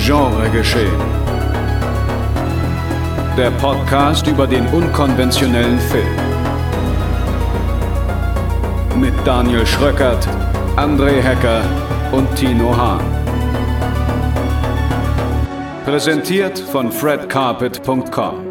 Genregeschehen. Der Podcast über den unkonventionellen Film. Mit Daniel Schröckert, André Hecker und Tino Hahn. Präsentiert von fredcarpet.com.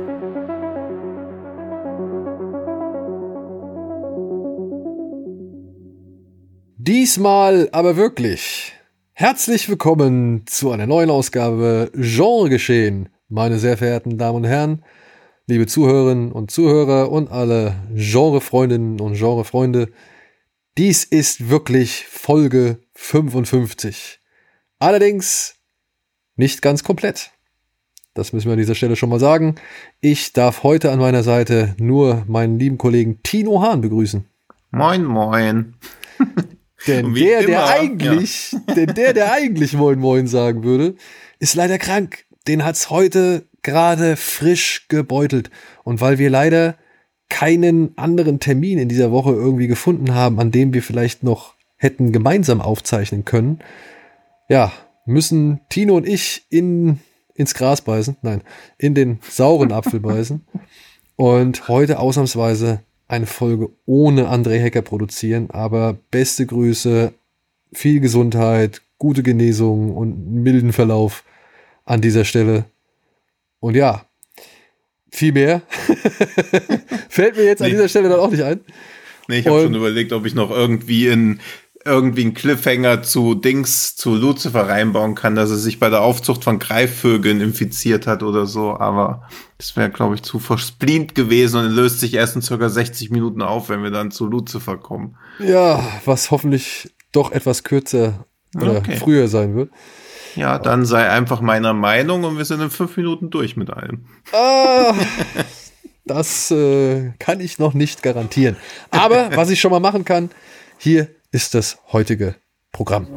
Diesmal aber wirklich. Herzlich willkommen zu einer neuen Ausgabe Genregeschehen, meine sehr verehrten Damen und Herren, liebe Zuhörerinnen und Zuhörer und alle Genrefreundinnen und Genrefreunde. Dies ist wirklich Folge 55. Allerdings nicht ganz komplett. Das müssen wir an dieser Stelle schon mal sagen. Ich darf heute an meiner Seite nur meinen lieben Kollegen Tino Hahn begrüßen. Moin, moin. Denn der eigentlich Moin Moin sagen würde, ist leider krank. Den hat's heute gerade frisch gebeutelt. Und weil wir leider keinen anderen Termin in dieser Woche irgendwie gefunden haben, an dem wir vielleicht noch hätten gemeinsam aufzeichnen können, ja, müssen Tino und ich ins Gras beißen. Nein, in den sauren Apfel beißen. Und heute ausnahmsweise eine Folge ohne André Hecker produzieren, aber beste Grüße, viel Gesundheit, gute Genesung und milden Verlauf an dieser Stelle. Und ja, viel mehr fällt mir jetzt an dieser Stelle dann auch nicht ein. Nee, ich habe schon überlegt, ob ich noch irgendwie einen Cliffhanger zu Lucifer reinbauen kann, dass er sich bei der Aufzucht von Greifvögeln infiziert hat oder so, aber das wäre, glaube ich, zu verspleent gewesen und er löst sich erst in ca. 60 Minuten auf, wenn wir dann zu Lucifer kommen. Ja, was hoffentlich doch etwas kürzer oder früher sein wird. Ja, dann sei einfach meiner Meinung und wir sind in 5 Minuten durch mit allem. Das kann ich noch nicht garantieren. Aber was ich schon mal machen kann, hier ist das heutige Programm.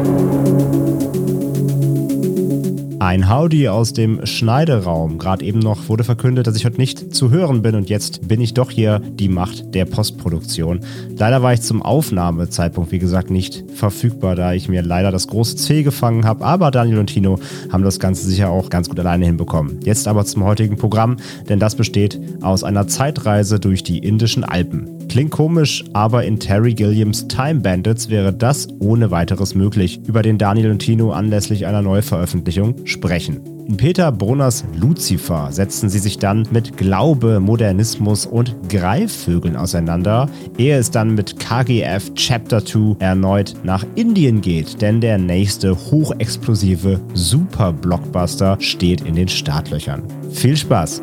Ein Howdy aus dem Schneideraum. Gerade eben noch wurde verkündet, dass ich heute nicht zu hören bin und jetzt bin ich doch hier die Macht der Postproduktion. Leider war ich zum Aufnahmezeitpunkt, wie gesagt, nicht verfügbar, da ich mir leider das große C gefangen habe, aber Daniel und Tino haben das Ganze sicher auch ganz gut alleine hinbekommen. Jetzt aber zum heutigen Programm, denn das besteht aus einer Zeitreise durch die indischen Alpen. Klingt komisch, aber in Terry Gilliams Time Bandits wäre das ohne weiteres möglich, über den Daniel und Tino anlässlich einer Neuveröffentlichung sprechen. In Peter Brunners Lucifer setzen sie sich dann mit Glaube, Modernismus und Greifvögeln auseinander, ehe es dann mit KGF Chapter 2 erneut nach Indien geht, denn der nächste hochexplosive Super-Blockbuster steht in den Startlöchern. Viel Spaß!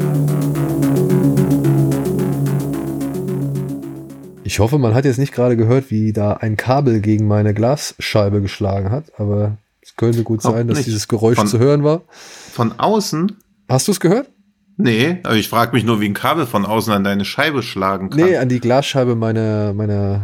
Ich hoffe, man hat jetzt nicht gerade gehört, wie da ein Kabel gegen meine Glasscheibe geschlagen hat, aber es könnte gut sein, dass dieses Geräusch zu hören war. Von außen? Hast du es gehört? Nee, aber ich frage mich nur, wie ein Kabel von außen an deine Scheibe schlagen kann. Nee, an die Glasscheibe meiner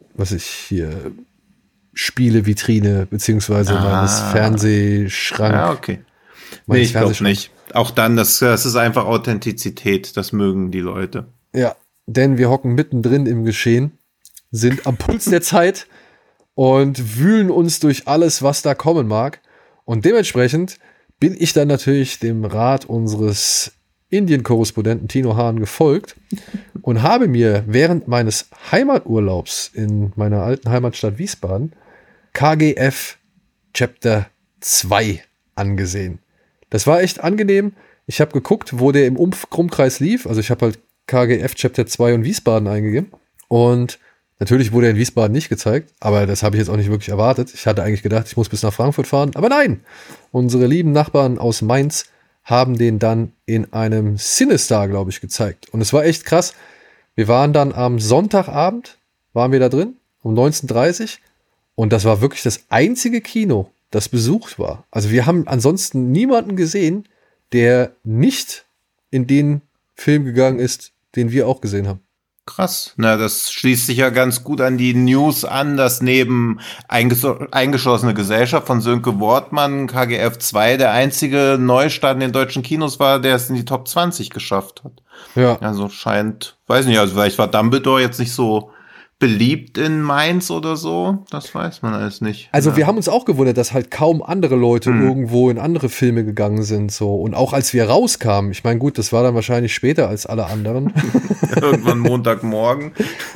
Spielevitrine, beziehungsweise meines Fernsehschranks. Ja, okay. Nee, ich glaube nicht. Auch dann, das ist einfach Authentizität, das mögen die Leute. Ja. Denn wir hocken mittendrin im Geschehen, sind am Puls der Zeit und wühlen uns durch alles, was da kommen mag. Und dementsprechend bin ich dann natürlich dem Rat unseres Indien-Korrespondenten Tino Hahn gefolgt und habe mir während meines Heimaturlaubs in meiner alten Heimatstadt Wiesbaden KGF Chapter 2 angesehen. Das war echt angenehm. Ich habe geguckt, wo der im Umkreis lief. Also ich habe halt KGF Chapter 2 und Wiesbaden eingegeben. Und natürlich wurde er in Wiesbaden nicht gezeigt, aber das habe ich jetzt auch nicht wirklich erwartet. Ich hatte eigentlich gedacht, ich muss bis nach Frankfurt fahren, aber nein! Unsere lieben Nachbarn aus Mainz haben den dann in einem Cinestar, glaube ich, gezeigt. Und es war echt krass. Wir waren dann am Sonntagabend, waren wir da drin, um 19:30 Uhr. Und das war wirklich das einzige Kino, das besucht war. Also wir haben ansonsten niemanden gesehen, der nicht in den Film gegangen ist, den wir auch gesehen haben. Krass. Na, das schließt sich ja ganz gut an die News an, dass neben Eingeschlossene Gesellschaft von Sönke Wortmann KGF 2 der einzige Neustart in den deutschen Kinos war, der es in die Top 20 geschafft hat. Ja. Also scheint, weiß nicht, also vielleicht war Dumbledore jetzt nicht so beliebt in Mainz oder so? Das weiß man alles nicht. Also ja. wir haben uns auch gewundert, dass halt kaum andere Leute irgendwo in andere Filme gegangen sind. So. Und auch als wir rauskamen, ich meine, gut, das war dann wahrscheinlich später als alle anderen. Irgendwann Montagmorgen.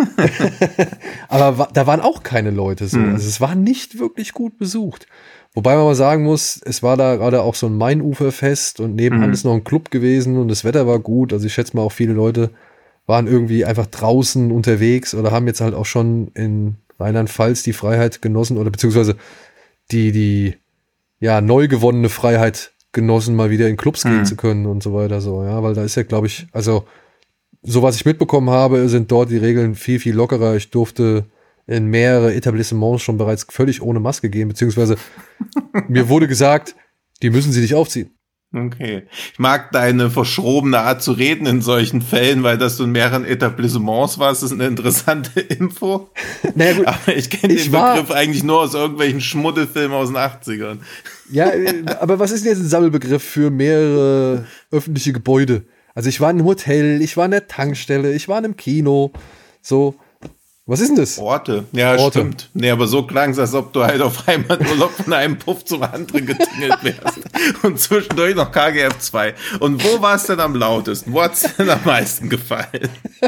Aber da waren auch keine Leute so. Also es war nicht wirklich gut besucht. Wobei man mal sagen muss, es war da gerade auch so ein Mainuferfest und nebenan ist noch ein Club gewesen und das Wetter war gut. Also ich schätze mal auch viele Leute waren irgendwie einfach draußen unterwegs oder haben jetzt halt auch schon in Rheinland-Pfalz die Freiheit genossen oder beziehungsweise die neu gewonnene Freiheit genossen, mal wieder in Clubs gehen zu können und so weiter so, ja, weil da ist ja, glaube ich, also so was ich mitbekommen habe, sind dort die Regeln viel, viel lockerer. Ich durfte in mehrere Etablissements schon bereits völlig ohne Maske gehen, beziehungsweise mir wurde gesagt, die müssen sie nicht aufziehen. Okay. Ich mag deine verschrobene Art zu reden in solchen Fällen, weil dass du in mehreren Etablissements warst, ist eine interessante Info. Naja, gut, aber ich kenne den Begriff eigentlich nur aus irgendwelchen Schmuddelfilmen aus den 80ern. Ja, aber was ist denn jetzt ein Sammelbegriff für mehrere öffentliche Gebäude? Also ich war in einem Hotel, ich war in der Tankstelle, ich war in einem Kino, so. Was ist denn das? Orte. Ja, Orte. Stimmt. Nee, aber so klang es, als ob du halt auf einmal Urlaub von einem Puff zum anderen getingelt wärst. Und zwischendurch noch KGF 2. Und wo war es denn am lautesten? Wo hat es denn am meisten gefallen?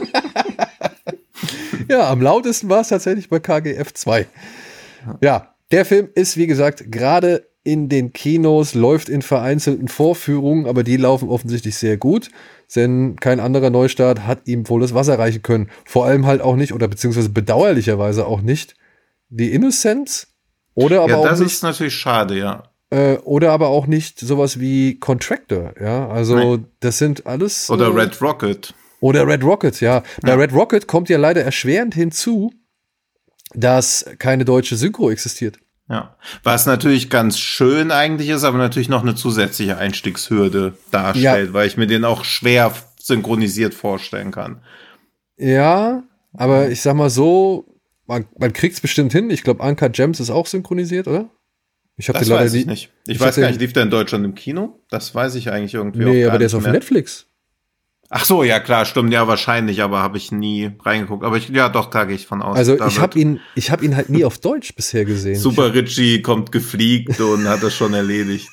Ja, am lautesten war es tatsächlich bei KGF 2. Ja, der Film ist, wie gesagt, gerade in den Kinos, läuft in vereinzelten Vorführungen, aber die laufen offensichtlich sehr gut, denn kein anderer Neustart hat ihm wohl das Wasser reichen können. Vor allem halt auch nicht, oder beziehungsweise bedauerlicherweise auch nicht, die Innocence oder aber auch das nicht, ist natürlich schade, ja. Oder aber auch nicht sowas wie Contractor, ja, also das sind alles... Oder Red Rocket. Oder Red Rocket, ja. Bei Red Rocket kommt ja leider erschwerend hinzu, dass keine deutsche Synchro existiert. Ja, was natürlich ganz schön eigentlich ist, aber natürlich noch eine zusätzliche Einstiegshürde darstellt, weil ich mir den auch schwer synchronisiert vorstellen kann. Ja, aber ich sag mal so, man kriegt's bestimmt hin. Ich glaube, Uncut Gems ist auch synchronisiert, oder? Das weiß ich nicht. Ich weiß gar nicht, lief der in Deutschland im Kino? Das weiß ich eigentlich irgendwie auch gar nicht. Nee, aber der ist auf Netflix. Ach so, ja klar, stimmt, ja wahrscheinlich, aber habe ich nie reingeguckt. Aber da gehe ich von aus. Also ich habe ihn halt nie auf Deutsch bisher gesehen. Super Richie kommt gefliegt und hat das schon erledigt.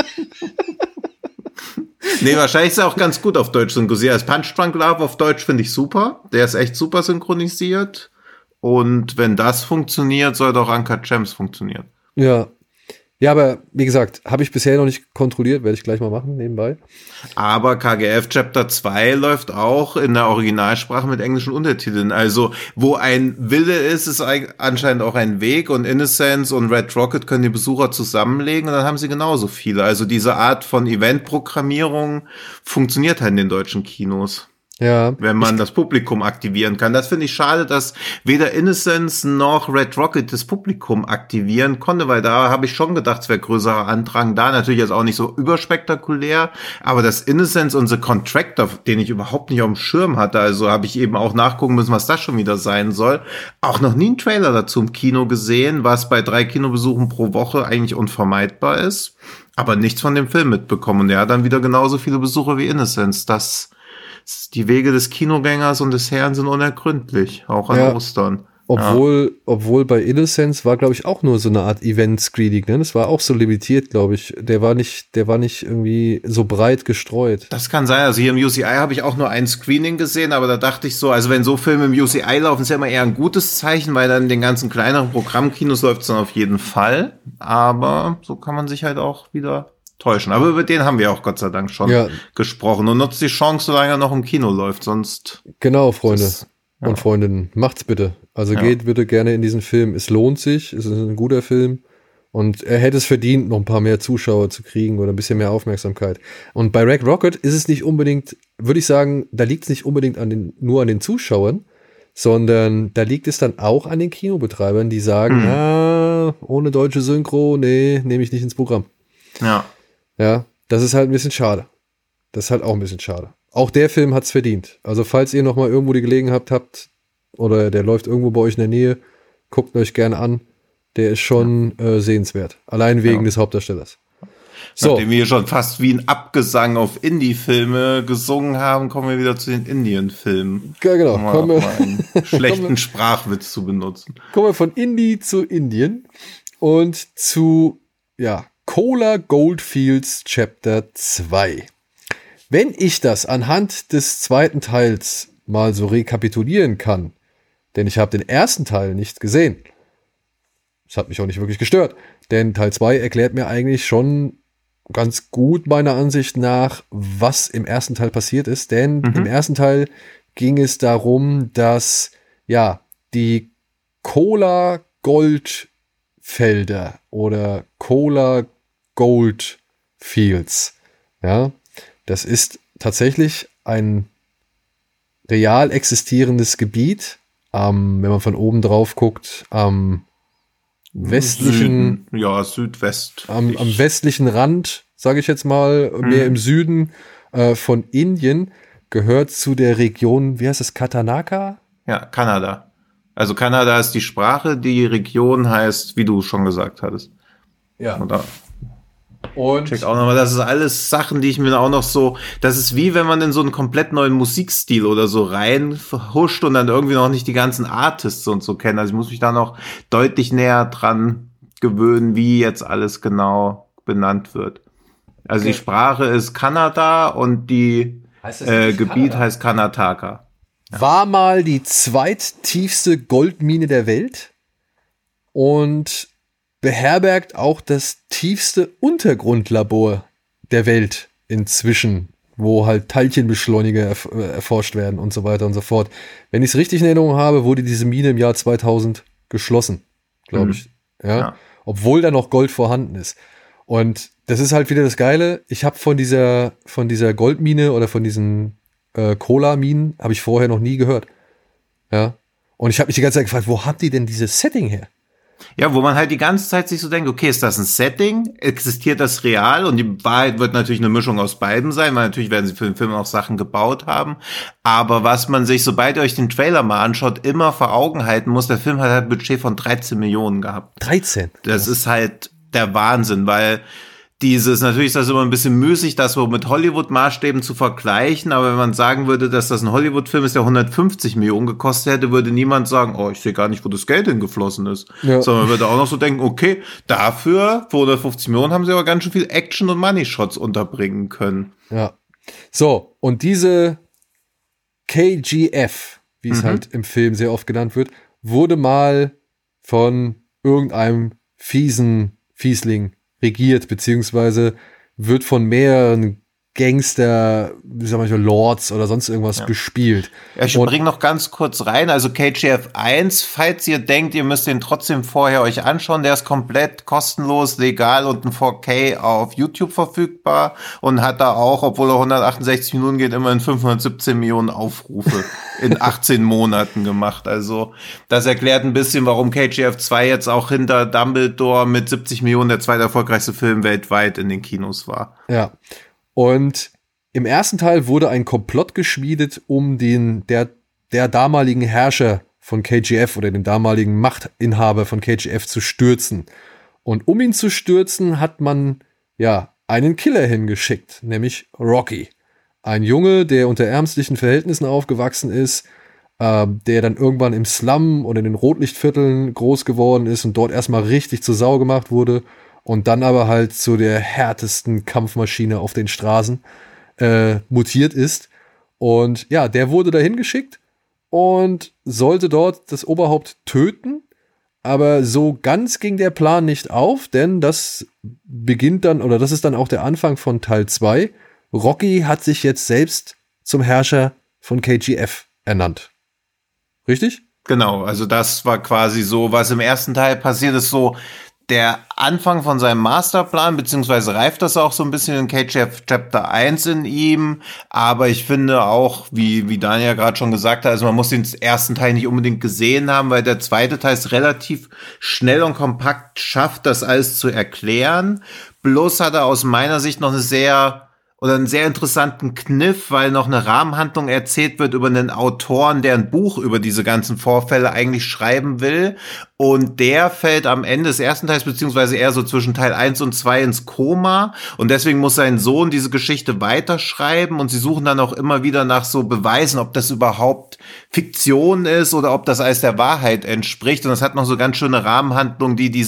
Nee, wahrscheinlich ist er auch ganz gut auf Deutsch synchronisiert. Als Punch Drunk Love auf Deutsch finde ich super. Der ist echt super synchronisiert. Und wenn das funktioniert, soll doch Uncut Gems funktionieren. Ja. Ja, aber wie gesagt, habe ich bisher noch nicht kontrolliert, werde ich gleich mal machen, nebenbei. Aber KGF Chapter 2 läuft auch in der Originalsprache mit englischen Untertiteln. Also, wo ein Wille ist, ist anscheinend auch ein Weg. Und Innocence und Red Rocket können die Besucher zusammenlegen und dann haben sie genauso viele. Also diese Art von Eventprogrammierung funktioniert halt in den deutschen Kinos. Ja. Wenn man das Publikum aktivieren kann. Das finde ich schade, dass weder Innocence noch Red Rocket das Publikum aktivieren konnte, weil da habe ich schon gedacht, es wäre größerer Andrang da. Natürlich jetzt auch nicht so überspektakulär, aber das Innocence und The Contractor, den ich überhaupt nicht auf dem Schirm hatte, also habe ich eben auch nachgucken müssen, was das schon wieder sein soll. Auch noch nie einen Trailer dazu im Kino gesehen, was bei 3 Kinobesuchen pro Woche eigentlich unvermeidbar ist, aber nichts von dem Film mitbekommen. Und er hat dann wieder genauso viele Besucher wie Innocence. Die Wege des Kinogängers und des Herrn sind unergründlich, auch an Ostern. Obwohl bei Innocence war, glaube ich, auch nur so eine Art Event-Screening, ne? Das war auch so limitiert, glaube ich. Der war nicht irgendwie so breit gestreut. Das kann sein. Also hier im UCI habe ich auch nur ein Screening gesehen, aber da dachte ich so, also wenn so Filme im UCI laufen, ist ja immer eher ein gutes Zeichen, weil dann in den ganzen kleineren Programmkinos läuft es dann auf jeden Fall. Aber so kann man sich halt auch wieder täuschen. Aber über den haben wir auch Gott sei Dank schon gesprochen. Und nutzt die Chance, solange er noch im Kino läuft, sonst... Genau, Freunde und Freundinnen, macht's bitte. Also geht bitte gerne in diesen Film. Es lohnt sich, es ist ein guter Film. Und er hätte es verdient, noch ein paar mehr Zuschauer zu kriegen oder ein bisschen mehr Aufmerksamkeit. Und bei Red Rocket ist es nicht unbedingt, würde ich sagen, da liegt es nicht unbedingt nur an den Zuschauern, sondern da liegt es dann auch an den Kinobetreibern, die sagen, ohne deutsche Synchro, nee, nehme ich nicht ins Programm. Ja, das ist halt ein bisschen schade. Das ist halt auch ein bisschen schade. Auch der Film hat's verdient. Also falls ihr noch mal irgendwo die Gelegenheit habt oder der läuft irgendwo bei euch in der Nähe, guckt euch gerne an. Der ist schon sehenswert. Allein wegen des Hauptdarstellers. So. Nachdem wir hier schon fast wie ein Abgesang auf Indie-Filme gesungen haben, kommen wir wieder zu den Indien-Filmen. Ja, genau. Um mal einen schlechten Sprachwitz zu benutzen. Kommen wir von Indie zu Indien und zu, Cola Goldfields Chapter 2. Wenn ich das anhand des zweiten Teils mal so rekapitulieren kann, denn ich habe den ersten Teil nicht gesehen. Das hat mich auch nicht wirklich gestört, denn Teil 2 erklärt mir eigentlich schon ganz gut meiner Ansicht nach, was im ersten Teil passiert ist, denn im ersten Teil ging es darum, dass die Cola Goldfelder oder Cola Goldfields, das ist tatsächlich ein real existierendes Gebiet, wenn man von oben drauf guckt, am westlichen, Südwest. am westlichen Rand, sage ich jetzt mal, mehr im Süden von Indien, gehört zu der Region, wie heißt es, Karnataka? Ja, Kanada. Also Kanada ist die Sprache, die Region heißt, wie du schon gesagt hattest. Ja. Und check auch nochmal, das ist alles Sachen, die ich mir auch noch so, das ist wie wenn man in so einen komplett neuen Musikstil oder so reinhuscht und dann irgendwie noch nicht die ganzen Artists und so kennen. Also ich muss mich da noch deutlich näher dran gewöhnen, wie jetzt alles genau benannt wird. Also die Sprache ist Kannada und die Gebiet heißt Karnataka. War mal die zweittiefste Goldmine der Welt und beherbergt auch das tiefste Untergrundlabor der Welt inzwischen, wo halt Teilchenbeschleuniger erforscht werden und so weiter und so fort. Wenn ich es richtig in Erinnerung habe, wurde diese Mine im Jahr 2000 geschlossen, glaube ich. Ja. Obwohl da noch Gold vorhanden ist. Und das ist halt wieder das Geile. Ich habe von dieser Goldmine oder von diesen Cola-Minen habe ich vorher noch nie gehört. Ja. Und ich habe mich die ganze Zeit gefragt, wo habt ihr denn dieses Setting her? Ja, wo man halt die ganze Zeit sich so denkt, okay, ist das ein Setting? Existiert das real? Und die Wahrheit wird natürlich eine Mischung aus beiden sein, weil natürlich werden sie für den Film auch Sachen gebaut haben. Aber was man sich, sobald ihr euch den Trailer mal anschaut, immer vor Augen halten muss, der Film hat halt ein Budget von 13 Millionen gehabt. 13? Das ist halt der Wahnsinn, weil natürlich ist das immer ein bisschen müßig, das so mit Hollywood-Maßstäben zu vergleichen, aber wenn man sagen würde, dass das ein Hollywood-Film ist, der 150 Millionen gekostet hätte, würde niemand sagen, oh, ich sehe gar nicht, wo das Geld hingeflossen ist. Ja. Sondern man würde auch noch so denken, okay, dafür, für 150 Millionen haben sie aber ganz schön viel Action- und Money-Shots unterbringen können. Ja. So, und diese KGF, wie es halt im Film sehr oft genannt wird, wurde mal von irgendeinem Fiesling regiert, beziehungsweise wird von mehreren Gangster, wie sag ich mal, Lords oder sonst irgendwas bespielt. Ja, ich bringe noch ganz kurz rein, also KGF 1, falls ihr denkt, ihr müsst den trotzdem vorher euch anschauen, der ist komplett kostenlos, legal und in 4K auf YouTube verfügbar und hat da auch, obwohl er 168 Minuten geht, immerhin 517 Millionen Aufrufe in 18 Monaten gemacht. Also das erklärt ein bisschen, warum KGF 2 jetzt auch hinter Dumbledore mit 70 Millionen der zweiterfolgreichste Film weltweit in den Kinos war. Ja. Und im ersten Teil wurde ein Komplott geschmiedet, um der damaligen Herrscher von KGF oder den damaligen Machtinhaber von KGF zu stürzen. Und um ihn zu stürzen, hat man einen Killer hingeschickt, nämlich Rocky. Ein Junge, der unter ärmstlichen Verhältnissen aufgewachsen ist, der dann irgendwann im Slum oder in den Rotlichtvierteln groß geworden ist und dort erstmal richtig zur Sau gemacht wurde. Und dann aber halt zu der härtesten Kampfmaschine auf den Straßen mutiert ist. Und ja, der wurde dahin geschickt und sollte dort das Oberhaupt töten. Aber so ganz ging der Plan nicht auf, denn das ist dann auch der Anfang von Teil 2. Rocky hat sich jetzt selbst zum Herrscher von KGF ernannt. Richtig? Genau, also das war quasi so, was im ersten Teil passiert ist, so der Anfang von seinem Masterplan, beziehungsweise reift das auch so ein bisschen in KGF Chapter 1 in ihm, aber ich finde auch, wie Daniel gerade schon gesagt hat, also man muss den ersten Teil nicht unbedingt gesehen haben, weil der zweite Teil es relativ schnell und kompakt schafft, das alles zu erklären, bloß hat er aus meiner Sicht noch eine sehr oder einen sehr interessanten Kniff, weil noch eine Rahmenhandlung erzählt wird über einen Autoren, der ein Buch über diese ganzen Vorfälle eigentlich schreiben will. Und der fällt am Ende des ersten Teils, beziehungsweise eher so zwischen Teil 1 und 2 ins Koma. Und deswegen muss sein Sohn diese Geschichte weiterschreiben. Und sie suchen dann auch immer wieder nach so Beweisen, ob das überhaupt Fiktion ist oder ob das alles der Wahrheit entspricht. Und das hat noch so ganz schöne Rahmenhandlungen, die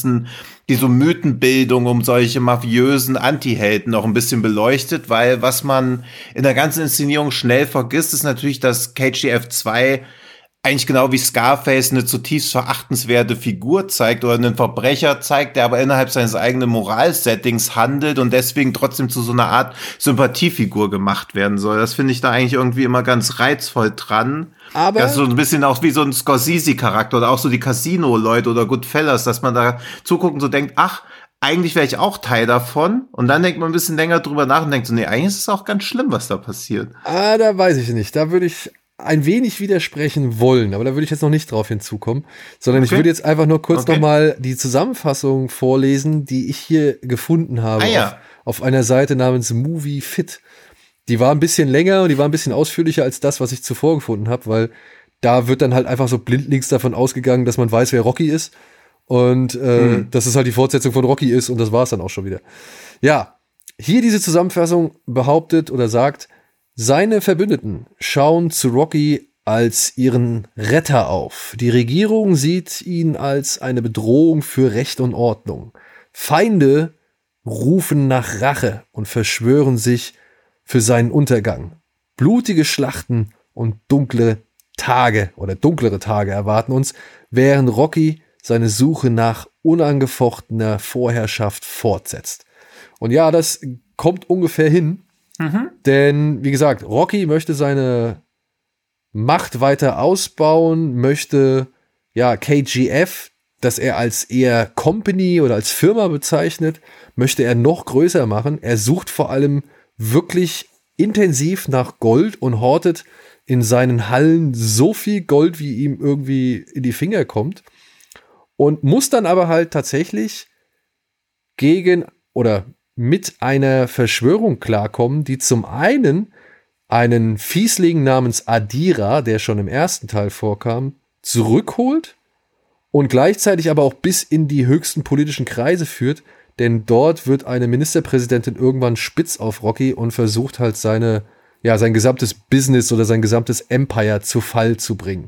so Mythenbildung um solche mafiösen Antihelden noch ein bisschen beleuchtet, weil was man in der ganzen Inszenierung schnell vergisst, ist natürlich, dass KGF 2 eigentlich genau wie Scarface eine zutiefst verachtenswerte Figur zeigt oder einen Verbrecher zeigt, der aber innerhalb seines eigenen Moralsettings handelt und deswegen trotzdem zu so einer Art Sympathiefigur gemacht werden soll. Das finde ich da eigentlich irgendwie immer ganz reizvoll dran. Aber das ist so ein bisschen auch wie so ein Scorsese-Charakter oder auch so die Casino-Leute oder Goodfellas, dass man da zuguckt und so denkt, ach, eigentlich wäre ich auch Teil davon. Und dann denkt man ein bisschen länger drüber nach und denkt so, nee, eigentlich ist es auch ganz schlimm, was da passiert. Da weiß ich nicht. Da würde ich ein wenig widersprechen wollen, aber da würde ich jetzt noch nicht drauf hinzukommen, sondern ich würde jetzt einfach nur kurz nochmal die Zusammenfassung vorlesen, die ich hier gefunden habe auf einer Seite namens Movie Fit. Die war ein bisschen länger und die war ein bisschen ausführlicher als das, was ich zuvor gefunden habe, weil da wird dann halt einfach so blindlings davon ausgegangen, dass man weiß, wer Rocky ist und dass es halt die Fortsetzung von Rocky ist und das war es dann auch schon wieder. Ja, hier diese Zusammenfassung behauptet oder sagt, seine Verbündeten schauen zu Rocky als ihren Retter auf. Die Regierung sieht ihn als eine Bedrohung für Recht und Ordnung. Feinde rufen nach Rache und verschwören sich für seinen Untergang. Blutige Schlachten und dunklere Tage erwarten uns, während Rocky seine Suche nach unangefochtener Vorherrschaft fortsetzt. Und ja, das kommt ungefähr hin. Denn, wie gesagt, Rocky möchte seine Macht weiter ausbauen, möchte, KGF, das er als eher Company oder als Firma bezeichnet, möchte er noch größer machen. Er sucht vor allem wirklich intensiv nach Gold und hortet in seinen Hallen so viel Gold, wie ihm irgendwie in die Finger kommt. Und muss dann aber halt tatsächlich gegen oder mit einer Verschwörung klarkommen, die zum einen Fiesling namens Adira, der schon im ersten Teil vorkam, zurückholt und gleichzeitig aber auch bis in die höchsten politischen Kreise führt, denn dort wird eine Ministerpräsidentin irgendwann spitz auf Rocky und versucht halt sein gesamtes Business oder sein gesamtes Empire zu Fall zu bringen.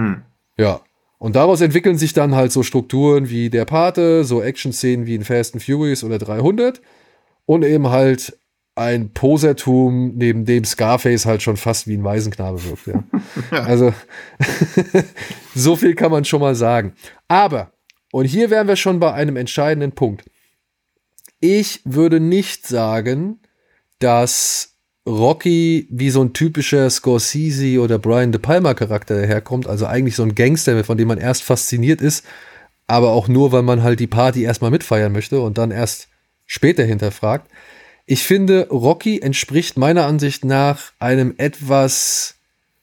Ja. Und daraus entwickeln sich dann halt so Strukturen wie der Pate, so Action-Szenen wie in Fast and Furious oder 300 und eben halt ein Posertum, neben dem Scarface halt schon fast wie ein Waisenknabe wirkt. Ja. Also so viel kann man schon mal sagen. Aber, und hier wären wir schon bei einem entscheidenden Punkt. Ich würde nicht sagen, dass Rocky wie so ein typischer Scorsese oder Brian De Palma Charakter daherkommt, also eigentlich so ein Gangster, von dem man erst fasziniert ist, aber auch nur, weil man halt die Party erstmal mitfeiern möchte und dann erst später hinterfragt. Ich finde, Rocky entspricht meiner Ansicht nach einem etwas,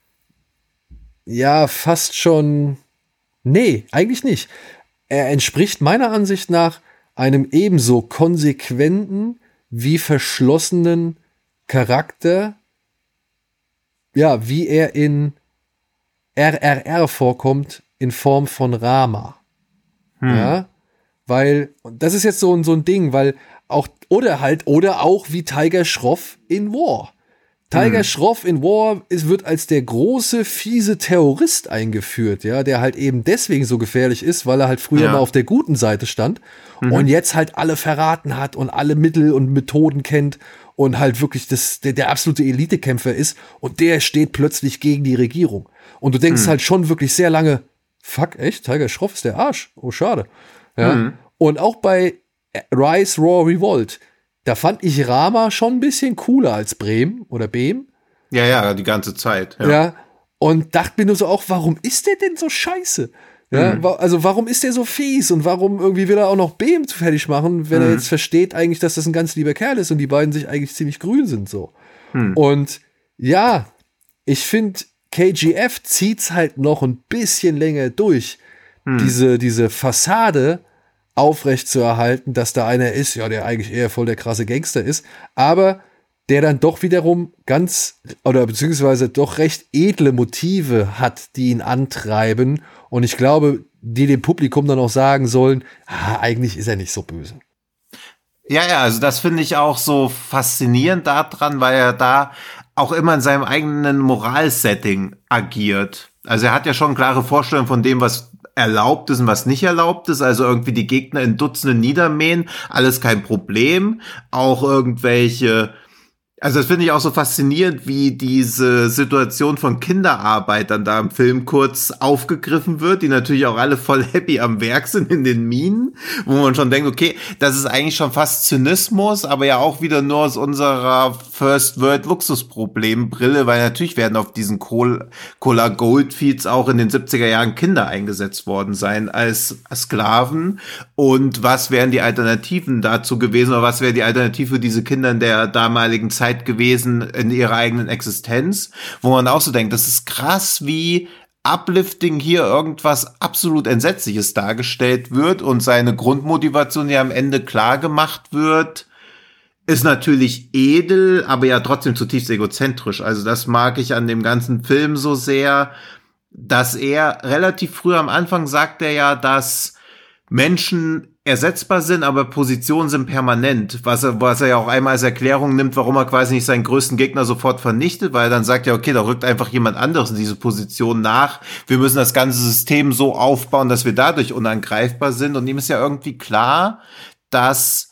fast schon, nee, eigentlich nicht. Er entspricht meiner Ansicht nach einem ebenso konsequenten wie verschlossenen Charakter, wie er in RRR vorkommt, in Form von Rama. Ja, weil, das ist jetzt so ein Ding, weil auch, oder auch wie Tiger Schroff in War. Tiger Schroff in War wird als der große, fiese Terrorist eingeführt, der halt eben deswegen so gefährlich ist, weil er halt früher mal auf der guten Seite stand und jetzt halt alle verraten hat und alle Mittel und Methoden kennt und halt wirklich der absolute Elitekämpfer ist und der steht plötzlich gegen die Regierung. Und du denkst halt schon wirklich sehr lange, fuck, echt? Tiger Schroff ist der Arsch. Oh, schade. Ja. Und auch bei Rise, Raw, Revolt, da fand ich Rama schon ein bisschen cooler als Brehm oder Behm. Ja, die ganze Zeit. Ja. Und dachte mir nur so auch, warum ist der denn so scheiße? Ja, also warum ist der so fies und warum irgendwie will er auch noch Behm fertig machen, wenn er jetzt versteht eigentlich, dass das ein ganz lieber Kerl ist und die beiden sich eigentlich ziemlich grün sind so. Und ja, ich finde, KGF zieht's halt noch ein bisschen länger durch, diese Fassade aufrecht zu erhalten, dass da einer ist, der eigentlich eher voll der krasse Gangster ist, aber der dann doch wiederum beziehungsweise doch recht edle Motive hat, die ihn antreiben. Und ich glaube, die dem Publikum dann auch sagen sollen, eigentlich ist er nicht so böse. Ja, also das finde ich auch so faszinierend daran, weil er da auch immer in seinem eigenen Moralsetting agiert. Also er hat ja schon klare Vorstellungen von dem, was erlaubt ist und was nicht erlaubt ist. Also irgendwie die Gegner in Dutzenden niedermähen, alles kein Problem. Auch irgendwelche... Also das finde ich auch so faszinierend, wie diese Situation von Kinderarbeitern da im Film kurz aufgegriffen wird, die natürlich auch alle voll happy am Werk sind in den Minen, wo man schon denkt, okay, das ist eigentlich schon fast Zynismus, aber ja auch wieder nur aus unserer First-World-Luxusproblem-Brille, weil natürlich werden auf diesen Cola Goldfields auch in den 70er Jahren Kinder eingesetzt worden sein als Sklaven. Und was wären die Alternativen dazu gewesen, oder was wäre die Alternative für diese Kinder in der damaligen Zeit gewesen in ihrer eigenen Existenz, wo man auch so denkt, das ist krass, wie uplifting hier irgendwas absolut Entsetzliches dargestellt wird und seine Grundmotivation, die am Ende klar gemacht wird, ist natürlich edel, aber ja trotzdem zutiefst egozentrisch. Also das mag ich an dem ganzen Film so sehr, dass er relativ früh am Anfang sagt er ja, dass Menschen ersetzbar sind, aber Positionen sind permanent, was er ja auch einmal als Erklärung nimmt, warum er quasi nicht seinen größten Gegner sofort vernichtet, weil er dann sagt ja, okay, da rückt einfach jemand anderes in diese Position nach. Wir müssen das ganze System so aufbauen, dass wir dadurch unangreifbar sind. Und ihm ist ja irgendwie klar, dass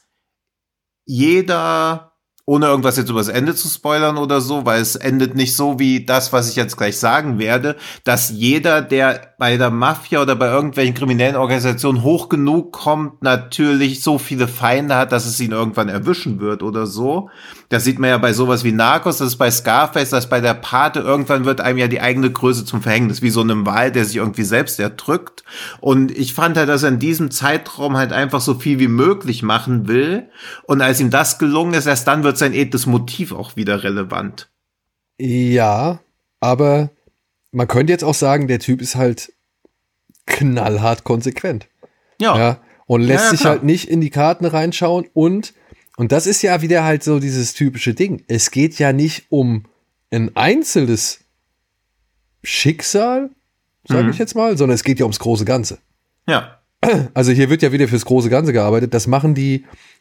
jeder, ohne irgendwas jetzt übers Ende zu spoilern oder so, weil es endet nicht so wie das, was ich jetzt gleich sagen werde, dass jeder, der bei der Mafia oder bei irgendwelchen kriminellen Organisationen hoch genug kommt, natürlich so viele Feinde hat, dass es ihn irgendwann erwischen wird oder so. Das sieht man ja bei sowas wie Narcos, das ist bei Scarface, das ist bei der Pate, irgendwann wird einem ja die eigene Größe zum Verhängnis, wie so einem Wal, der sich irgendwie selbst erdrückt. Und ich fand halt, dass er in diesem Zeitraum halt einfach so viel wie möglich machen will. Und als ihm das gelungen ist, erst dann wird sein edles Motiv auch wieder relevant. Ja, aber man könnte jetzt auch sagen, der Typ ist halt knallhart konsequent. Ja. Und lässt sich halt nicht in die Karten reinschauen und das ist ja wieder halt so dieses typische Ding. Es geht ja nicht um ein einzelnes Schicksal, sage ich jetzt mal, sondern es geht ja ums große Ganze. Ja. Also hier wird ja wieder fürs große Ganze gearbeitet. Das machen die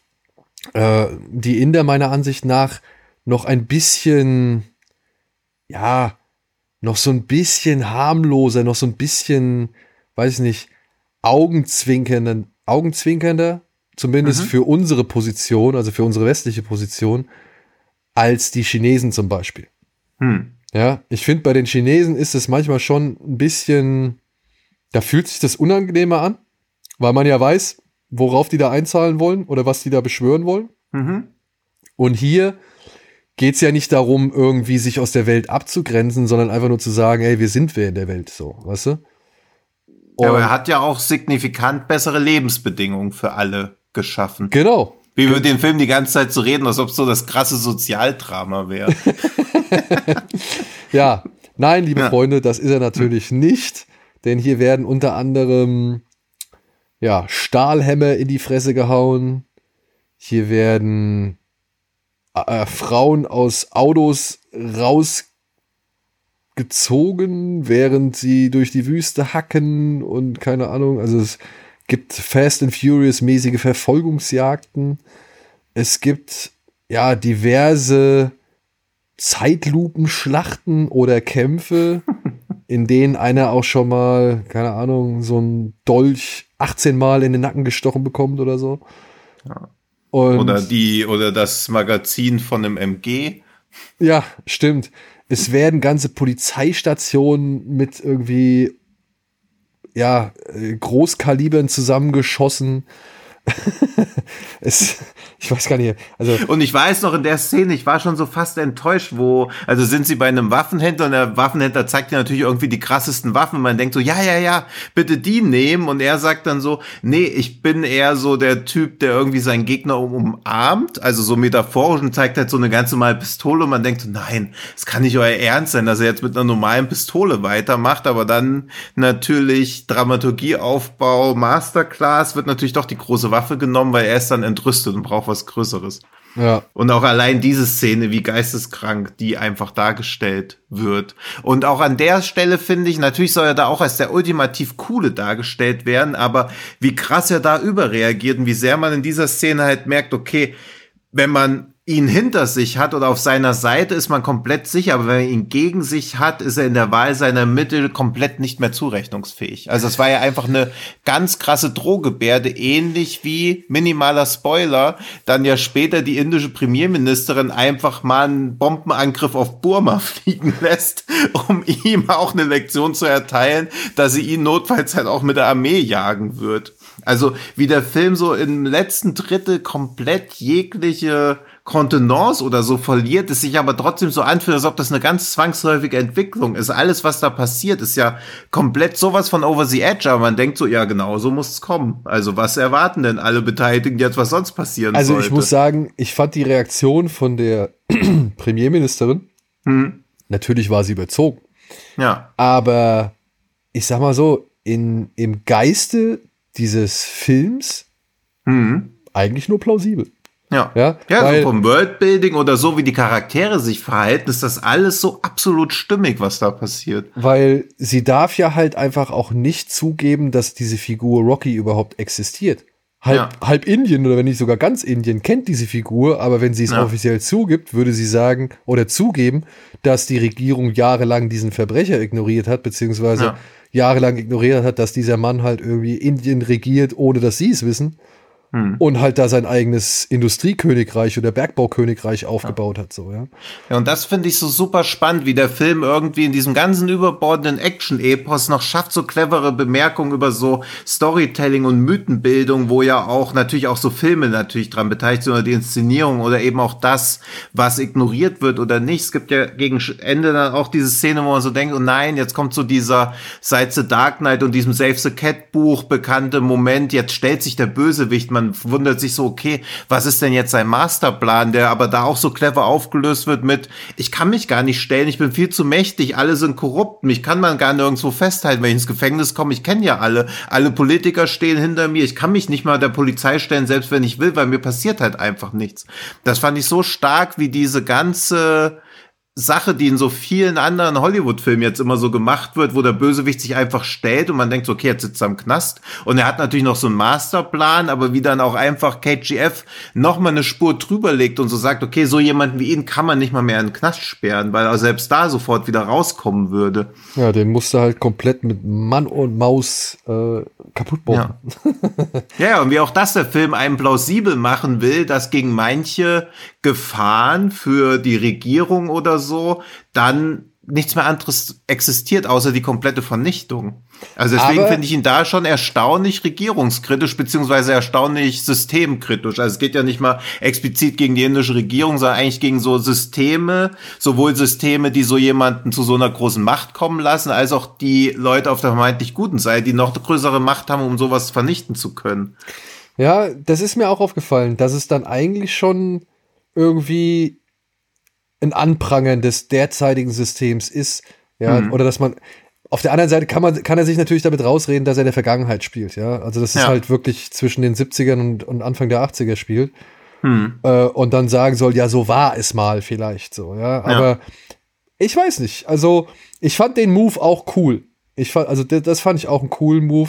Inder meiner Ansicht nach noch ein bisschen, ja, noch so ein bisschen harmloser, noch so ein bisschen, weiß ich nicht, augenzwinkernder, zumindest für unsere Position, also für unsere westliche Position, als die Chinesen zum Beispiel. Ja, ich finde, bei den Chinesen ist es manchmal schon ein bisschen, da fühlt sich das unangenehmer an, weil man ja weiß, worauf die da einzahlen wollen oder was die da beschwören wollen. Und hier geht es ja nicht darum, irgendwie sich aus der Welt abzugrenzen, sondern einfach nur zu sagen, ey, wir sind wer in der Welt, so, weißt du? Ja, aber er hat ja auch signifikant bessere Lebensbedingungen für alle geschaffen. Genau. Wie wir den Film die ganze Zeit so reden, als ob es so das krasse Sozialdrama wäre. Ja, nein, liebe Freunde, das ist er natürlich nicht, denn hier werden unter anderem Stahlhämmer in die Fresse gehauen. Hier werden Frauen aus Autos rausgezogen, während sie durch die Wüste hacken und keine Ahnung. Also es gibt Fast and Furious mäßige Verfolgungsjagden. Es gibt diverse Zeitlupenschlachten oder Kämpfe, in denen einer auch schon mal, keine Ahnung, so ein Dolch 18 Mal in den Nacken gestochen bekommt oder so. Ja. Und oder das Magazin von einem MG. Ja, stimmt. Es werden ganze Polizeistationen mit irgendwie Großkalibern zusammengeschossen. Ich weiß gar nicht. Also und ich weiß noch in der Szene, ich war schon so fast enttäuscht, also sind sie bei einem Waffenhändler und der Waffenhändler zeigt ja natürlich irgendwie die krassesten Waffen und man denkt so, ja, bitte die nehmen und er sagt dann so, nee, ich bin eher so der Typ, der irgendwie seinen Gegner umarmt, also so metaphorisch und zeigt halt so eine ganz normale Pistole und man denkt so, nein, es kann nicht euer Ernst sein, dass er jetzt mit einer normalen Pistole weitermacht, aber dann natürlich Dramaturgieaufbau, Masterclass, wird natürlich doch die große Waffe genommen, weil er ist dann entrüstet und braucht was Größeres. Ja. Und auch allein diese Szene, wie geisteskrank die einfach dargestellt wird. Und auch an der Stelle finde ich, natürlich soll er da auch als der ultimativ Coole dargestellt werden, aber wie krass er da überreagiert und wie sehr man in dieser Szene halt merkt, okay, wenn man ihn hinter sich hat oder auf seiner Seite, ist man komplett sicher, aber wenn man ihn gegen sich hat, ist er in der Wahl seiner Mittel komplett nicht mehr zurechnungsfähig. Also es war ja einfach eine ganz krasse Drohgebärde, ähnlich wie, minimaler Spoiler, dann ja später die indische Premierministerin einfach mal einen Bombenangriff auf Burma fliegen lässt, um ihm auch eine Lektion zu erteilen, dass sie ihn notfalls halt auch mit der Armee jagen wird. Also wie der Film so im letzten Drittel komplett jegliche Kontenance oder so verliert, es sich aber trotzdem so anfühlt, als ob das eine ganz zwangsläufige Entwicklung ist. Alles, was da passiert, ist ja komplett sowas von over the edge, aber man denkt so, ja genau, so muss es kommen. Also was erwarten denn alle Beteiligten jetzt, was sonst passieren sollte? Also ich muss sagen, ich fand die Reaktion von der Premierministerin, natürlich war sie überzogen, ja, aber ich sag mal so, im Geiste dieses Films eigentlich nur plausibel. Ja, Ja, ja, weil- so vom Worldbuilding oder so, wie die Charaktere sich verhalten, ist das alles so absolut stimmig, was da passiert. Weil sie darf ja halt einfach auch nicht zugeben, dass diese Figur Rocky überhaupt existiert. Halb Indien oder wenn nicht sogar ganz Indien kennt diese Figur, aber wenn sie es offiziell zugibt, würde sie sagen oder zugeben, dass die Regierung jahrelang diesen Verbrecher ignoriert hat, beziehungsweise jahrelang ignoriert hat, dass dieser Mann halt irgendwie Indien regiert, ohne dass sie es wissen. Und halt da sein eigenes Industriekönigreich oder Bergbaukönigreich aufgebaut hat, so, ja. Ja, und das finde ich so super spannend, wie der Film irgendwie in diesem ganzen überbordenden Action-Epos noch schafft, so clevere Bemerkungen über so Storytelling und Mythenbildung, wo ja auch natürlich auch so Filme natürlich dran beteiligt sind oder die Inszenierung oder eben auch das, was ignoriert wird oder nicht. Es gibt ja gegen Ende dann auch diese Szene, wo man so denkt, oh nein, jetzt kommt so dieser seit The Dark Knight und diesem Save the Cat Buch bekannte Moment, jetzt stellt sich der Bösewicht, man wundert sich so, okay, was ist denn jetzt sein Masterplan, der aber da auch so clever aufgelöst wird mit, ich kann mich gar nicht stellen, ich bin viel zu mächtig, alle sind korrupt, mich kann man gar nirgendwo festhalten, wenn ich ins Gefängnis komme, ich kenne ja alle Politiker stehen hinter mir, ich kann mich nicht mal der Polizei stellen, selbst wenn ich will, weil mir passiert halt einfach nichts. Das fand ich so stark, wie diese ganze Sache, die in so vielen anderen Hollywood-Filmen jetzt immer so gemacht wird, wo der Bösewicht sich einfach stellt und man denkt, okay, jetzt sitzt er im Knast und er hat natürlich noch so einen Masterplan, aber wie dann auch einfach KGF noch mal eine Spur drüber legt und so sagt, okay, so jemanden wie ihn kann man nicht mal mehr in den Knast sperren, weil er selbst da sofort wieder rauskommen würde. Ja, den musste halt komplett mit Mann und Maus kaputt bauen. Ja, und wie auch das der Film einem plausibel machen will, dass gegen manche Gefahren für die Regierung oder so dann nichts mehr anderes existiert, außer die komplette Vernichtung. Also deswegen finde ich ihn da schon erstaunlich regierungskritisch, beziehungsweise erstaunlich systemkritisch. Also es geht ja nicht mal explizit gegen die indische Regierung, sondern eigentlich gegen so Systeme, sowohl Systeme, die so jemanden zu so einer großen Macht kommen lassen, als auch die Leute auf der vermeintlich guten Seite, die noch größere Macht haben, um sowas vernichten zu können. Ja, das ist mir auch aufgefallen, dass es dann eigentlich schon irgendwie ein Anprangern des derzeitigen Systems ist, ja, oder dass man auf der anderen Seite kann er sich natürlich damit rausreden, dass er in der Vergangenheit spielt, ja, also dass es halt wirklich zwischen den 70ern und Anfang der 80er spielt und dann sagen soll, ja, so war es mal vielleicht so, ja, aber ich weiß nicht, also ich fand den Move auch cool, das fand ich auch einen coolen Move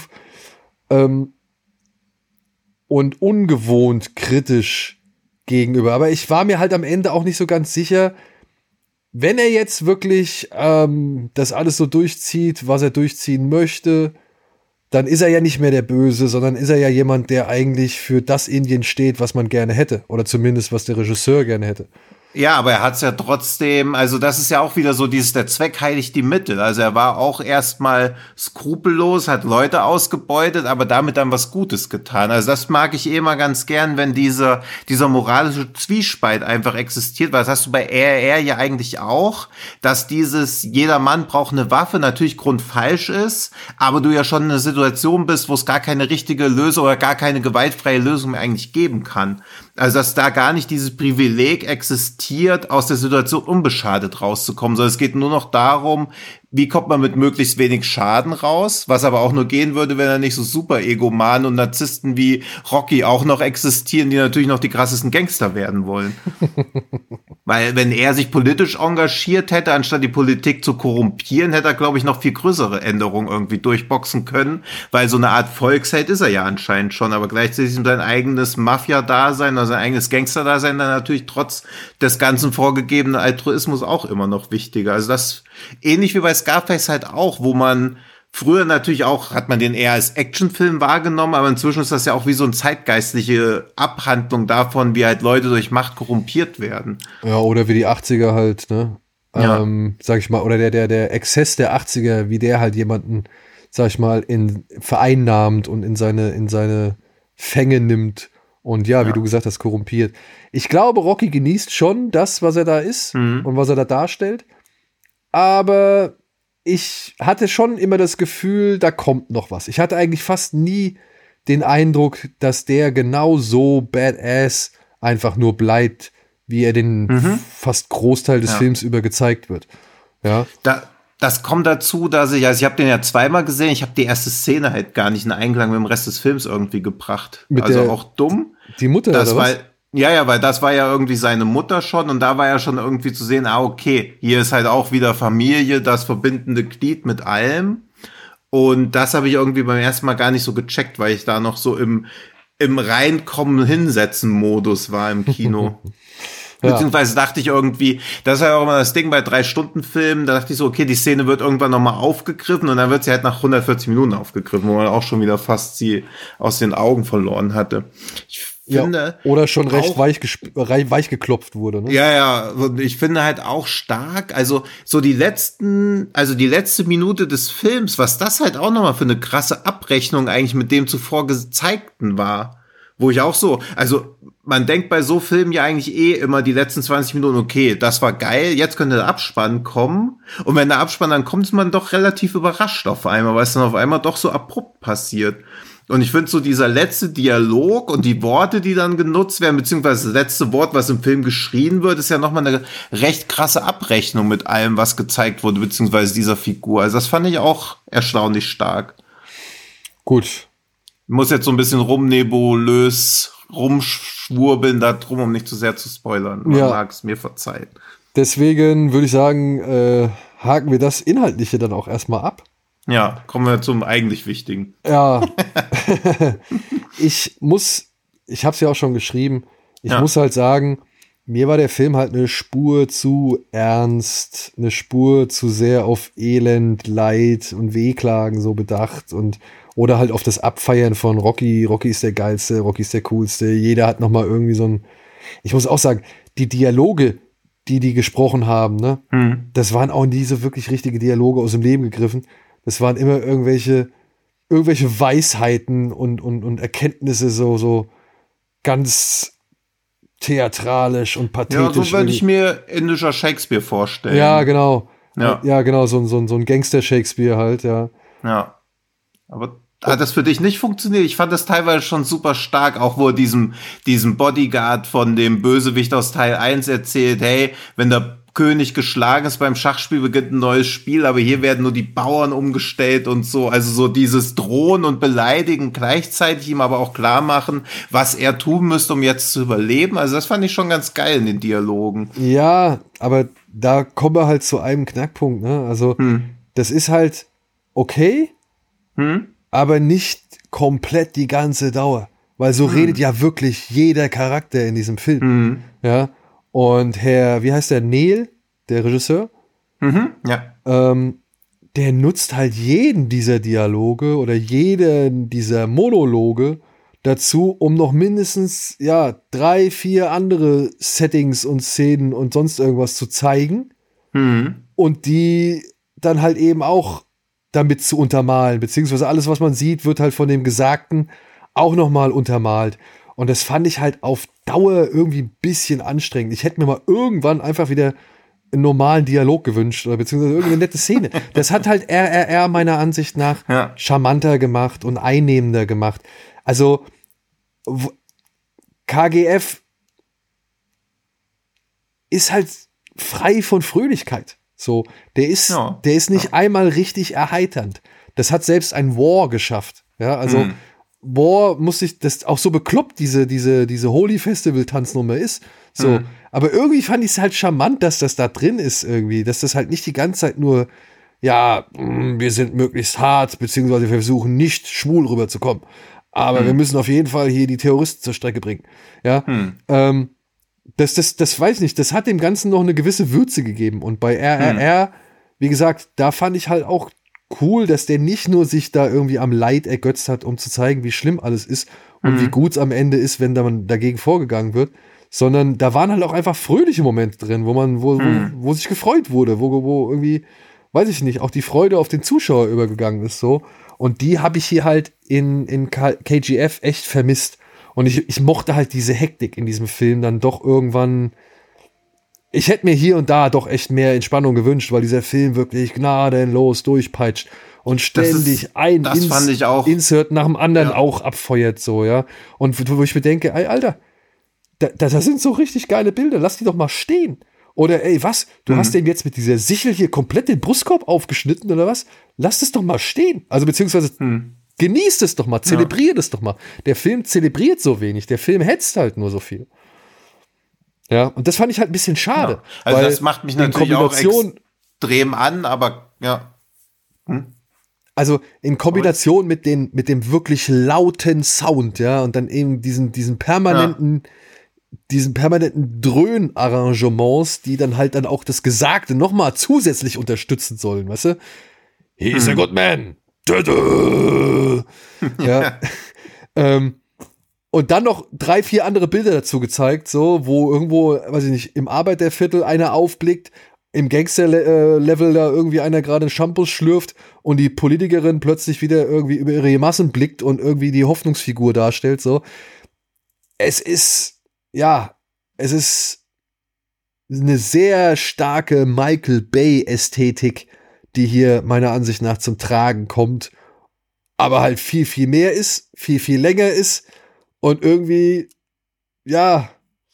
und ungewohnt kritisch gegenüber. Aber ich war mir halt am Ende auch nicht so ganz sicher, wenn er jetzt wirklich das alles so durchzieht, was er durchziehen möchte, dann ist er ja nicht mehr der Böse, sondern ist er ja jemand, der eigentlich für das Indien steht, was man gerne hätte. Oder zumindest, was der Regisseur gerne hätte. Ja, aber er hat's ja trotzdem, also das ist ja auch wieder so der Zweck heiligt die Mittel. Also er war auch erstmal skrupellos, hat Leute ausgebeutet, aber damit dann was Gutes getan. Also das mag ich immer ganz gern, wenn dieser moralische Zwiespalt einfach existiert, weil das hast du bei RRR ja eigentlich auch, dass jeder Mann braucht eine Waffe natürlich grundfalsch ist, aber du ja schon in einer Situation bist, wo es gar keine richtige Lösung oder gar keine gewaltfreie Lösung mehr eigentlich geben kann. Also dass da gar nicht dieses Privileg existiert, investiert, aus der Situation unbeschadet rauszukommen, sondern es geht nur noch darum, wie kommt man mit möglichst wenig Schaden raus, was aber auch nur gehen würde, wenn er nicht so super Egomanen und Narzissten wie Rocky auch noch existieren, die natürlich noch die krassesten Gangster werden wollen. Weil wenn er sich politisch engagiert hätte, anstatt die Politik zu korrumpieren, hätte er, glaube ich, noch viel größere Änderungen irgendwie durchboxen können, weil so eine Art Volksheld ist er ja anscheinend schon, aber gleichzeitig ist ihm sein eigenes Mafia-Dasein oder sein eigenes Gangster-Dasein dann natürlich trotz des ganzen vorgegebenen Altruismus auch immer noch wichtiger. Also das ähnlich wie bei Scarface halt auch, wo man früher natürlich auch, hat man den eher als Actionfilm wahrgenommen, aber inzwischen ist das ja auch wie so eine zeitgeistliche Abhandlung davon, wie halt Leute durch Macht korrumpiert werden. Ja, oder wie die 80er halt, ne? Ja. Sag ich mal, oder der Exzess der 80er, wie der halt jemanden, sag ich mal, vereinnahmt und in seine Fänge nimmt und ja, wie du gesagt hast, korrumpiert. Ich glaube, Rocky genießt schon das, was er da ist und was er da darstellt. Aber ich hatte schon immer das Gefühl, da kommt noch was. Ich hatte eigentlich fast nie den Eindruck, dass der genau so badass einfach nur bleibt, wie er den fast Großteil des Films über gezeigt wird. Ja. Das kommt dazu, dass ich habe den ja zweimal gesehen, ich habe die erste Szene halt gar nicht in Einklang mit dem Rest des Films irgendwie gebracht. Also auch dumm. Die Mutter, das oder was? Ja, weil das war ja irgendwie seine Mutter schon und da war ja schon irgendwie zu sehen, okay, hier ist halt auch wieder Familie, das verbindende Glied mit allem. Und das habe ich irgendwie beim ersten Mal gar nicht so gecheckt, weil ich da noch so im Reinkommen-Hinsetzen-Modus war im Kino. Beziehungsweise dachte ich irgendwie, das ist ja auch immer das Ding bei 3-Stunden-Filmen, da dachte ich so, okay, die Szene wird irgendwann nochmal aufgegriffen und dann wird sie halt nach 140 Minuten aufgegriffen, wo man auch schon wieder fast sie aus den Augen verloren hatte. Ich finde oder schon recht weich geklopft wurde, ne? Ja, und ich finde halt auch stark, also so die letzte Minute des Films, was das halt auch nochmal für eine krasse Abrechnung eigentlich mit dem zuvor gezeigten war. Wo ich auch so, also man denkt bei so Filmen ja eigentlich immer die letzten 20 Minuten, okay, das war geil, jetzt könnte der Abspann kommen. Und wenn der Abspann dann kommt, ist man doch relativ überrascht auf einmal, weil es dann auf einmal doch so abrupt passiert. Und ich finde so dieser letzte Dialog und die Worte, die dann genutzt werden, beziehungsweise das letzte Wort, was im Film geschrien wird, ist ja nochmal eine recht krasse Abrechnung mit allem, was gezeigt wurde, beziehungsweise dieser Figur. Also das fand ich auch erstaunlich stark. Gut. Ich muss jetzt so ein bisschen rumschwurbeln da drum, um nicht zu sehr zu spoilern. Man mag es mir verzeihen. Deswegen würde ich sagen, haken wir das Inhaltliche dann auch erstmal ab. Ja, kommen wir zum eigentlich Wichtigen. Ja. Ich habe es ja auch schon geschrieben, muss halt sagen, mir war der Film halt eine Spur zu ernst, eine Spur zu sehr auf Elend, Leid und Wehklagen so bedacht oder halt auf das Abfeiern von Rocky. Rocky ist der Geilste, Rocky ist der Coolste. Jeder hat nochmal irgendwie ich muss auch sagen, die Dialoge, die gesprochen haben, ne, das waren auch nie so wirklich richtige Dialoge aus dem Leben gegriffen. Das waren immer irgendwelche Weisheiten und Erkenntnisse so ganz theatralisch und pathetisch. Ja, so würde ich mir indischer Shakespeare vorstellen. Ja, genau. Ja, genau, so ein Gangster-Shakespeare halt, ja. Ja. Aber hat das für dich nicht funktioniert? Ich fand das teilweise schon super stark, auch wo er diesem Bodyguard von dem Bösewicht aus Teil 1 erzählt, hey, wenn der König geschlagen ist beim Schachspiel, beginnt ein neues Spiel, aber hier werden nur die Bauern umgestellt und so. Also so dieses Drohen und Beleidigen gleichzeitig, ihm aber auch klar machen, was er tun müsste, um jetzt zu überleben. Also das fand ich schon ganz geil in den Dialogen. Ja, aber da kommen wir halt zu einem Knackpunkt, ne? Also das ist halt okay, aber nicht komplett die ganze Dauer. Weil so redet ja wirklich jeder Charakter in diesem Film. Ja. Und wie heißt der, Neil, der Regisseur? Ja. Der nutzt halt jeden dieser Dialoge oder jeden dieser Monologe dazu, um noch mindestens 3, 4 andere Settings und Szenen und sonst irgendwas zu zeigen und die dann halt eben auch damit zu untermalen, beziehungsweise alles, was man sieht, wird halt von dem Gesagten auch nochmal untermalt. Und das fand ich halt auf Dauer irgendwie ein bisschen anstrengend. Ich hätte mir mal irgendwann einfach wieder einen normalen Dialog gewünscht oder beziehungsweise irgendeine nette Szene. Das hat halt RRR meiner Ansicht nach charmanter gemacht und einnehmender gemacht. Also KGF ist halt frei von Fröhlichkeit. So, der ist nicht einmal richtig erheiternd. Das hat selbst ein War geschafft. Ja, also War muss sich das auch so bekloppt, diese Holy Festival Tanznummer ist. So, aber irgendwie fand ich es halt charmant, dass das da drin ist irgendwie, dass das halt nicht die ganze Zeit nur, ja, wir sind möglichst hart, beziehungsweise wir versuchen nicht schwul rüberzukommen. Aber wir müssen auf jeden Fall hier die Terroristen zur Strecke bringen. Ja, das weiß ich nicht, das hat dem Ganzen noch eine gewisse Würze gegeben. Und bei RRR, wie gesagt, da fand ich halt auch cool, dass der nicht nur sich da irgendwie am Leid ergötzt hat, um zu zeigen, wie schlimm alles ist und wie gut es am Ende ist, wenn da man dagegen vorgegangen wird, sondern da waren halt auch einfach fröhliche Momente drin, wo sich gefreut wurde, wo irgendwie, weiß ich nicht, auch die Freude auf den Zuschauer übergegangen ist so. Und die habe ich hier halt in KGF echt vermisst. Und ich mochte halt diese Hektik in diesem Film dann doch irgendwann. Ich hätte mir hier und da doch echt mehr Entspannung gewünscht, weil dieser Film wirklich gnadenlos durchpeitscht und ständig ein Insert nach dem anderen auch abfeuert, so, ja. Und wo ich mir denke, ey, Alter, da sind so richtig geile Bilder, lass die doch mal stehen. Oder, ey, was? Du hast dem jetzt mit dieser Sichel hier komplett den Brustkorb aufgeschnitten oder was? Lass das doch mal stehen. Also, beziehungsweise genießt es doch mal, zelebriert es doch mal. Der Film zelebriert so wenig, der Film hetzt halt nur so viel. Ja, und das fand ich halt ein bisschen schade. Ja. Also das macht mich natürlich auch extrem an, aber ja. Also in Kombination mit dem wirklich lauten Sound, ja, und dann eben diesen permanenten Dröhnarrangements, die dann halt dann auch das Gesagte nochmal zusätzlich unterstützen sollen, weißt du? He's a good man. Ja. Und dann noch 3, 4 andere Bilder dazu gezeigt, so, wo irgendwo, weiß ich nicht, im Arbeiterviertel einer aufblickt, im Gangster-Level da irgendwie einer gerade einen Shampoo schlürft und die Politikerin plötzlich wieder irgendwie über ihre Massen blickt und irgendwie die Hoffnungsfigur darstellt, so. Es ist eine sehr starke Michael Bay-Ästhetik, die hier meiner Ansicht nach zum Tragen kommt, aber halt viel, viel mehr ist, viel, viel länger ist und irgendwie, ja,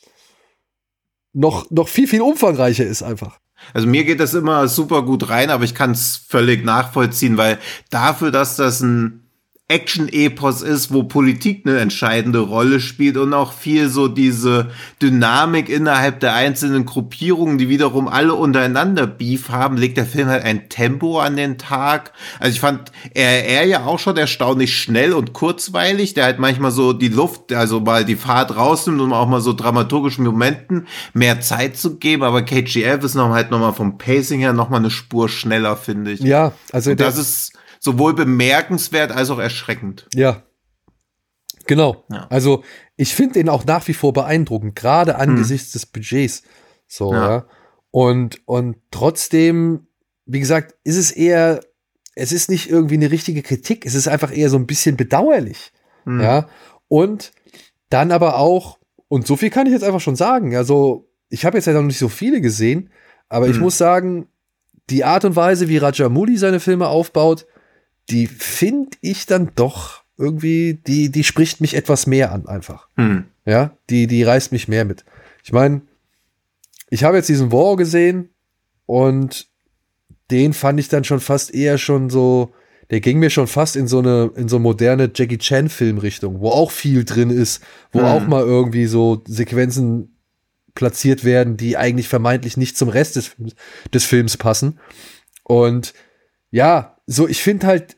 noch viel, viel umfangreicher ist einfach. Also mir geht das immer super gut rein, aber ich kann es völlig nachvollziehen, weil dafür, dass das ein Action-Epos ist, wo Politik eine entscheidende Rolle spielt und auch viel so diese Dynamik innerhalb der einzelnen Gruppierungen, die wiederum alle untereinander Beef haben, legt der Film halt ein Tempo an den Tag. Also ich fand er ja auch schon erstaunlich schnell und kurzweilig, der halt manchmal so die Luft, also mal die Fahrt rausnimmt, um auch mal so dramaturgischen Momenten mehr Zeit zu geben, aber KGF ist noch mal vom Pacing her noch mal eine Spur schneller, finde ich. Ja, also das ist sowohl bemerkenswert als auch erschreckend. Ja, genau. Ja. Also ich finde ihn auch nach wie vor beeindruckend, gerade angesichts des Budgets. So, ja. Und trotzdem, wie gesagt, es ist nicht irgendwie eine richtige Kritik, es ist einfach eher so ein bisschen bedauerlich. Ja. Und dann aber auch, und so viel kann ich jetzt einfach schon sagen, also ich habe jetzt ja noch nicht so viele gesehen, aber ich muss sagen, die Art und Weise, wie Rajamouli seine Filme aufbaut, die finde ich dann doch irgendwie, die spricht mich etwas mehr an einfach. Ja, die reißt mich mehr mit. Ich meine, ich habe jetzt diesen War gesehen und den fand ich dann schon fast eher schon so, der ging mir schon fast in so eine moderne Jackie Chan Filmrichtung, wo auch viel drin ist, wo auch mal irgendwie so Sequenzen platziert werden, die eigentlich vermeintlich nicht zum Rest des Films passen. Und ja, so, ich finde halt,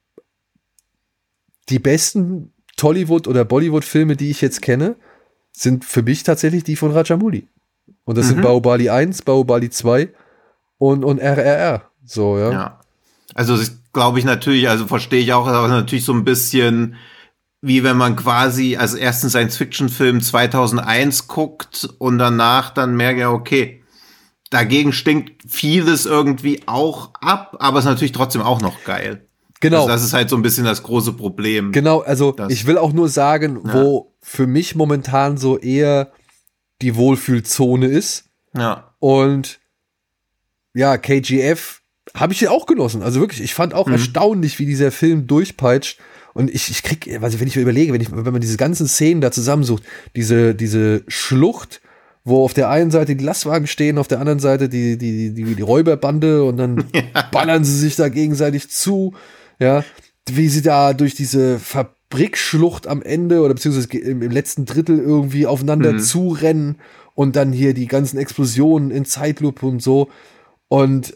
die besten Tollywood- oder Bollywood-Filme, die ich jetzt kenne, sind für mich tatsächlich die von Rajamouli. Und das sind Bahubali 1, Bahubali 2 und RRR. So, ja. Ja. Also, das glaube ich natürlich, also verstehe ich auch, aber natürlich so ein bisschen wie wenn man quasi als ersten Science-Fiction-Film 2001 guckt und danach dann merkt, ja, okay, dagegen stinkt vieles irgendwie auch ab, aber ist natürlich trotzdem auch noch geil. Genau. Also das ist halt so ein bisschen das große Problem. Genau, also ich will auch nur sagen, wo für mich momentan so eher die Wohlfühlzone ist. Ja. Und ja, KGF habe ich ja auch genossen. Also wirklich, ich fand auch erstaunlich, wie dieser Film durchpeitscht. Und ich krieg, also wenn ich mir überlege, wenn man diese ganzen Szenen da zusammensucht, diese Schlucht, wo auf der einen Seite die Lastwagen stehen, auf der anderen Seite die Räuberbande und dann ballern sie sich da gegenseitig zu, ja, wie sie da durch diese Fabrikschlucht am Ende oder beziehungsweise im letzten Drittel irgendwie aufeinander zurennen und dann hier die ganzen Explosionen in Zeitlupe und so und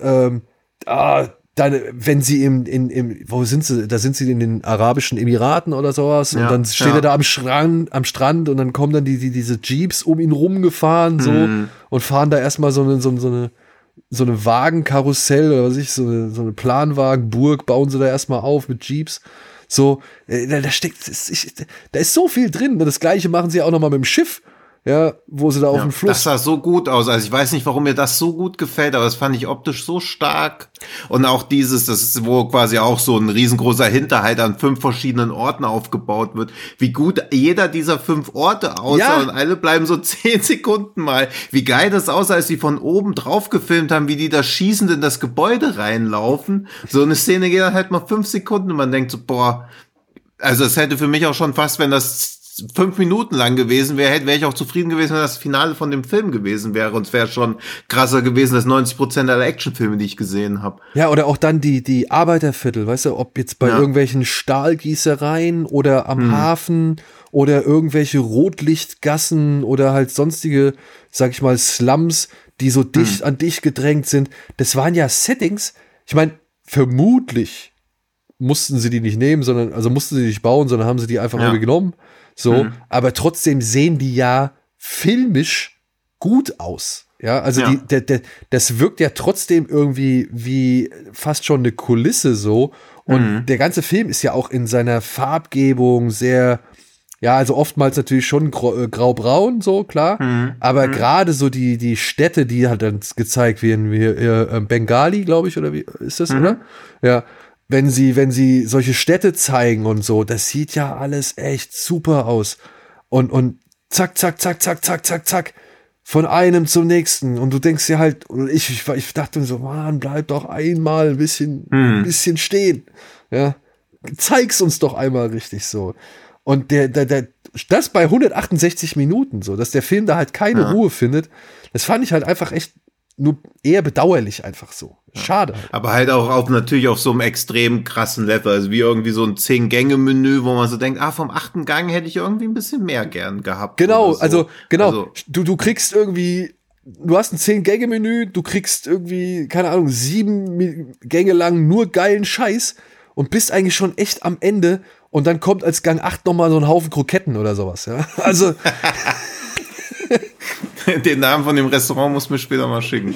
dann, wenn sie wo sind sie? Da sind sie in den Arabischen Emiraten oder sowas und dann steht er da am Strand und dann kommen dann diese Jeeps um ihn rumgefahren so und fahren da erstmal so eine Wagenkarussell oder was weiß ich, so eine Planwagenburg bauen sie da erstmal auf mit Jeeps. So, da ist so viel drin. Das Gleiche machen sie auch nochmal mit dem Schiff. Ja, wo sie da auf dem Fluss. Das sah so gut aus. Also ich weiß nicht, warum mir das so gut gefällt, aber das fand ich optisch so stark. Und auch das ist, wo quasi auch so ein riesengroßer Hinterhalt an 5 verschiedenen Orten aufgebaut wird. Wie gut jeder dieser 5 Orte aussah und alle bleiben so 10 Sekunden mal. Wie geil das aussah, als sie von oben drauf gefilmt haben, wie die da schießend in das Gebäude reinlaufen. So eine Szene geht dann halt mal 5 Sekunden und man denkt so, boah, also es hätte für mich auch schon fast, wenn das 5 Minuten lang gewesen wäre, wäre ich auch zufrieden gewesen, wenn das Finale von dem Film gewesen wäre. Und es wäre schon krasser gewesen als 90% aller Actionfilme, die ich gesehen habe. Ja, oder auch dann die Arbeiterviertel, weißt du, ob jetzt bei irgendwelchen Stahlgießereien oder am Hafen oder irgendwelche Rotlichtgassen oder halt sonstige, sag ich mal, Slums, die so dicht an dicht gedrängt sind. Das waren ja Settings. Ich meine, vermutlich mussten sie die nicht nehmen, also mussten sie nicht bauen, sondern haben sie die einfach irgendwie genommen. So, aber trotzdem sehen die ja filmisch gut aus. Ja, also das wirkt ja trotzdem irgendwie wie fast schon eine Kulisse so. Und der ganze Film ist ja auch in seiner Farbgebung sehr, ja, also oftmals natürlich schon grau-braun, so, klar. Aber gerade so die Städte, die halt dann gezeigt werden, wie Bengali, glaube ich, oder wie ist das, oder? Ja. Wenn sie solche Städte zeigen und so, das sieht ja alles echt super aus. Und zack, zack, zack, zack, zack, zack, zack, von einem zum nächsten. Und du denkst dir halt, ich dachte mir so, Mann, bleib doch einmal ein bisschen stehen. Ja, zeig's uns doch einmal richtig so. Und das bei 168 Minuten so, dass der Film da halt keine Ruhe findet, das fand ich halt einfach echt nur eher bedauerlich einfach so. Schade. Aber halt auch natürlich auf so einem extrem krassen Level. Also wie irgendwie so ein 10-Gänge-Menü, wo man so denkt, vom 8. Gang hätte ich irgendwie ein bisschen mehr gern gehabt. Genau, so. Also du kriegst irgendwie, du hast ein 10-Gänge-Menü, du kriegst irgendwie, keine Ahnung, 7 Gänge lang nur geilen Scheiß und bist eigentlich schon echt am Ende und dann kommt als Gang 8 nochmal so ein Haufen Kroketten oder sowas, ja. Also den Namen von dem Restaurant muss mir später mal schicken.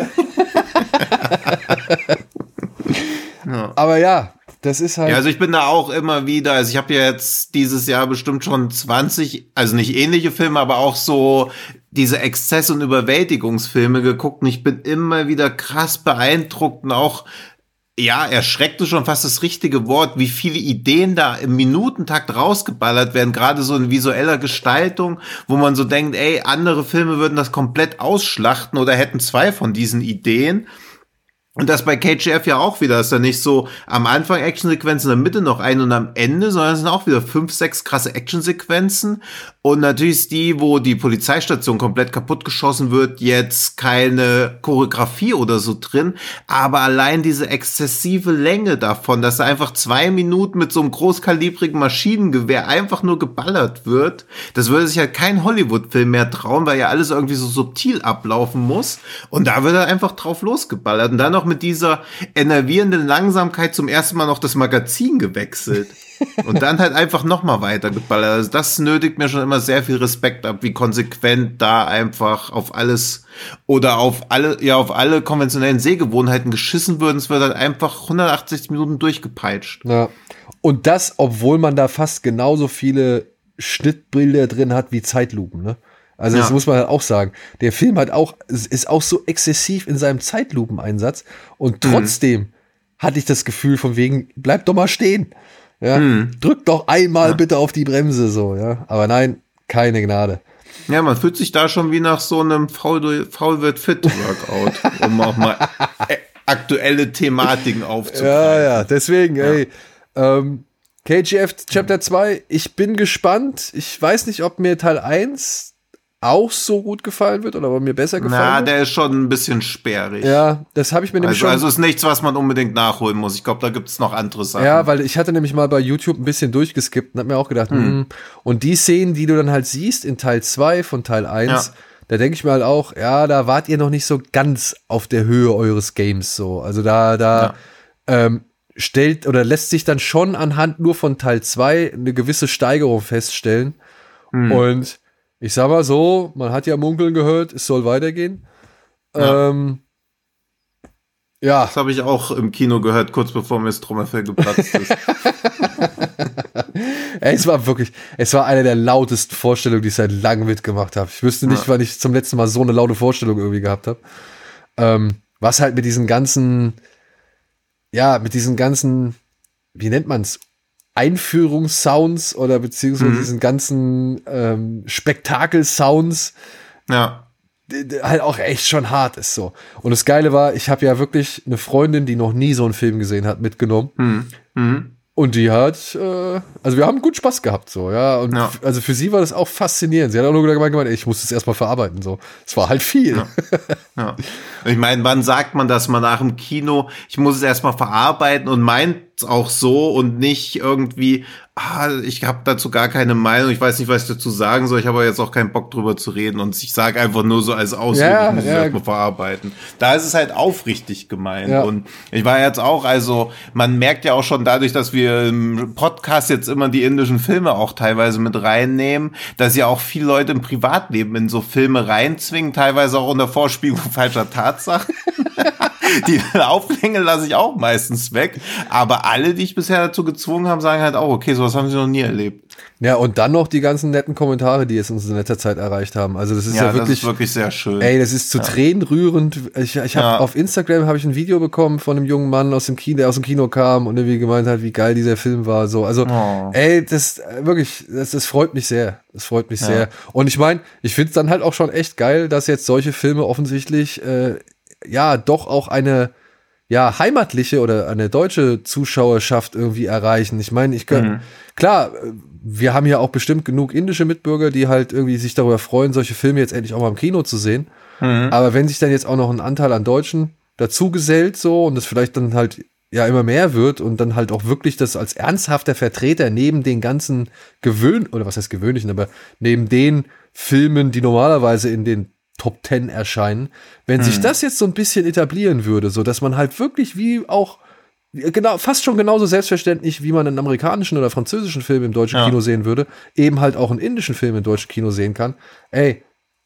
Aber ja, das ist halt. Ja, also ich bin da auch immer wieder, also ich habe ja jetzt dieses Jahr bestimmt schon 20, also nicht ähnliche Filme, aber auch so diese Exzess- und Überwältigungsfilme geguckt und ich bin immer wieder krass beeindruckt und auch erschreckt ist schon fast das richtige Wort, wie viele Ideen da im Minutentakt rausgeballert werden, gerade so in visueller Gestaltung, wo man so denkt, andere Filme würden das komplett ausschlachten oder hätten 2 von diesen Ideen. Und das bei KGF ja auch wieder, ist ja nicht so am Anfang Actionsequenzen, in der Mitte noch ein und am Ende, sondern es sind auch wieder 5, 6 krasse Actionsequenzen. Und natürlich ist die, wo die Polizeistation komplett kaputtgeschossen wird, jetzt keine Choreografie oder so drin, aber allein diese exzessive Länge davon, dass da einfach 2 Minuten mit so einem großkalibrigen Maschinengewehr einfach nur geballert wird, das würde sich halt kein Hollywood-Film mehr trauen, weil ja alles irgendwie so subtil ablaufen muss. Und da wird er einfach drauf losgeballert. Und dann noch mit dieser enervierenden Langsamkeit zum ersten Mal noch das Magazin gewechselt. Und dann halt einfach nochmal weitergeballert. Also das nötigt mir schon immer sehr viel Respekt ab, wie konsequent da einfach auf alles oder auf alle konventionellen Sehgewohnheiten geschissen wird. Es wird halt einfach 180 Minuten durchgepeitscht. Ja. Und das, obwohl man da fast genauso viele Schnittbilder drin hat wie Zeitlupen, ne? Also das muss man halt auch sagen. Der Film ist auch so exzessiv in seinem Zeitlupeneinsatz und trotzdem hatte ich das Gefühl von wegen, bleib doch mal stehen. Ja, drück doch einmal bitte auf die Bremse so, ja. Aber nein, keine Gnade. Ja, man fühlt sich da schon wie nach so einem Faul wird fit Workout, um auch mal aktuelle Thematiken aufzugreifen. Ja, deswegen, KGF Chapter 2, ich bin gespannt. Ich weiß nicht, ob mir Teil 1 auch so gut gefallen wird oder aber mir besser gefallen wird. Der ist schon ein bisschen sperrig. Ja, das habe ich mir nämlich schon... Also ist nichts, was man unbedingt nachholen muss. Ich glaube, da gibt es noch andere Sachen. Ja, weil ich hatte nämlich mal bei YouTube ein bisschen durchgeskippt und hab mir auch gedacht, und die Szenen, die du dann halt siehst in Teil 2 von Teil 1, da denke ich mir halt auch, ja, da wart ihr noch nicht so ganz auf der Höhe eures Games so. Also da stellt oder lässt sich dann schon anhand nur von Teil 2 eine gewisse Steigerung feststellen. Und ich sag mal so, man hat ja munkeln gehört, es soll weitergehen. Ja. Das habe ich auch im Kino gehört, kurz bevor mir das Trommelfell geplatzt ist. Es war eine der lautesten Vorstellungen, die ich seit langem mitgemacht habe. Ich wüsste nicht, wann ich zum letzten Mal so eine laute Vorstellung irgendwie gehabt habe. Was halt mit diesen ganzen, wie nennt man's? Einführungssounds oder beziehungsweise diesen ganzen Spektakelsounds halt auch echt schon hart ist so. Und das Geile war, ich habe ja wirklich eine Freundin, die noch nie so einen Film gesehen hat, mitgenommen. Und die hat, also wir haben gut Spaß gehabt so, ja. Und also für sie war das auch faszinierend. Sie hat auch nur gemeint, ich muss das erstmal verarbeiten so. Es war halt viel. Ja. Ich meine, wann sagt man das mal nach dem Kino? Ich muss es erstmal verarbeiten und meint es auch so und nicht irgendwie, ich habe dazu gar keine Meinung, ich weiß nicht, was ich dazu sagen soll, ich habe jetzt auch keinen Bock drüber zu reden und ich sage einfach nur so als Ausdruck, ich muss es erstmal verarbeiten. Da ist es halt aufrichtig gemeint und ich war jetzt auch, also man merkt ja auch schon dadurch, dass wir im Podcast jetzt immer die indischen Filme auch teilweise mit reinnehmen, dass ja auch viele Leute im Privatleben in so Filme reinzwingen, teilweise auch unter Vorspiegelung falscher Tatsachen. Die Auflänge lasse ich auch meistens weg. Aber alle, die ich bisher dazu gezwungen habe, sagen halt auch, okay, sowas haben sie noch nie erlebt. Ja, und dann noch die ganzen netten Kommentare, die jetzt uns in letzter Zeit erreicht haben. Also das ist ja wirklich, das ist wirklich sehr schön. Ey, das ist zu Tränen rührend. Ich habe auf Instagram habe ich ein Video bekommen von einem jungen Mann aus dem Kino, der aus dem Kino kam und irgendwie gemeint hat, wie geil dieser Film war. So, also, ey, das wirklich, das freut mich sehr. Das freut mich sehr. Und ich meine, ich finde es dann halt auch schon echt geil, dass jetzt solche Filme offensichtlich doch auch eine heimatliche oder eine deutsche Zuschauerschaft irgendwie erreichen. Ich meine, klar, wir haben ja auch bestimmt genug indische Mitbürger, die halt irgendwie sich darüber freuen, solche Filme jetzt endlich auch mal im Kino zu sehen. Aber wenn sich dann jetzt auch noch ein Anteil an Deutschen dazu gesellt so und das vielleicht dann halt immer mehr wird und dann halt auch wirklich das als ernsthafter Vertreter neben den ganzen gewöhnlichen, aber neben den Filmen, die normalerweise in den Top 10 erscheinen, wenn sich das jetzt so ein bisschen etablieren würde, so dass man halt wirklich fast schon genauso selbstverständlich, wie man einen amerikanischen oder französischen Film im deutschen Kino sehen würde, eben halt auch einen indischen Film im deutschen Kino sehen kann. Ey,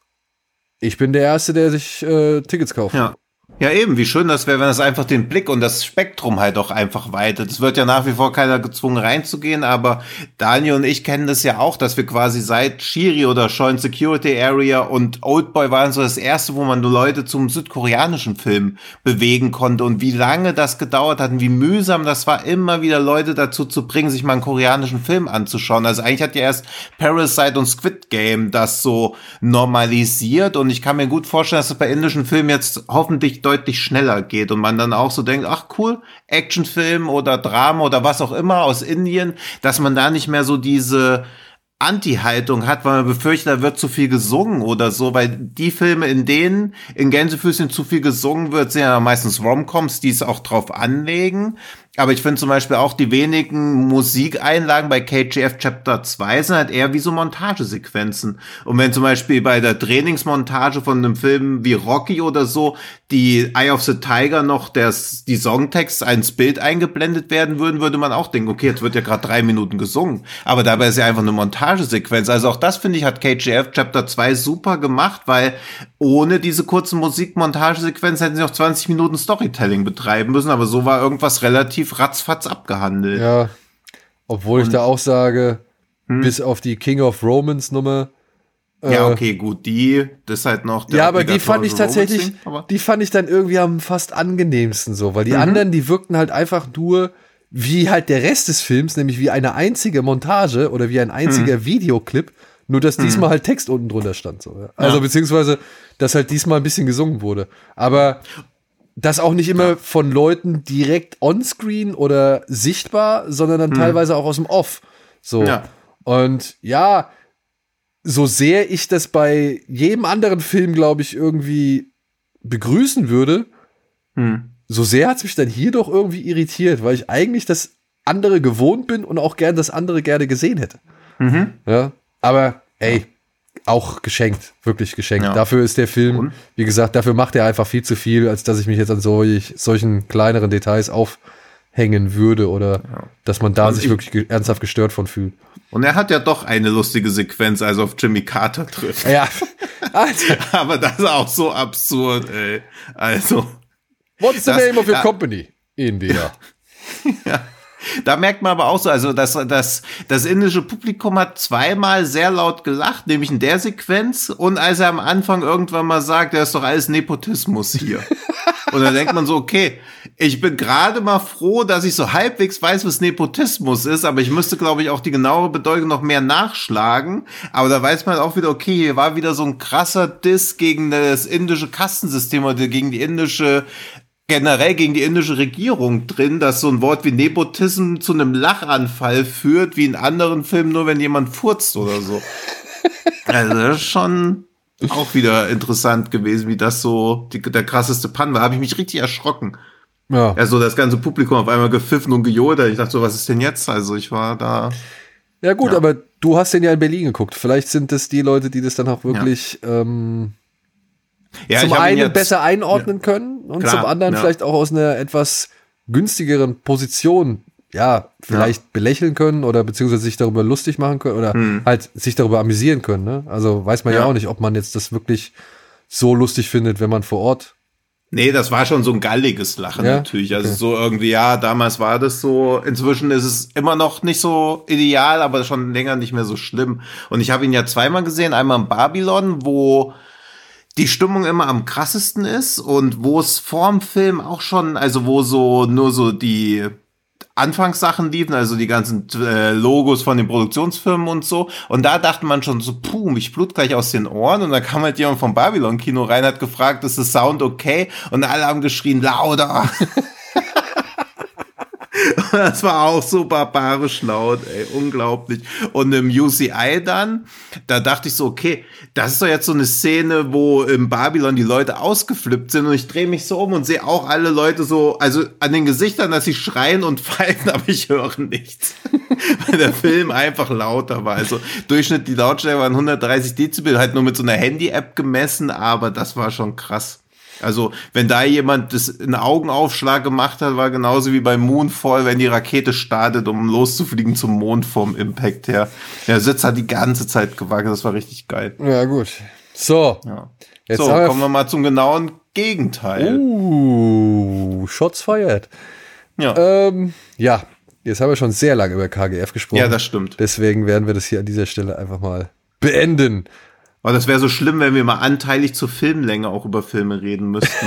ich bin der Erste, der sich Tickets kauft. Ja, eben, wie schön das wäre, wenn es einfach den Blick und das Spektrum halt auch einfach weitet. Es wird ja nach wie vor keiner gezwungen reinzugehen, aber Daniel und ich kennen das ja auch, dass wir quasi seit Shiri oder Joint Security Area und Oldboy waren so das erste, wo man nur Leute zum südkoreanischen Film bewegen konnte und wie lange das gedauert hat und wie mühsam das war, immer wieder Leute dazu zu bringen, sich mal einen koreanischen Film anzuschauen. Also eigentlich hat ja erst Parasite und Squid Game das so normalisiert und ich kann mir gut vorstellen, dass es bei indischen Filmen jetzt hoffentlich deutlich schneller geht und man dann auch so denkt, ach cool, Actionfilm oder Drama oder was auch immer aus Indien, dass man da nicht mehr so diese Anti-Haltung hat, weil man befürchtet, da wird zu viel gesungen oder so, weil die Filme, in denen in Gänsefüßchen zu viel gesungen wird, sind ja meistens Rom-Coms, die es auch drauf anlegen. Aber ich finde zum Beispiel auch die wenigen Musikeinlagen bei KGF Chapter 2 sind halt eher wie so Montagesequenzen. Und wenn zum Beispiel bei der Trainingsmontage von einem Film wie Rocky oder so die Eye of the Tiger noch die Songtext ins Bild eingeblendet werden würden, würde man auch denken, okay, jetzt wird ja gerade 3 Minuten gesungen. Aber dabei ist ja einfach eine Montagesequenz. Also auch das, finde ich, hat KGF Chapter 2 super gemacht, weil ohne diese kurzen Musikmontagesequenz hätten sie auch 20 Minuten Storytelling betreiben müssen. Aber so war irgendwas relativ ratzfatz abgehandelt. Ja, obwohl ich da auch sage, bis auf die King of Romans Nummer. Ja, okay, gut, das ist halt noch der aber die fand ich tatsächlich, die fand ich dann irgendwie am fast angenehmsten so, weil die anderen, die wirkten halt einfach nur wie halt der Rest des Films, nämlich wie eine einzige Montage oder wie ein einziger Videoclip, nur dass diesmal halt Text unten drunter stand. So. Ja. Also beziehungsweise, dass halt diesmal ein bisschen gesungen wurde. Aber das auch nicht immer von Leuten direkt onscreen oder sichtbar, sondern dann teilweise auch aus dem Off. So. Ja. Und so sehr ich das bei jedem anderen Film, glaube ich, irgendwie begrüßen würde, so sehr hat es mich dann hier doch irgendwie irritiert, weil ich eigentlich das andere gewohnt bin und auch gern das andere gerne gesehen hätte. Ja, aber ey, auch geschenkt, wirklich geschenkt. Ja. Dafür ist der Film, wie gesagt, dafür macht er einfach viel zu viel, als dass ich mich jetzt an solchen kleineren Details aufhängen würde oder dass man da sich wirklich ernsthaft gestört von fühlt. Und er hat ja doch eine lustige Sequenz, als er auf Jimmy Carter trifft. Ja, Alter. Aber das ist auch so absurd, ey. Also. What's the name of your company? India. Ja. Da merkt man aber auch so, also das indische Publikum hat zweimal sehr laut gelacht, nämlich in der Sequenz und als er am Anfang irgendwann mal sagt, das ist doch alles Nepotismus hier. Und dann denkt man so, okay, ich bin gerade mal froh, dass ich so halbwegs weiß, was Nepotismus ist, aber ich müsste, glaube ich, auch die genauere Bedeutung noch mehr nachschlagen. Aber da weiß man auch wieder, okay, hier war wieder so ein krasser Diss gegen das indische Kastensystem oder gegen die generell gegen die indische Regierung drin, dass so ein Wort wie Nepotism zu einem Lachanfall führt, wie in anderen Filmen, nur wenn jemand furzt oder so. Also das ist schon auch wieder interessant gewesen, wie das so der krasseste Pun war. Habe ich mich richtig erschrocken. Ja. Also das ganze Publikum auf einmal gepfiffen und gejohlt. Ich dachte so, was ist denn jetzt? Also ich war da. Ja gut, aber du hast den ja in Berlin geguckt. Vielleicht sind das die Leute, die das dann auch wirklich zum einen besser einordnen können und zum anderen vielleicht auch aus einer etwas günstigeren Position vielleicht belächeln können oder beziehungsweise sich darüber lustig machen können oder halt sich darüber amüsieren können. Ne? Also weiß man ja auch nicht, ob man jetzt das wirklich so lustig findet, wenn man vor Ort. Nee, das war schon so ein galliges Lachen natürlich. Also so irgendwie, damals war das so. Inzwischen ist es immer noch nicht so ideal, aber schon länger nicht mehr so schlimm. Und ich habe ihn ja zweimal gesehen. Einmal in Babylon, wo die Stimmung immer am krassesten ist und wo es vorm Film auch schon, also wo so nur so die Anfangssachen liefen, also die ganzen Logos von den Produktionsfirmen und so. Und da dachte man schon so, mich blut gleich aus den Ohren. Und dann kam halt jemand vom Babylon-Kino rein, hat gefragt, ist das Sound okay? Und alle haben geschrien, lauter. Das war auch so barbarisch laut, ey, unglaublich. Und im UCI dann, da dachte ich so, okay, das ist doch jetzt so eine Szene, wo im Babylon die Leute ausgeflippt sind und ich drehe mich so um und sehe auch alle Leute so, also an den Gesichtern, dass sie schreien und pfeifen, aber ich höre nichts. Weil der Film einfach lauter war. Also Durchschnitt, die Lautstärke waren 130 Dezibel, halt nur mit so einer Handy-App gemessen, aber das war schon krass. Also, wenn da jemand das einen Augenaufschlag gemacht hat, war genauso wie beim Moonfall, wenn die Rakete startet, um loszufliegen zum Mond vom Impact her. Der Sitz hat die ganze Zeit gewackelt, das war richtig geil. Ja, gut. So. Ja. Jetzt kommen wir mal zum genauen Gegenteil. Shots fired. Ja. Jetzt haben wir schon sehr lange über KGF gesprochen. Ja, das stimmt. Deswegen werden wir das hier an dieser Stelle einfach mal beenden. Aber das wäre so schlimm, wenn wir mal anteilig zur Filmlänge auch über Filme reden müssten.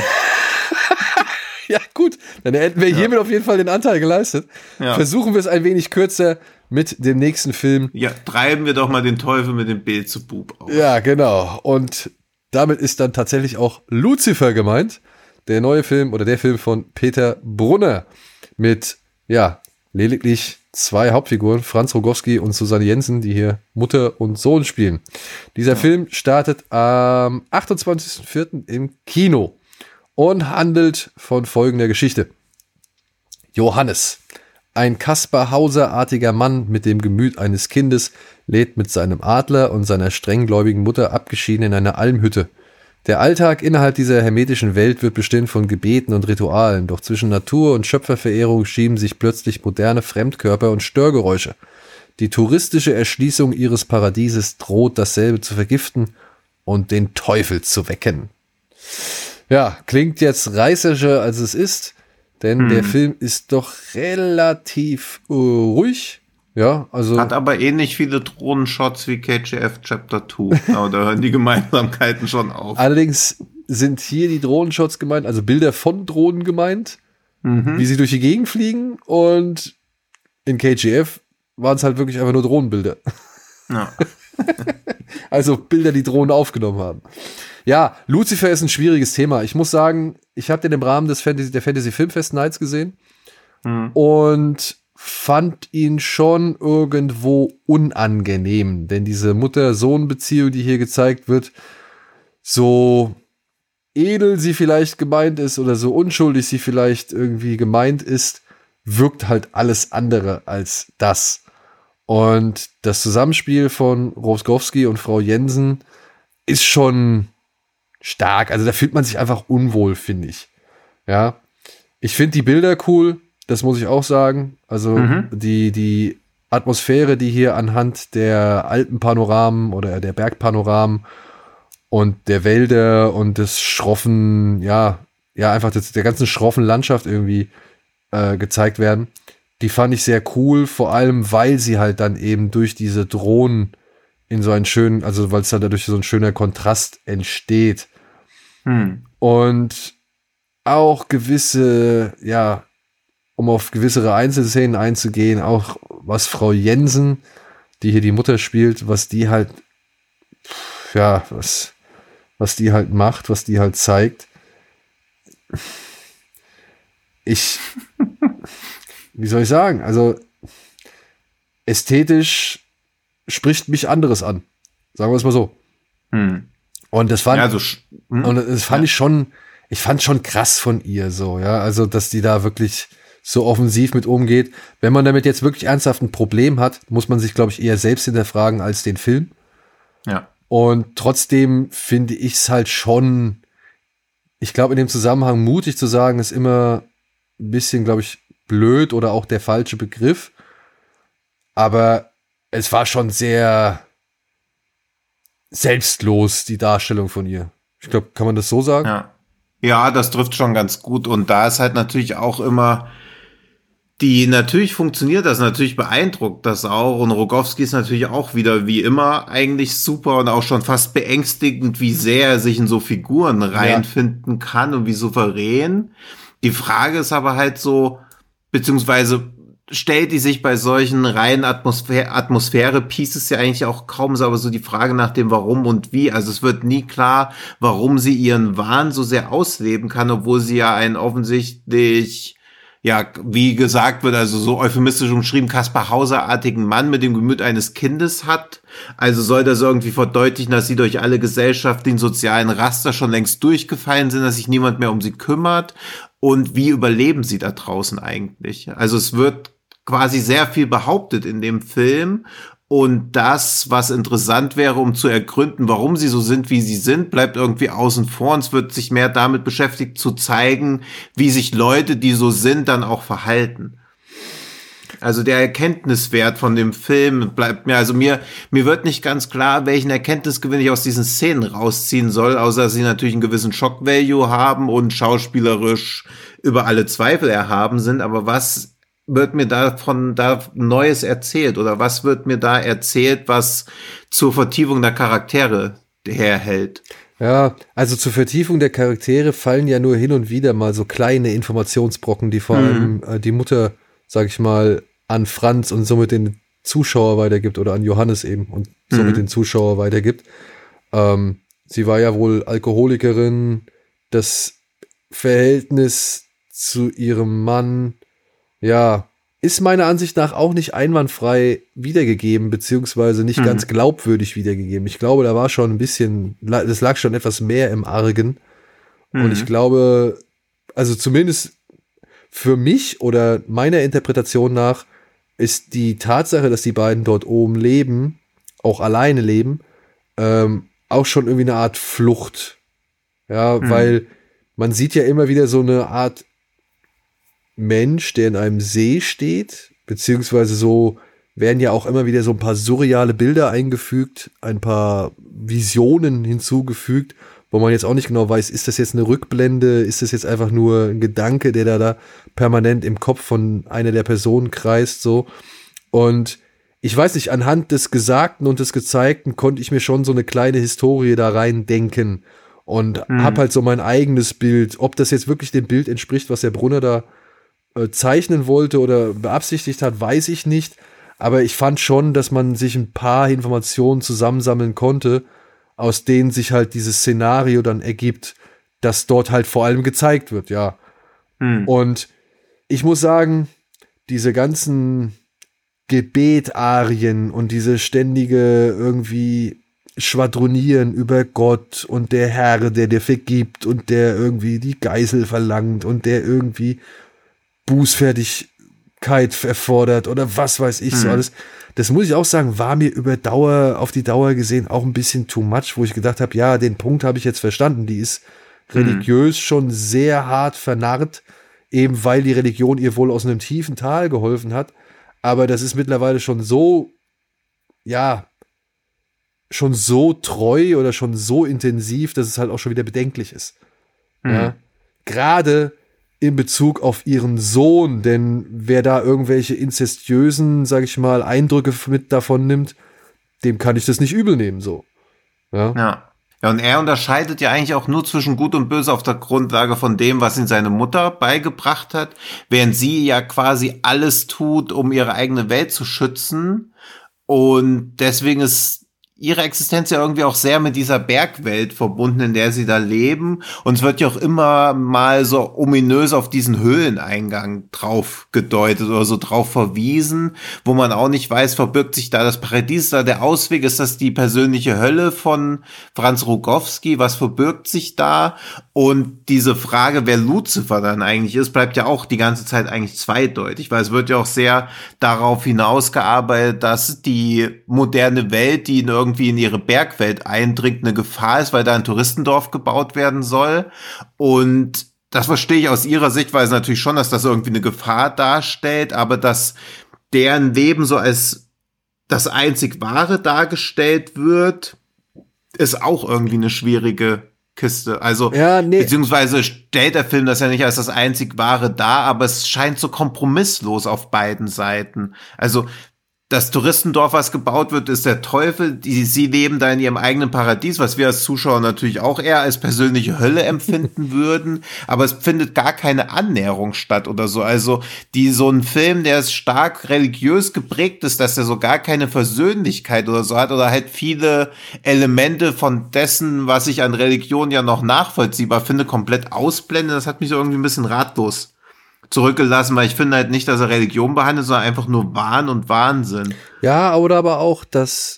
Ja, gut. Dann hätten wir hiermit auf jeden Fall den Anteil geleistet. Ja. Versuchen wir es ein wenig kürzer mit dem nächsten Film. Ja, treiben wir doch mal den Teufel mit dem Beelzebub auf. Ja, genau. Und damit ist dann tatsächlich auch Lucifer gemeint. Der neue Film oder der Film von Peter Brunner mit, lediglich 2 Hauptfiguren, Franz Rogowski und Susanne Jensen, die hier Mutter und Sohn spielen. Dieser Film startet am 28.04. im Kino und handelt von folgender Geschichte. Johannes, ein Kaspar Hauser-artiger Mann mit dem Gemüt eines Kindes, lebt mit seinem Adler und seiner strenggläubigen Mutter abgeschieden in einer Almhütte. Der Alltag innerhalb dieser hermetischen Welt wird bestimmt von Gebeten und Ritualen, doch zwischen Natur- und Schöpferverehrung schieben sich plötzlich moderne Fremdkörper und Störgeräusche. Die touristische Erschließung ihres Paradieses droht dasselbe zu vergiften und den Teufel zu wecken. Ja, klingt jetzt reißerischer als es ist, denn der Film ist doch relativ ruhig. Ja, also. Hat aber ähnlich viele Drohnenshots wie KGF Chapter 2. Aber da hören die Gemeinsamkeiten schon auf. Allerdings sind hier die Drohnenshots gemeint, also Bilder von Drohnen gemeint, wie sie durch die Gegend fliegen. Und in KGF waren es halt wirklich einfach nur Drohnenbilder. Ja. Also Bilder, die Drohnen aufgenommen haben. Ja, Lucifer ist ein schwieriges Thema. Ich muss sagen, ich habe den im Rahmen der Fantasy Filmfest Nights gesehen. Und fand ihn schon irgendwo unangenehm, denn diese Mutter-Sohn-Beziehung, die hier gezeigt wird, so edel sie vielleicht gemeint ist oder so unschuldig sie vielleicht irgendwie gemeint ist, wirkt halt alles andere als das. Und das Zusammenspiel von Rogowski und Frau Jensen ist schon stark. Also da fühlt man sich einfach unwohl, finde ich. Ja, ich finde die Bilder cool, das muss ich auch sagen. Also die Atmosphäre, die hier anhand der Alpenpanoramen oder der Bergpanoramen und der Wälder und des schroffen, einfach der ganzen schroffen Landschaft irgendwie gezeigt werden, die fand ich sehr cool, vor allem, weil sie halt dann eben durch diese Drohnen in so einen schönen, also weil es dann dadurch so ein schöner Kontrast entsteht. Und auch gewisse, um auf gewissere Einzelszenen einzugehen, auch was Frau Jensen, die hier die Mutter spielt, was die halt, was die halt macht, was die halt zeigt. Wie soll ich sagen? Also ästhetisch spricht mich anderes an. Sagen wir es mal so. Und das fand, ich fand schon krass von ihr so, ja. Also, dass die da wirklich so offensiv mit umgeht. Wenn man damit jetzt wirklich ernsthaft ein Problem hat, muss man sich, glaube ich, eher selbst hinterfragen als den Film. Ja. Und trotzdem finde ich es halt schon, ich glaube, in dem Zusammenhang mutig zu sagen, ist immer ein bisschen, glaube ich, blöd oder auch der falsche Begriff. Aber es war schon sehr selbstlos, die Darstellung von ihr. Ich glaube, kann man das so sagen? Ja, das trifft schon ganz gut. Und da ist halt natürlich auch immer natürlich funktioniert das, natürlich beeindruckt das auch. Und Rogowski ist natürlich auch wieder wie immer eigentlich super und auch schon fast beängstigend, wie sehr er sich in so Figuren reinfinden kann und wie souverän. Die Frage ist aber halt so, beziehungsweise stellt die sich bei solchen reinen Atmosphäre-Pieces ja eigentlich auch kaum so, aber so die Frage nach dem Warum und Wie. Also es wird nie klar, warum sie ihren Wahn so sehr ausleben kann, obwohl sie ja einen offensichtlich, wie gesagt wird, also so euphemistisch umschrieben, Kaspar Hauser-artigen Mann mit dem Gemüt eines Kindes hat. Also soll das irgendwie verdeutlichen, dass sie durch alle gesellschaftlichen, sozialen Raster schon längst durchgefallen sind, dass sich niemand mehr um sie kümmert. Und wie überleben sie da draußen eigentlich? Also es wird quasi sehr viel behauptet in dem Film. Und das, was interessant wäre, um zu ergründen, warum sie so sind, wie sie sind, bleibt irgendwie außen vor. Und es wird sich mehr damit beschäftigt, zu zeigen, wie sich Leute, die so sind, dann auch verhalten. Also der Erkenntniswert von dem Film bleibt mir, also mir wird nicht ganz klar, welchen Erkenntnisgewinn ich aus diesen Szenen rausziehen soll, außer dass sie natürlich einen gewissen Shock-Value haben und schauspielerisch über alle Zweifel erhaben sind. Aber was wird mir da Neues erzählt oder was wird mir da erzählt, was zur Vertiefung der Charaktere herhält? Ja, also zur Vertiefung der Charaktere fallen ja nur hin und wieder mal so kleine Informationsbrocken, die vor allem die Mutter, sag ich mal, an Franz und somit den Zuschauer weitergibt oder an Johannes eben und somit den Zuschauer weitergibt. Sie war ja wohl Alkoholikerin, das Verhältnis zu ihrem Mann, ist meiner Ansicht nach auch nicht einwandfrei wiedergegeben, beziehungsweise nicht ganz glaubwürdig wiedergegeben. Ich glaube, da war schon ein bisschen, das lag schon etwas mehr im Argen. Und ich glaube, also zumindest für mich oder meiner Interpretation nach ist die Tatsache, dass die beiden dort oben leben, auch alleine leben, auch schon irgendwie eine Art Flucht. Ja, weil man sieht ja immer wieder so eine Art Mensch, der in einem See steht, beziehungsweise so werden ja auch immer wieder so ein paar surreale Bilder eingefügt, ein paar Visionen hinzugefügt, wo man jetzt auch nicht genau weiß, ist das jetzt eine Rückblende, ist das jetzt einfach nur ein Gedanke, der da permanent im Kopf von einer der Personen kreist, so. Und ich weiß nicht, anhand des Gesagten und des Gezeigten konnte ich mir schon so eine kleine Historie da rein denken und hab halt so mein eigenes Bild. Ob das jetzt wirklich dem Bild entspricht, was der Brunner da zeichnen wollte oder beabsichtigt hat, weiß ich nicht. Aber ich fand schon, dass man sich ein paar Informationen zusammensammeln konnte, aus denen sich halt dieses Szenario dann ergibt, das dort halt vor allem gezeigt wird, Und ich muss sagen, diese ganzen Gebetarien und diese ständige irgendwie Schwadronieren über Gott und der Herr, der dir vergibt und der irgendwie die Geißel verlangt und der irgendwie Bußfertigkeit erfordert oder was weiß ich so alles. Das muss ich auch sagen, war mir auf die Dauer gesehen auch ein bisschen too much, wo ich gedacht habe, ja, den Punkt habe ich jetzt verstanden. Die ist religiös schon sehr hart vernarrt, eben weil die Religion ihr wohl aus einem tiefen Tal geholfen hat. Aber das ist mittlerweile schon so, ja, schon so treu oder schon so intensiv, dass es halt auch schon wieder bedenklich ist. Ja? Gerade in Bezug auf ihren Sohn, denn wer da irgendwelche inzestiösen, sag ich mal, Eindrücke mit davon nimmt, dem kann ich das nicht übel nehmen, so. Ja. Ja, und er unterscheidet ja eigentlich auch nur zwischen Gut und Böse auf der Grundlage von dem, was ihm seine Mutter beigebracht hat, während sie ja quasi alles tut, um ihre eigene Welt zu schützen. Und deswegen ist ihre Existenz ja irgendwie auch sehr mit dieser Bergwelt verbunden, in der sie da leben. Und es wird ja auch immer mal so ominös auf diesen Höhleneingang drauf gedeutet oder so drauf verwiesen, wo man auch nicht weiß, verbirgt sich da das Paradies, da der Ausweg, ist das die persönliche Hölle von Franz Rogowski, was verbirgt sich da? Und diese Frage, wer Lucifer dann eigentlich ist, bleibt ja auch die ganze Zeit eigentlich zweideutig, weil es wird ja auch sehr darauf hinausgearbeitet, dass die moderne Welt, die irgendwie in ihre Bergwelt eindringt, eine Gefahr ist, weil da ein Touristendorf gebaut werden soll. Und das verstehe ich aus ihrer Sichtweise natürlich schon, dass das irgendwie eine Gefahr darstellt, aber dass deren Leben so als das einzig Wahre dargestellt wird, ist auch irgendwie eine schwierige Kiste. Also, ja, nee. Beziehungsweise stellt der Film das ja nicht als das einzig Wahre dar, aber es scheint so kompromisslos auf beiden Seiten. Also, das Touristendorf, was gebaut wird, ist der Teufel. Sie leben da in ihrem eigenen Paradies, was wir als Zuschauer natürlich auch eher als persönliche Hölle empfinden würden. Aber es findet gar keine Annäherung statt oder so. Also so ein Film, der stark religiös geprägt ist, dass er so gar keine Versöhnlichkeit oder so hat oder halt viele Elemente von dessen, was ich an Religion ja noch nachvollziehbar finde, komplett ausblendet. Das hat mich so irgendwie ein bisschen ratlos zurückgelassen, weil ich finde halt nicht, dass er Religion behandelt, sondern einfach nur Wahn und Wahnsinn. Ja, oder aber auch, das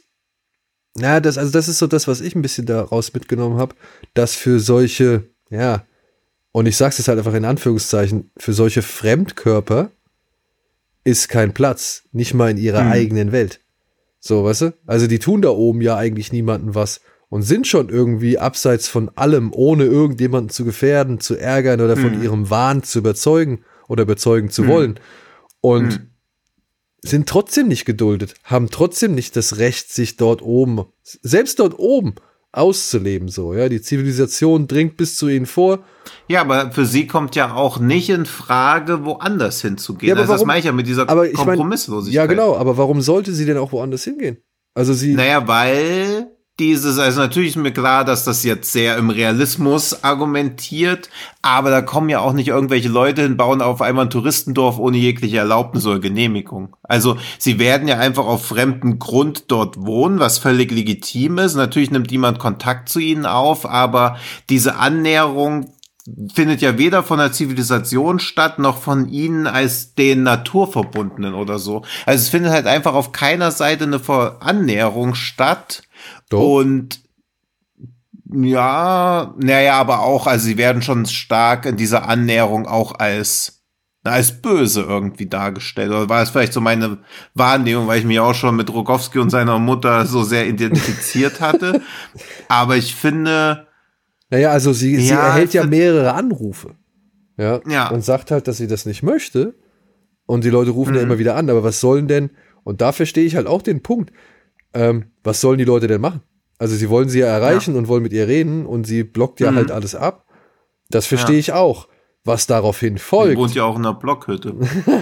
ist so das, was ich ein bisschen daraus mitgenommen habe, dass für solche, ja, und ich sag's jetzt halt einfach in Anführungszeichen, für solche Fremdkörper ist kein Platz, nicht mal in ihrer eigenen Welt. So, weißt du? Also die tun da oben ja eigentlich niemandem was und sind schon irgendwie abseits von allem, ohne irgendjemanden zu gefährden, zu ärgern oder von ihrem Wahn zu überzeugen oder überzeugen zu wollen. Und sind trotzdem nicht geduldet, haben trotzdem nicht das Recht, sich dort oben, selbst dort oben, auszuleben, so, ja. Die Zivilisation dringt bis zu ihnen vor. Ja, aber für sie kommt ja auch nicht in Frage, woanders hinzugehen. Ja, aber also das meine ich ja mit dieser Kompromisslosigkeit. Ja, genau, aber warum sollte sie denn auch woanders hingehen? Also Naja, weil also natürlich ist mir klar, dass das jetzt sehr im Realismus argumentiert, aber da kommen ja auch nicht irgendwelche Leute hin, bauen auf einmal ein Touristendorf ohne jegliche Erlaubnis oder Genehmigung. Also sie werden ja einfach auf fremdem Grund dort wohnen, was völlig legitim ist. Natürlich nimmt jemand Kontakt zu ihnen auf, aber diese Annäherung findet ja weder von der Zivilisation statt, noch von ihnen als den Naturverbundenen oder so. Also es findet halt einfach auf keiner Seite eine Annäherung statt. Doch. Und ja, naja, aber auch, also sie werden schon stark in dieser Annäherung auch als böse irgendwie dargestellt. Oder war es vielleicht so meine Wahrnehmung, weil ich mich auch schon mit Rogowski und seiner Mutter so sehr identifiziert hatte. Aber ich finde... Naja, also sie erhält ja mehrere Anrufe. Ja. Und sagt halt, dass sie das nicht möchte. Und die Leute rufen ja immer wieder an. Aber was sollen denn, und da verstehe ich halt auch den Punkt, was sollen die Leute denn machen? Also sie wollen sie ja erreichen und wollen mit ihr reden und sie blockt ja halt alles ab. Das verstehe ich auch. Was daraufhin folgt. Sie wohnt ja auch in einer Blockhütte.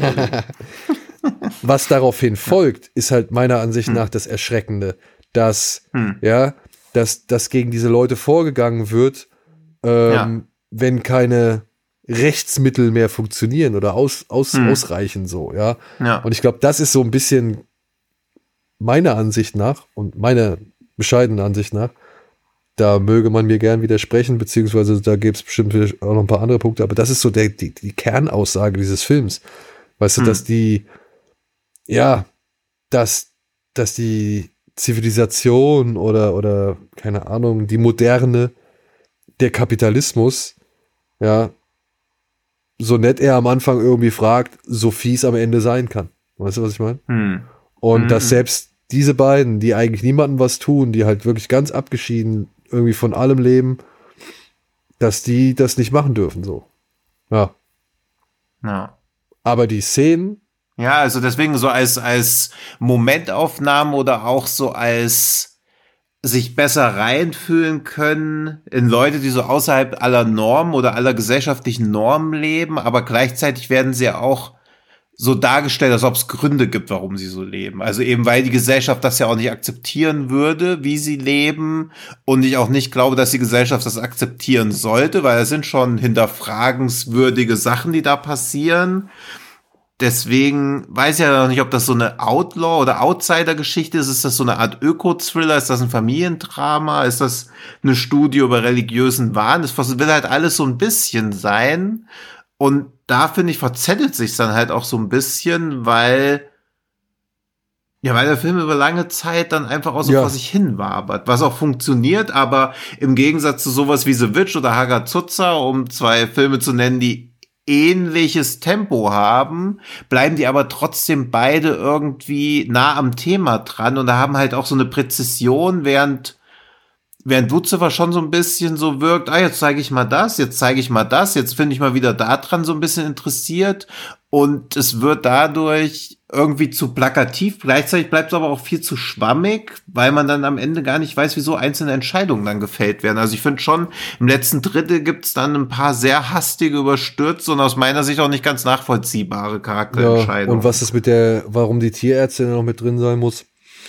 Was daraufhin folgt, ist halt meiner Ansicht nach das Erschreckende, dass dass gegen diese Leute vorgegangen wird, wenn keine Rechtsmittel mehr funktionieren oder ausreichen so, ja. Und ich glaube, das ist so ein bisschen meiner Ansicht nach und meiner bescheidenen Ansicht nach, da möge man mir gern widersprechen, beziehungsweise da gibt es bestimmt auch noch ein paar andere Punkte, aber das ist so die Kernaussage dieses Films. Weißt du, dass die Zivilisation oder keine Ahnung, die Moderne, der Kapitalismus, ja, so nett er am Anfang irgendwie fragt, so fies am Ende sein kann. Weißt du, was ich meine? Und dass selbst diese beiden, die eigentlich niemandem was tun, die halt wirklich ganz abgeschieden irgendwie von allem leben, dass die das nicht machen dürfen, so. Ja. Ja. Aber die Szenen. Ja, also deswegen so als Momentaufnahmen oder auch so als sich besser reinfühlen können in Leute, die so außerhalb aller Normen oder aller gesellschaftlichen Normen leben, aber gleichzeitig werden sie ja auch so dargestellt, als ob es Gründe gibt, warum sie so leben. Also eben, weil die Gesellschaft das ja auch nicht akzeptieren würde, wie sie leben, und ich auch nicht glaube, dass die Gesellschaft das akzeptieren sollte, weil es sind schon hinterfragenswürdige Sachen, die da passieren. Deswegen weiß ich ja noch nicht, ob das so eine Outlaw- oder Outsider-Geschichte ist. Ist das so eine Art Öko-Thriller? Ist das ein Familiendrama? Ist das eine Studie über religiösen Wahn? Das will halt alles so ein bisschen sein. Und da, finde ich, verzettelt sich dann halt auch so ein bisschen, weil der Film über lange Zeit dann einfach auch so vor sich hin wabert, was auch funktioniert, aber im Gegensatz zu sowas wie The Witch oder Hagazusa, um 2 Filme zu nennen, die ähnliches Tempo haben, bleiben die aber trotzdem beide irgendwie nah am Thema dran und da haben halt auch so eine Präzision, während Lucifer schon so ein bisschen so wirkt, jetzt zeige ich mal das, jetzt zeige ich mal das, jetzt finde ich mal wieder da dran so ein bisschen interessiert und es wird dadurch irgendwie zu plakativ, gleichzeitig bleibt es aber auch viel zu schwammig, weil man dann am Ende gar nicht weiß, wieso einzelne Entscheidungen dann gefällt werden. Also ich finde schon, im letzten Drittel gibt es dann ein paar sehr hastige, überstürzte und aus meiner Sicht auch nicht ganz nachvollziehbare Charakterentscheidungen. Und was ist warum die Tierärztin noch mit drin sein muss,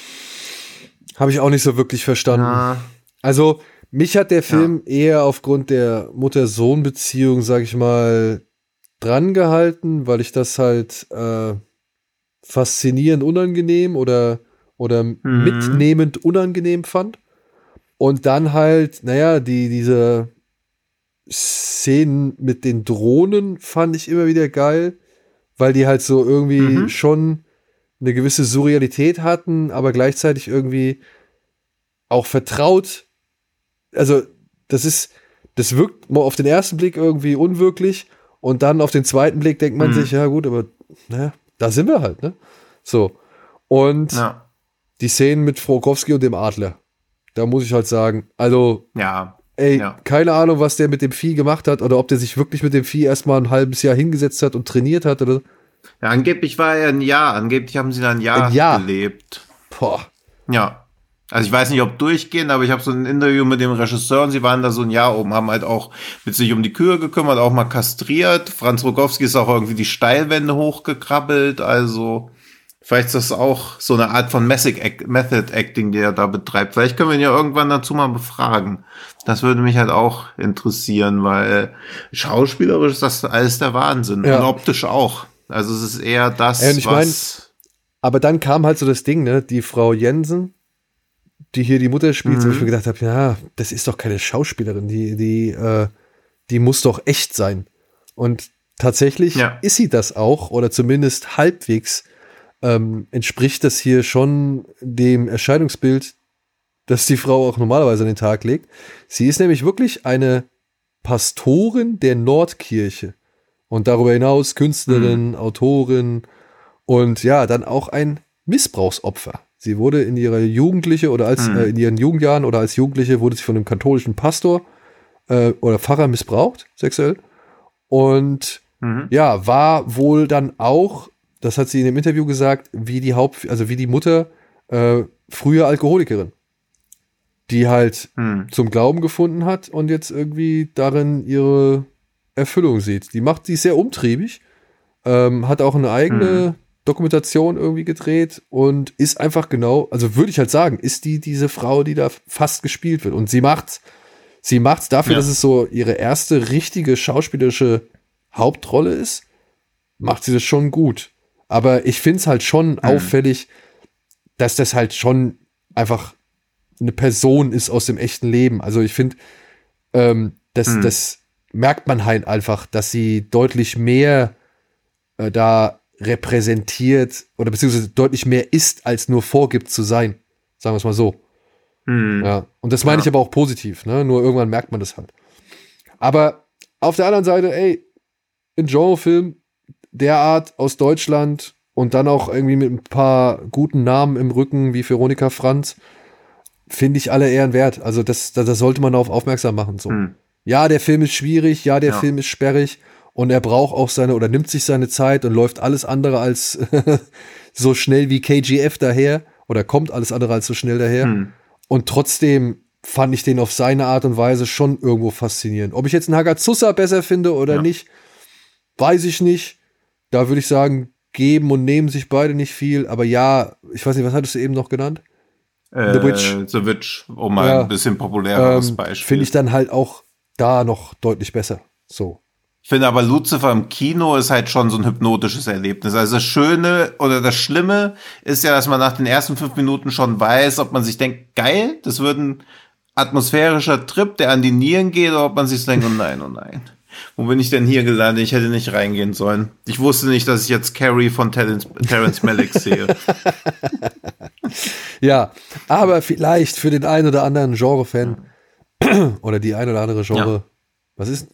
habe ich auch nicht so wirklich verstanden. Ja. Also, mich hat der Film eher aufgrund der Mutter-Sohn-Beziehung, sag ich mal, dran gehalten, weil ich das halt faszinierend unangenehm oder mitnehmend unangenehm fand. Und dann halt, diese Szenen mit den Drohnen fand ich immer wieder geil, weil die halt so irgendwie schon eine gewisse Surrealität hatten, aber gleichzeitig irgendwie auch vertraut. Also, das wirkt auf den ersten Blick irgendwie unwirklich und dann auf den zweiten Blick denkt man sich, ja gut, aber da sind wir halt, ne? So. Und die Szenen mit Frokowski und dem Adler, da muss ich halt sagen, also, keine Ahnung, was der mit dem Vieh gemacht hat oder ob der sich wirklich mit dem Vieh erstmal ein halbes Jahr hingesetzt hat und trainiert hat oder. Ja, angeblich war er ein Jahr, angeblich haben sie da ein Jahr gelebt. Boah. Ja. Also ich weiß nicht, ob durchgehend, aber ich habe so ein Interview mit dem Regisseur und sie waren da so ein Jahr oben, haben halt auch mit sich um die Kühe gekümmert, auch mal kastriert. Franz Rogowski ist auch irgendwie die Steilwände hochgekrabbelt, also vielleicht ist das auch so eine Art von Method Acting, die er da betreibt. Vielleicht können wir ihn ja irgendwann dazu mal befragen. Das würde mich halt auch interessieren, weil schauspielerisch ist das alles der Wahnsinn und optisch auch. Also es ist eher das, aber dann kam halt so das Ding, ne, die Frau Jensen, die hier die Mutter spielt, wo ich mir gedacht habe, das ist doch keine Schauspielerin, die muss doch echt sein. Und tatsächlich ist sie das auch, oder zumindest halbwegs entspricht das hier schon dem Erscheinungsbild, das die Frau auch normalerweise an den Tag legt. Sie ist nämlich wirklich eine Pastorin der Nordkirche und darüber hinaus Künstlerin, Autorin und dann auch ein Missbrauchsopfer. Sie wurde in ihrer Jugendliche oder in ihren Jugendjahren oder als Jugendliche wurde sie von einem katholischen Pastor oder Pfarrer missbraucht, sexuell. Und war wohl dann auch, das hat sie in dem Interview gesagt, wie die Mutter früher Alkoholikerin, die halt zum Glauben gefunden hat und jetzt irgendwie darin ihre Erfüllung sieht. Die ist sehr umtriebig, hat auch eine eigene Dokumentation irgendwie gedreht und ist einfach also würde ich halt sagen, ist diese Frau, die da fast gespielt wird. Und sie macht's dafür, dass es so ihre erste richtige schauspielerische Hauptrolle ist, macht sie das schon gut. Aber ich finde es halt schon auffällig, dass das halt schon einfach eine Person ist aus dem echten Leben. Also ich finde, das merkt man halt einfach, dass sie deutlich mehr da repräsentiert oder beziehungsweise deutlich mehr ist, als nur vorgibt zu sein. Sagen wir es mal so. Ja. Und das meine ich aber auch positiv, ne? Nur irgendwann merkt man das halt. Aber auf der anderen Seite, ey, ein Genrefilm derart aus Deutschland und dann auch irgendwie mit ein paar guten Namen im Rücken wie Veronika Franz, finde ich alle Ehren wert. Also das sollte man darauf aufmerksam machen. So. Ja, der Film ist schwierig, ja, der Film ist sperrig und er braucht auch oder nimmt sich seine Zeit und läuft alles andere als so schnell wie KGF daher oder kommt alles andere als so schnell daher. Und trotzdem fand ich den auf seine Art und Weise schon irgendwo faszinierend. Ob ich jetzt einen Hagazusa besser finde oder nicht, weiß ich nicht. Da würde ich sagen, geben und nehmen sich beide nicht viel. Aber ja, ich weiß nicht, was hattest du eben noch genannt? The Witch, um mal ein bisschen populäreres Beispiel. Finde ich dann halt auch da noch deutlich besser. So. Ich finde aber Lucifer im Kino ist halt schon so ein hypnotisches Erlebnis. Also das Schöne oder das Schlimme ist ja, dass man nach den ersten 5 Minuten schon weiß, ob man sich denkt, geil, das wird ein atmosphärischer Trip, der an die Nieren geht, oder ob man sich denkt, oh nein, oh nein. Wo bin ich denn hier gelandet? Ich hätte nicht reingehen sollen. Ich wusste nicht, dass ich jetzt Carrie von Terrence Malick sehe. Ja, aber vielleicht für den einen oder anderen Genre-Fan oder die ein oder andere Genre. Was ist?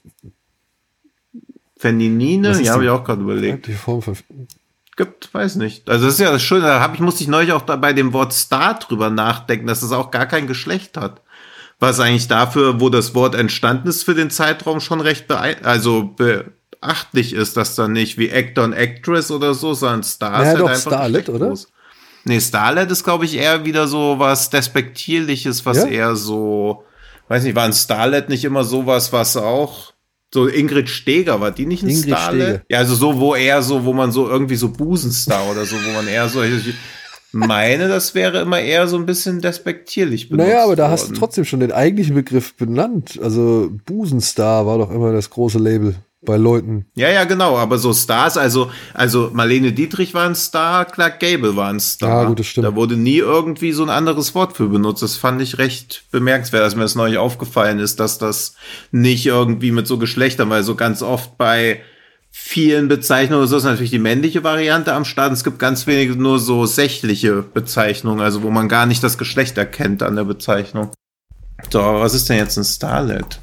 Feminine? Ja, habe ich auch gerade überlegt. Die Form von Gibt, weiß nicht. Also das ist ja das Schöne, musste ich neulich auch da bei dem Wort Star drüber nachdenken, dass es auch gar kein Geschlecht hat. Was eigentlich dafür, wo das Wort entstanden ist für den Zeitraum, schon recht beachtlich ist, dass da nicht wie Actor und Actress oder so, sondern Star ist halt doch einfach Starlet, oder? Nee, Starlet ist, glaube ich, eher wieder so was Despektierliches, was eher so, weiß nicht, war ein Starlet nicht immer sowas, was auch so Ingrid Steeger, war die nicht ein Ingrid Starlet? Steeger. Ja, also so, wo man so irgendwie so Busenstar oder so, wo man eher so, ich meine, das wäre immer eher so ein bisschen despektierlich benutzt. Naja, aber da worden. hast du trotzdem schon den eigentlichen Begriff benannt. Also Busenstar war doch immer das große Label bei Leuten. Ja, genau, aber so Stars, also Marlene Dietrich war ein Star, Clark Gable war ein Star. Ja, gut, das stimmt. Da wurde nie irgendwie so ein anderes Wort für benutzt. Das fand ich recht bemerkenswert, dass mir das neulich aufgefallen ist, dass das nicht irgendwie mit so Geschlechtern, weil so ganz oft bei vielen Bezeichnungen, so ist natürlich die männliche Variante am Start. Es gibt ganz wenige nur so sächliche Bezeichnungen, also wo man gar nicht das Geschlecht erkennt an der Bezeichnung. So, aber was ist denn jetzt ein Starlet?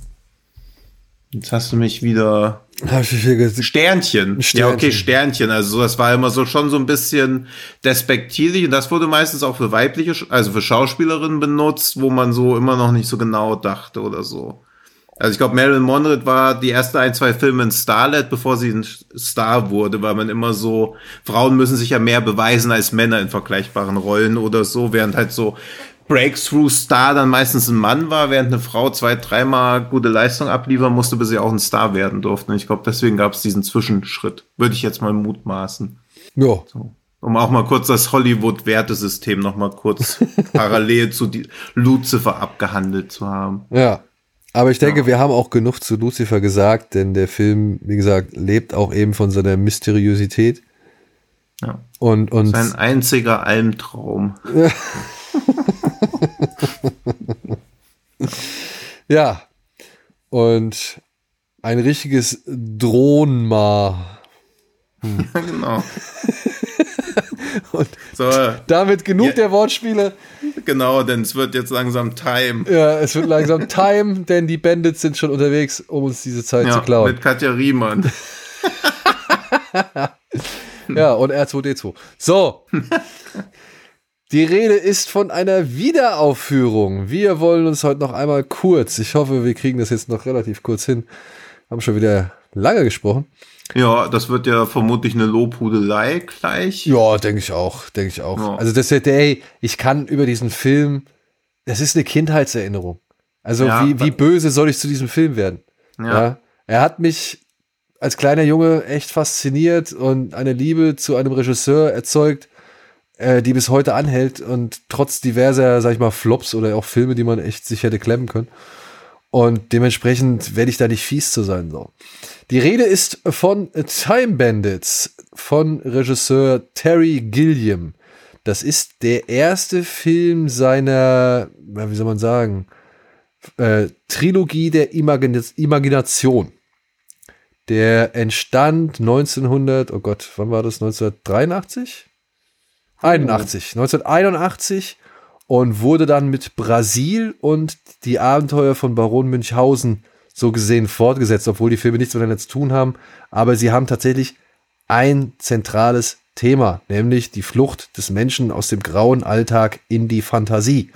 Jetzt hast du mich wieder... Sternchen. Ja, okay, Sternchen. Also das war immer so schon so ein bisschen despektierlich und das wurde meistens auch für weibliche, also für Schauspielerinnen benutzt, wo man so immer noch nicht so genau dachte oder so. Also ich glaube, Marilyn Monroe war die ersten 1-2 Filme in Starlet, bevor sie ein Star wurde, weil man immer so, Frauen müssen sich ja mehr beweisen als Männer in vergleichbaren Rollen oder so, während halt so Breakthrough-Star dann meistens ein Mann war, während eine Frau 2-3 Mal gute Leistung abliefern musste, bis sie auch ein Star werden durfte. Und ich glaube, deswegen gab es diesen Zwischenschritt. Würde ich jetzt mal mutmaßen. Ja. So. Um auch mal kurz das Hollywood-Wertesystem noch mal kurz parallel zu Lucifer abgehandelt zu haben. Ja. Aber ich denke, wir haben auch genug zu Lucifer gesagt, denn der Film, wie gesagt, lebt auch eben von seiner Mysteriosität. Ja. Und sein einziger Albtraum. Ja. Und ein richtiges Drohnenma. Ja, genau. Und so, damit genug der Wortspiele. Genau, denn es wird jetzt langsam Time. Ja, es wird langsam Time, denn die Bandits sind schon unterwegs, um uns diese Zeit zu klauen. Mit Katja Riemann. Ja, und R2D2. So. Die Rede ist von einer Wiederaufführung. Wir wollen uns heute noch einmal kurz, ich hoffe, wir kriegen das jetzt noch relativ kurz hin, haben schon wieder lange gesprochen. Ja, das wird ja vermutlich eine Lobhudelei gleich. Ja, denke ich auch. Ja. Also ich kann über diesen Film, das ist eine Kindheitserinnerung. Also ja, wie böse soll ich zu diesem Film werden? Ja. Er hat mich als kleiner Junge echt fasziniert und eine Liebe zu einem Regisseur erzeugt, die bis heute anhält und trotz diverser, sag ich mal, Flops oder auch Filme, die man echt sich hätte klemmen können. Und dementsprechend werde ich da nicht fies zu sein. So. Die Rede ist von Time Bandits von Regisseur Terry Gilliam. Das ist der erste Film seiner, wie soll man sagen, Trilogie der Imagination. Der entstand 1981? 1981 und wurde dann mit Brasil und die Abenteuer von Baron Münchhausen so gesehen fortgesetzt, obwohl die Filme nichts miteinander zu tun haben. Aber sie haben tatsächlich ein zentrales Thema, nämlich die Flucht des Menschen aus dem grauen Alltag in die Fantasie.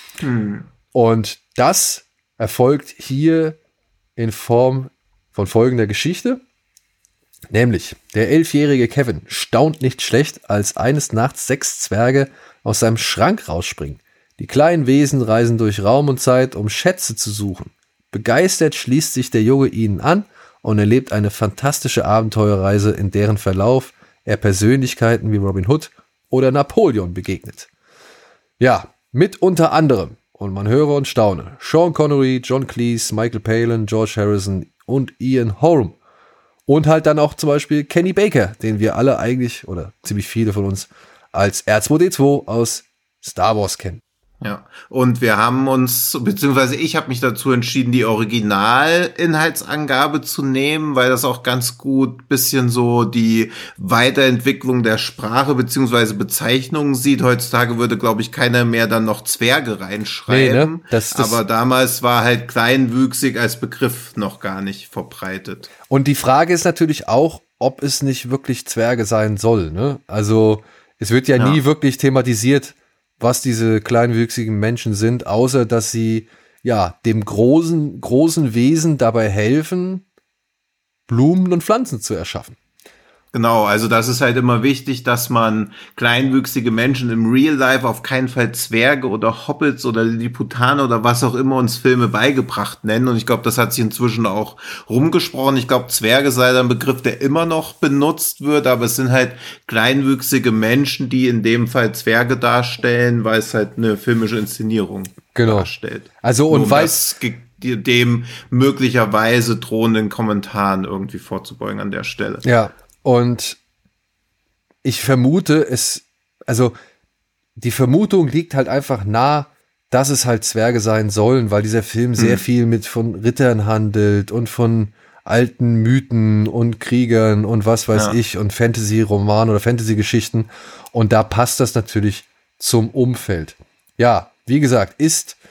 Und das erfolgt hier in Form von folgender Geschichte. Nämlich, der 11-jährige Kevin staunt nicht schlecht, als eines Nachts 6 Zwerge aus seinem Schrank rausspringen. Die kleinen Wesen reisen durch Raum und Zeit, um Schätze zu suchen. Begeistert schließt sich der Junge ihnen an und erlebt eine fantastische Abenteuerreise, in deren Verlauf er Persönlichkeiten wie Robin Hood oder Napoleon begegnet. Ja, mit unter anderem, und man höre und staune, Sean Connery, John Cleese, Michael Palin, George Harrison und Ian Holm. Und halt dann auch zum Beispiel Kenny Baker, den wir alle eigentlich, oder ziemlich viele von uns, als R2D2 aus Star Wars kennen. Ja, und wir haben uns, beziehungsweise ich habe mich dazu entschieden, die Originalinhaltsangabe zu nehmen, weil das auch ganz gut bisschen so die Weiterentwicklung der Sprache beziehungsweise Bezeichnungen sieht. Heutzutage würde, glaube ich, keiner mehr dann noch Zwerge reinschreiben. Nee, ne? Aber damals war halt kleinwüchsig als Begriff noch gar nicht verbreitet. Und die Frage ist natürlich auch, ob es nicht wirklich Zwerge sein soll, ne? Also, es wird ja nie wirklich thematisiert, was diese kleinwüchsigen Menschen sind, außer dass sie ja dem großen Wesen dabei helfen, Blumen und Pflanzen zu erschaffen. Genau, also das ist halt immer wichtig, dass man kleinwüchsige Menschen im Real Life auf keinen Fall Zwerge oder Hobbits oder Lilliputaner oder was auch immer uns Filme beigebracht nennen. Und ich glaube, das hat sich inzwischen auch rumgesprochen. Ich glaube, Zwerge sei ein Begriff, der immer noch benutzt wird, aber es sind halt kleinwüchsige Menschen, die in dem Fall Zwerge darstellen, weil es halt eine filmische Inszenierung darstellt. Also und weil dem möglicherweise drohenden Kommentaren irgendwie vorzubeugen an der Stelle. Ja. Und ich vermute die Vermutung liegt halt einfach nah, dass es halt Zwerge sein sollen, weil dieser Film sehr viel von Rittern handelt und von alten Mythen und Kriegern und was weiß ich und Fantasy-Romanen oder Fantasy-Geschichten. Und da passt das natürlich zum Umfeld. Ja, wie gesagt,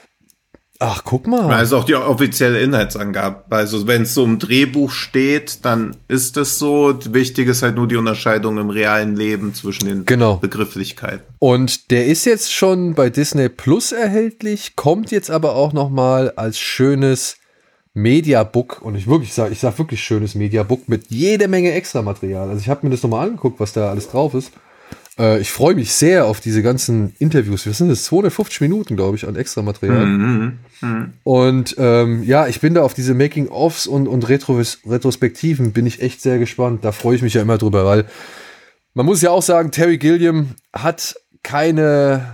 ach, guck mal. Also auch die offizielle Inhaltsangabe. Also wenn es so im Drehbuch steht, dann ist es so. Wichtig ist halt nur die Unterscheidung im realen Leben zwischen den Begrifflichkeiten. Und der ist jetzt schon bei Disney Plus erhältlich, kommt jetzt aber auch noch mal als schönes Mediabook. Und ich sag wirklich schönes Mediabook mit jede Menge Extramaterial. Also ich habe mir das nochmal angeguckt, was da alles drauf ist. Ich freue mich sehr auf diese ganzen Interviews. Was sind das? 250 Minuten, glaube ich, an Extramaterial. Und ich bin da auf diese Making-ofs und Retrospektiven bin ich echt sehr gespannt. Da freue ich mich ja immer drüber, weil man muss ja auch sagen, Terry Gilliam hat keine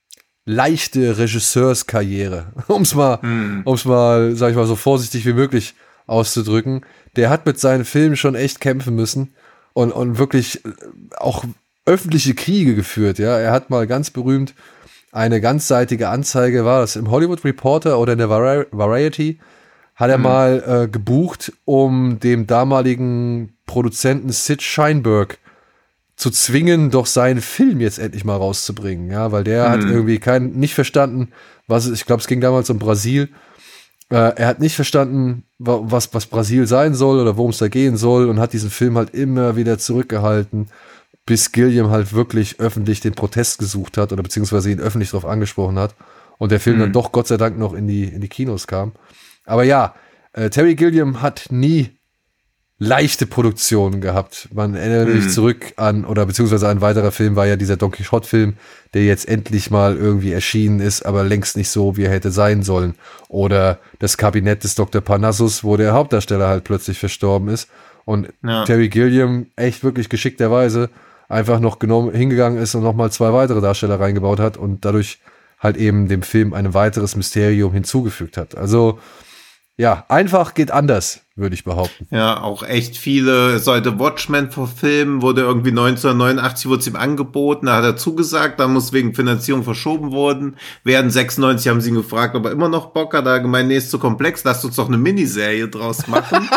leichte Regisseurskarriere, um es mal, sag ich mal, so vorsichtig wie möglich auszudrücken. Der hat mit seinen Filmen schon echt kämpfen müssen und wirklich auch öffentliche Kriege geführt, ja. Er hat mal ganz berühmt eine ganzseitige Anzeige, war das im Hollywood Reporter oder in der Variety, hat er mal gebucht, um dem damaligen Produzenten Sid Sheinberg zu zwingen, doch seinen Film jetzt endlich mal rauszubringen, ja, weil der hat irgendwie nicht verstanden, ich glaube, es ging damals um Brasil. Er hat nicht verstanden, was Brasil sein soll oder worum es da gehen soll und hat diesen Film halt immer wieder zurückgehalten, bis Gilliam halt wirklich öffentlich den Protest gesucht hat oder beziehungsweise ihn öffentlich darauf angesprochen hat und der Film dann doch Gott sei Dank noch in die Kinos kam. Aber ja, Terry Gilliam hat nie leichte Produktionen gehabt. Man erinnert sich zurück an, oder beziehungsweise ein weiterer Film war ja dieser Don Quixote-Film, der jetzt endlich mal irgendwie erschienen ist, aber längst nicht so, wie er hätte sein sollen. Oder das Kabinett des Dr. Parnassus, wo der Hauptdarsteller halt plötzlich verstorben ist. Und Terry Gilliam echt wirklich geschickterweise einfach noch hingegangen ist und nochmal 2 weitere Darsteller reingebaut hat und dadurch halt eben dem Film ein weiteres Mysterium hinzugefügt hat. Also ja, einfach geht anders, würde ich behaupten. Ja, auch echt viele, sollte Watchmen verfilmen, wurde irgendwie 1989 wurde es ihm angeboten, da hat er zugesagt, dann muss wegen Finanzierung verschoben worden. Während 96 haben sie ihn gefragt, ob er immer noch Bock hat, da hat er gemeint, nee, ist zu komplex, lasst uns doch eine Miniserie draus machen.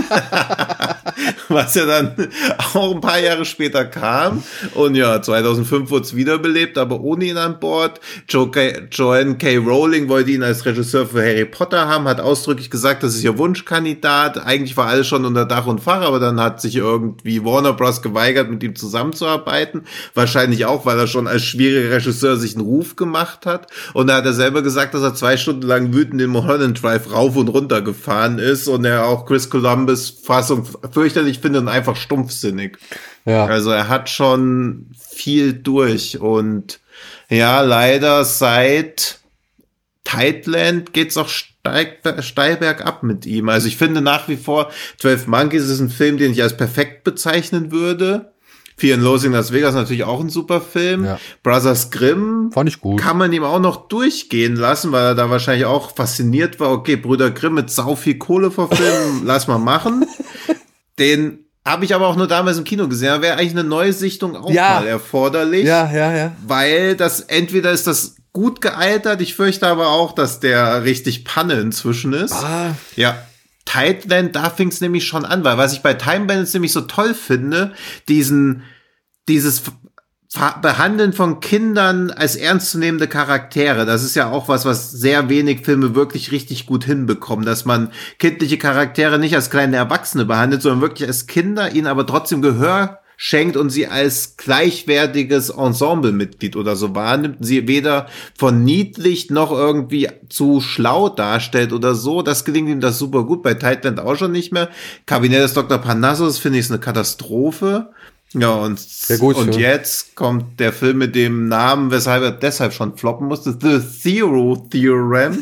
Was ja dann auch ein paar Jahre später kam. Und ja, 2005 wurde es wiederbelebt, aber ohne ihn an Bord. Joanne K. Rowling wollte ihn als Regisseur für Harry Potter haben, hat ausdrücklich gesagt, das ist ihr Wunschkandidat. Eigentlich war alles schon unter Dach und Fach, aber dann hat sich irgendwie Warner Bros. Geweigert, mit ihm zusammenzuarbeiten. Wahrscheinlich auch, weil er schon als schwieriger Regisseur sich einen Ruf gemacht hat. Und da hat er selber gesagt, dass er 2 Stunden lang wütend den Mulholland Drive rauf und runter gefahren ist und er auch Chris Columbus Fassung fürchterlich findet und einfach stumpfsinnig. Ja. Also er hat schon viel durch und ja, leider seit Tideland geht's auch steil bergab mit ihm. Also ich finde nach wie vor 12 Monkeys ist ein Film, den ich als perfekt bezeichnen würde. Fear and Loathing in Las Vegas natürlich auch ein super Film. Ja. Brothers Grimm fand ich gut. Kann man ihm auch noch durchgehen lassen, weil er da wahrscheinlich auch fasziniert war. Okay, Brüder Grimm mit sau viel Kohle verfilmen, lass mal machen. Den habe ich aber auch nur damals im Kino gesehen. Da wäre eigentlich eine Neusichtung auch mal erforderlich. Ja. Weil das entweder ist das gut gealtert, ich fürchte aber auch, dass der richtig Panne inzwischen ist. Ja. Tideland, da fing es nämlich schon an, weil was ich bei Time Bandits nämlich so toll finde, dieses Behandeln von Kindern als ernstzunehmende Charaktere, das ist ja auch was sehr wenig Filme wirklich richtig gut hinbekommen, dass man kindliche Charaktere nicht als kleine Erwachsene behandelt, sondern wirklich als Kinder, ihnen aber trotzdem Gehör schenkt und sie als gleichwertiges Ensemblemitglied oder so wahrnimmt, sie weder von niedlich noch irgendwie zu schlau darstellt oder so. Das gelingt ihm das super gut, bei Tideland auch schon nicht mehr. Kabinett des Dr. Parnassus finde ich eine Katastrophe. Ja, und jetzt kommt der Film mit dem Namen, weshalb er deshalb schon floppen musste, The Zero Theorem.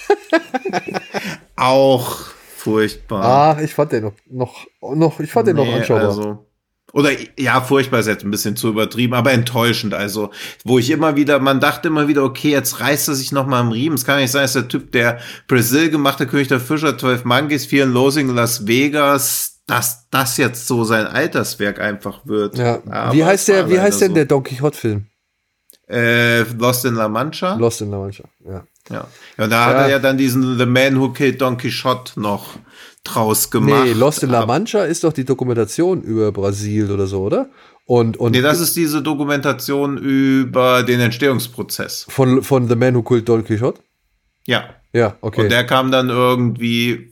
Auch furchtbar. Ich fand den noch anschaubar. Also, oder ja, furchtbar ist jetzt ein bisschen zu übertrieben, aber enttäuschend. Also, wo ich man dachte immer wieder, okay, jetzt reißt er sich noch mal am Riemen. Es kann nicht sein, dass der Typ, der Brazil gemacht hat, König der Fischer, 12 Monkeys, Fear and Loathing in Las Vegas, dass das jetzt so sein Alterswerk einfach wird. Ja. Wie heißt denn der Don Quixote-Film? Lost in La Mancha, ja. Und da hat er ja dann diesen The Man Who Killed Don Quixote noch draus gemacht. Nee, Lost in La Mancha ist doch die Dokumentation über Brasil oder so, oder? Nee, das ist diese Dokumentation über den Entstehungsprozess. Von The Man Who Killed Don Quixote? Ja. Ja, okay. Und der kam dann irgendwie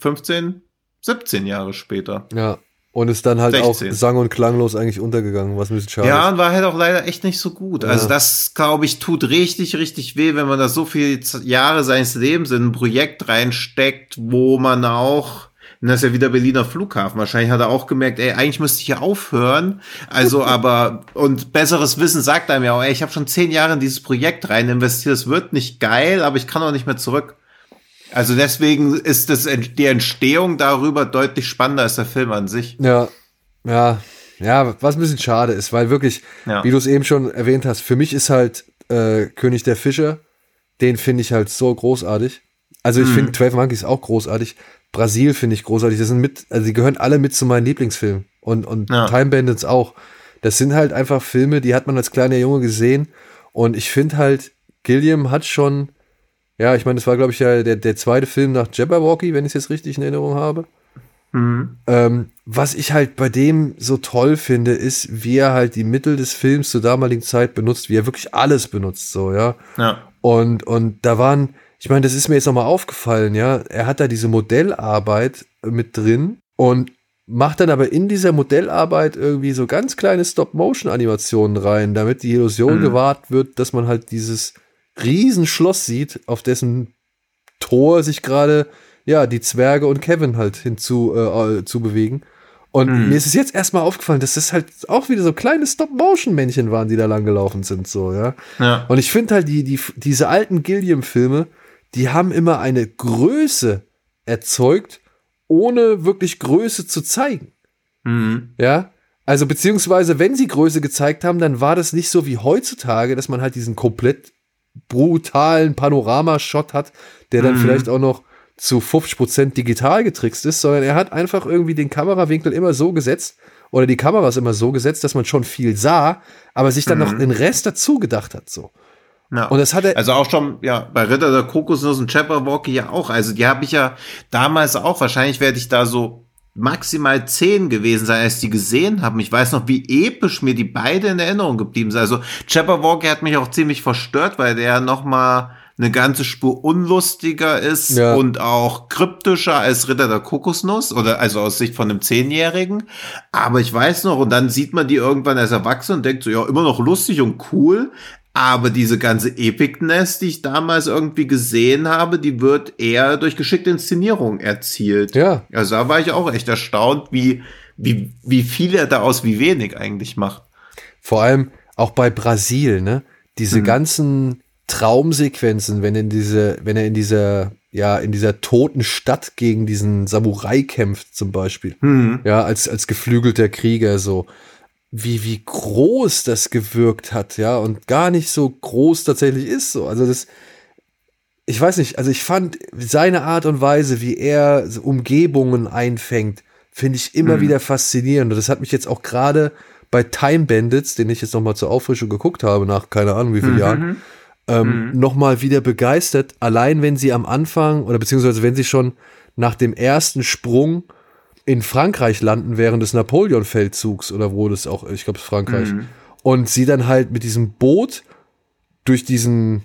17 Jahre später. Ja. Und ist dann halt 16. auch sang- und klanglos eigentlich untergegangen, was ein bisschen schade ist. Ja, und war halt auch leider echt nicht so gut. Ja. Also das, glaube ich, tut richtig, richtig weh, wenn man da so viele Jahre seines Lebens in ein Projekt reinsteckt, wo man auch, das ist ja wieder Berliner Flughafen, wahrscheinlich hat er auch gemerkt, eigentlich müsste ich hier aufhören. Also und besseres Wissen sagt einem ja auch, ich habe schon 10 Jahre in dieses Projekt rein investiert, es wird nicht geil, aber ich kann auch nicht mehr zurück. Also deswegen ist die Entstehung darüber deutlich spannender als der Film an sich. Ja, was ein bisschen schade ist, weil wirklich, wie du es eben schon erwähnt hast, für mich ist halt König der Fischer, den finde ich halt so großartig. Also ich finde 12 Monkeys auch großartig. Brasil finde ich großartig. Das sind die gehören alle mit zu meinen Lieblingsfilmen. Und Time Bandits auch. Das sind halt einfach Filme, die hat man als kleiner Junge gesehen. Und ich finde halt, Gilliam hat schon, ja, ich meine, das war, glaube ich, ja der zweite Film nach Jabberwocky, wenn ich es jetzt richtig in Erinnerung habe. Was ich halt bei dem so toll finde, ist, wie er halt die Mittel des Films zur damaligen Zeit benutzt, wie er wirklich alles benutzt, so, ja. Und da waren, ich meine, das ist mir jetzt nochmal aufgefallen, ja, er hat da diese Modellarbeit mit drin und macht dann aber in dieser Modellarbeit irgendwie so ganz kleine Stop-Motion-Animationen rein, damit die Illusion gewahrt wird, dass man halt dieses Riesenschloss sieht, auf dessen Tor sich gerade die Zwerge und Kevin halt zu bewegen. Und mir ist es jetzt erstmal aufgefallen, dass das halt auch wieder so kleine Stop-Motion-Männchen waren, die da lang gelaufen sind, so, ja. Und ich finde halt, diese alten Gilliam-Filme, die haben immer eine Größe erzeugt, ohne wirklich Größe zu zeigen. Ja. Also, beziehungsweise, wenn sie Größe gezeigt haben, dann war das nicht so wie heutzutage, dass man halt diesen komplett brutalen Panorama-Shot hat, der dann vielleicht auch noch zu 50% digital getrickst ist, sondern er hat einfach irgendwie den Kamerawinkel immer so gesetzt oder die Kameras immer so gesetzt, dass man schon viel sah, aber sich dann noch den Rest dazu gedacht hat, so. Ja. Und das hat er. Also auch schon, ja, bei Ritter der Kokosnuss und Jabberwocky ja auch. Also die habe ich ja damals auch, wahrscheinlich werde ich da so maximal 10 gewesen sein, als ich die gesehen habe. Ich weiß noch, wie episch mir die beide in Erinnerung geblieben sind. Also Jabberwocky hat mich auch ziemlich verstört, weil der noch mal eine ganze Spur unlustiger ist und auch kryptischer als Ritter der Kokosnuss oder also aus Sicht von einem 10-Jährigen. Aber ich weiß noch, und dann sieht man die irgendwann als Erwachsene und denkt so, ja, immer noch lustig und cool. Aber diese ganze Epicness, die ich damals irgendwie gesehen habe, die wird eher durch geschickte Inszenierung erzielt. Ja. Also da war ich auch echt erstaunt, wie viel er da aus wie wenig eigentlich macht. Vor allem auch bei Brasil, ne? Diese ganzen Traumsequenzen, wenn er in dieser toten Stadt gegen diesen Samurai kämpft, zum Beispiel. Ja, als geflügelter Krieger, so. Wie groß das gewirkt hat, ja, und gar nicht so groß tatsächlich ist, so. Also ich weiß nicht, also ich fand seine Art und Weise, wie er so Umgebungen einfängt, finde ich immer wieder faszinierend. Und das hat mich jetzt auch gerade bei Time Bandits, den ich jetzt nochmal zur Auffrischung geguckt habe, nach keine Ahnung wie vielen Jahren, nochmal wieder begeistert. Allein wenn sie am Anfang, oder beziehungsweise wenn sie schon nach dem ersten Sprung in Frankreich landen während des Napoleon-Feldzugs oder wo das auch, ich glaube, es ist Frankreich. Und sie dann halt mit diesem Boot durch diesen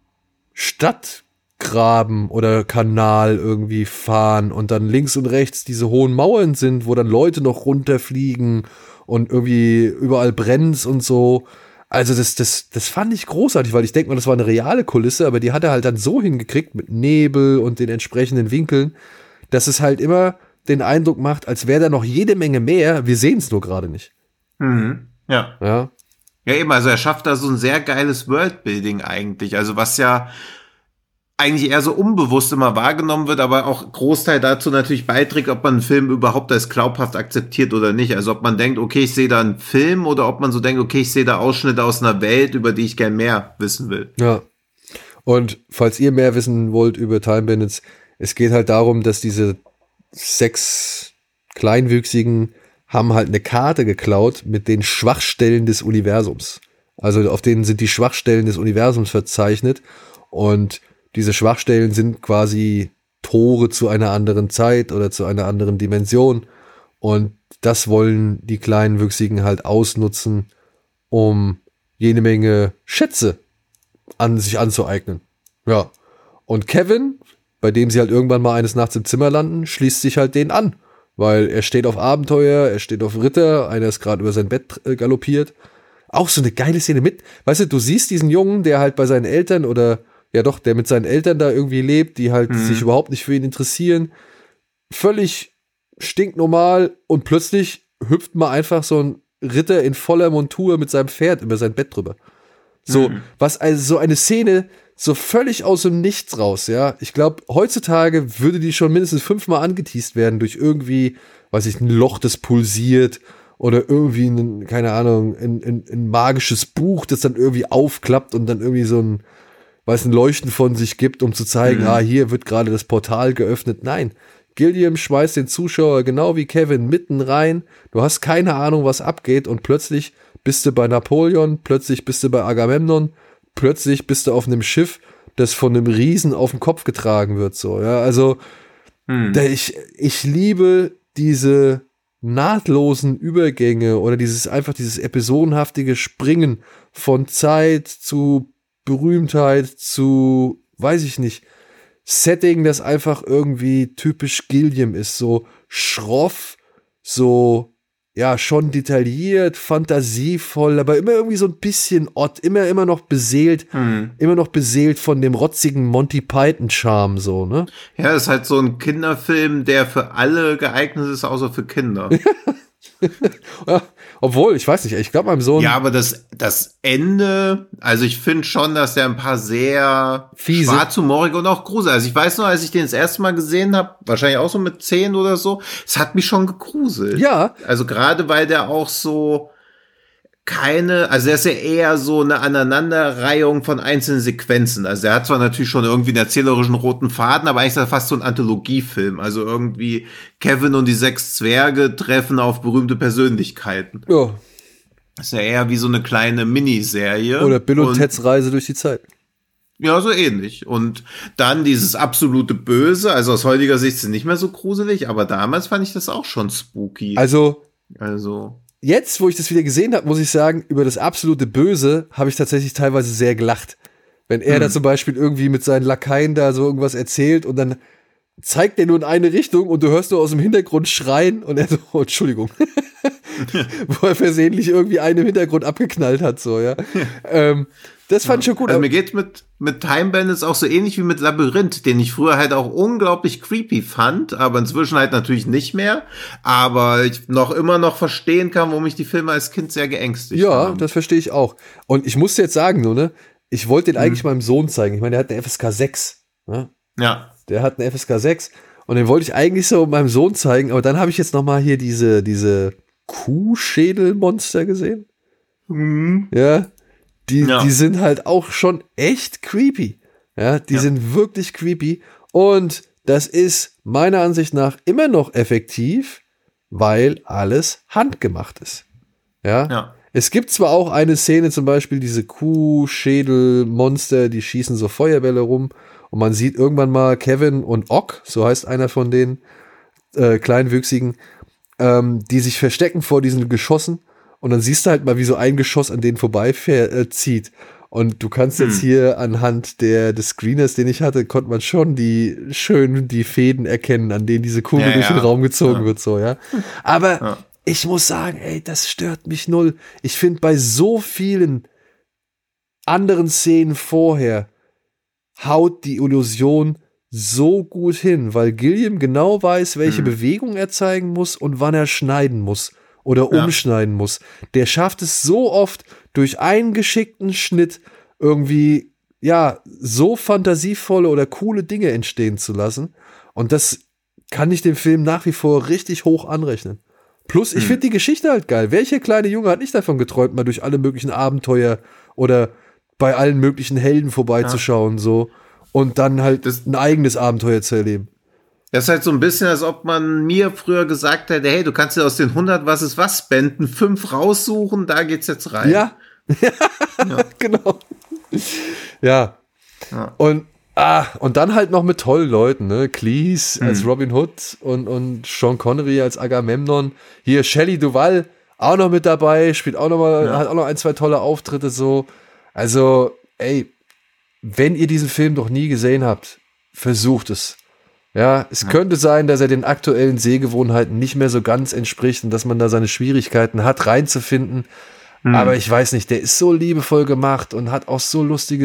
Stadtgraben oder Kanal irgendwie fahren und dann links und rechts diese hohen Mauern sind, wo dann Leute noch runterfliegen und irgendwie überall brennt's und so. Also das fand ich großartig, weil ich denke mal, das war eine reale Kulisse, aber die hat er halt dann so hingekriegt mit Nebel und den entsprechenden Winkeln, dass es halt immer den Eindruck macht, als wäre da noch jede Menge mehr, wir sehen es nur gerade nicht. Ja. Ja, eben, also er schafft da so ein sehr geiles Worldbuilding eigentlich, also was ja eigentlich eher so unbewusst immer wahrgenommen wird, aber auch Großteil dazu natürlich beiträgt, ob man einen Film überhaupt als glaubhaft akzeptiert oder nicht. Also ob man denkt, okay, ich sehe da einen Film, oder ob man so denkt, okay, ich sehe da Ausschnitte aus einer Welt, über die ich gern mehr wissen will. Ja. Und falls ihr mehr wissen wollt über Time Bandits, es geht halt darum, dass diese 6 Kleinwüchsigen haben halt eine Karte geklaut mit den Schwachstellen des Universums. Also auf denen sind die Schwachstellen des Universums verzeichnet und diese Schwachstellen sind quasi Tore zu einer anderen Zeit oder zu einer anderen Dimension. Und das wollen die Kleinwüchsigen halt ausnutzen, um jede Menge Schätze an sich anzueignen. Ja. Und Kevin, bei dem sie halt irgendwann mal eines Nachts im Zimmer landen, schließt sich halt denen an. Weil er steht auf Abenteuer, er steht auf Ritter, einer ist gerade über sein Bett galoppiert. Auch so eine geile Szene mit. Weißt du, siehst diesen Jungen, der halt bei seinen Eltern der mit seinen Eltern da irgendwie lebt, die halt sich überhaupt nicht für ihn interessieren. Völlig stinknormal und plötzlich hüpft mal einfach so ein Ritter in voller Montur mit seinem Pferd über sein Bett drüber. So, was also so eine Szene so völlig aus dem Nichts raus, ja. Ich glaube, heutzutage würde die schon mindestens 5-mal angeteast werden durch irgendwie, weiß ich, ein Loch, das pulsiert oder irgendwie ein magisches Buch, das dann irgendwie aufklappt und dann irgendwie so ein Leuchten von sich gibt, um zu zeigen, hier wird gerade das Portal geöffnet. Nein, Gilliam schmeißt den Zuschauer genau wie Kevin mitten rein. Du hast keine Ahnung, was abgeht und plötzlich bist du bei Napoleon, plötzlich bist du bei Agamemnon, plötzlich bist du auf einem Schiff, das von einem Riesen auf den Kopf getragen wird. So, ja, also ich liebe diese nahtlosen Übergänge oder dieses episodenhaftige Springen von Zeit zu Berühmtheit zu, weiß ich nicht, Setting, das einfach irgendwie typisch Gilliam ist, so schroff, so, ja, schon detailliert, fantasievoll, aber immer irgendwie so ein bisschen odd, immer noch beseelt, von dem rotzigen Monty Python-Charme, so, ne? Ja, ist halt so ein Kinderfilm, der für alle geeignet ist, außer für Kinder. Ja, obwohl, ich weiß nicht, ich glaube meinem Sohn. Ja, aber das Ende, also ich finde schon, dass der ein paar sehr schwarzhumorige und auch gruselig. Also ich weiß noch, als ich den das erste Mal gesehen habe, wahrscheinlich auch so mit 10 oder so, es hat mich schon gegruselt. Ja. Also gerade weil der auch so, also er ist ja eher so eine Aneinanderreihung von einzelnen Sequenzen. Also er hat zwar natürlich schon irgendwie einen erzählerischen roten Faden, aber eigentlich ist er fast so ein Anthologiefilm. Also irgendwie Kevin und die 6 Zwerge treffen auf berühmte Persönlichkeiten. Ja. Das ist ja eher wie so eine kleine Miniserie. Oder Bill und Teds Reise durch die Zeit. Ja, so ähnlich. Und dann dieses absolute Böse. Also aus heutiger Sicht ist es nicht mehr so gruselig, aber damals fand ich das auch schon spooky. Also jetzt, wo ich das wieder gesehen habe, muss ich sagen, über das absolute Böse habe ich tatsächlich teilweise sehr gelacht. Wenn er da zum Beispiel irgendwie mit seinen Lakaien da so irgendwas erzählt und dann zeigt er nur in eine Richtung und du hörst nur aus dem Hintergrund schreien und er so, oh, Entschuldigung. Wo er versehentlich irgendwie einen im Hintergrund abgeknallt hat, so, ja. Das fand ich schon gut. Also mir geht's mit Time Bandits auch so ähnlich wie mit Labyrinth, den ich früher halt auch unglaublich creepy fand, aber inzwischen halt natürlich nicht mehr, aber ich immer noch verstehen kann, warum mich die Filme als Kind sehr geängstigt haben. Ja, das verstehe ich auch. Und ich muss jetzt sagen, nur, ne, ich wollte den eigentlich meinem Sohn zeigen. Ich meine, der hat eine FSK 6. Ne? Ja. Der hat eine FSK 6 und den wollte ich eigentlich so meinem Sohn zeigen, aber dann habe ich jetzt noch mal hier diese Kuhschädelmonster gesehen. Ja. Die sind halt auch schon echt creepy. Ja, die sind wirklich creepy. Und das ist meiner Ansicht nach immer noch effektiv, weil alles handgemacht ist. Ja. Es gibt zwar auch eine Szene, zum Beispiel diese Kuhschädelmonster, die schießen so Feuerbälle rum. Und man sieht irgendwann mal Kevin und Ock, so heißt einer von den Kleinwüchsigen, die sich verstecken vor diesen Geschossen. Und dann siehst du halt mal, wie so ein Geschoss an denen vorbeizieht. Und du kannst jetzt hier anhand des Screeners, den ich hatte, konnte man schon die Fäden erkennen, an denen diese Kugel durch den Raum gezogen wird, so, ja. Aber ich muss sagen, ey, das stört mich null. Ich finde, bei so vielen anderen Szenen vorher haut die Illusion so gut hin, weil Gilliam genau weiß, welche Bewegung er zeigen muss und wann er schneiden muss oder umschneiden muss. Der schafft es so oft, durch einen geschickten Schnitt irgendwie, so fantasievolle oder coole Dinge entstehen zu lassen. Und das kann ich dem Film nach wie vor richtig hoch anrechnen. Plus, ich finde die Geschichte halt geil. Welcher kleine Junge hat nicht davon geträumt, mal durch alle möglichen Abenteuer oder bei allen möglichen Helden vorbeizuschauen, so, und dann halt ein eigenes Abenteuer zu erleben. Das ist halt so ein bisschen, als ob man mir früher gesagt hätte, hey, du kannst dir aus den 100 Was-ist-was-Spenden 5 raussuchen, da geht's jetzt rein. Ja. Genau. Ja. Und dann halt noch mit tollen Leuten, ne? Cleese als Robin Hood und Sean Connery als Agamemnon. Hier Shelley Duvall auch noch mit dabei, spielt auch noch mal, hat auch noch 1, 2 tolle Auftritte, so. Also, ey, wenn ihr diesen Film noch nie gesehen habt, versucht es. Ja, es könnte sein, dass er den aktuellen Sehgewohnheiten nicht mehr so ganz entspricht und dass man da seine Schwierigkeiten hat, reinzufinden. Aber ich weiß nicht, der ist so liebevoll gemacht und hat auch so lustige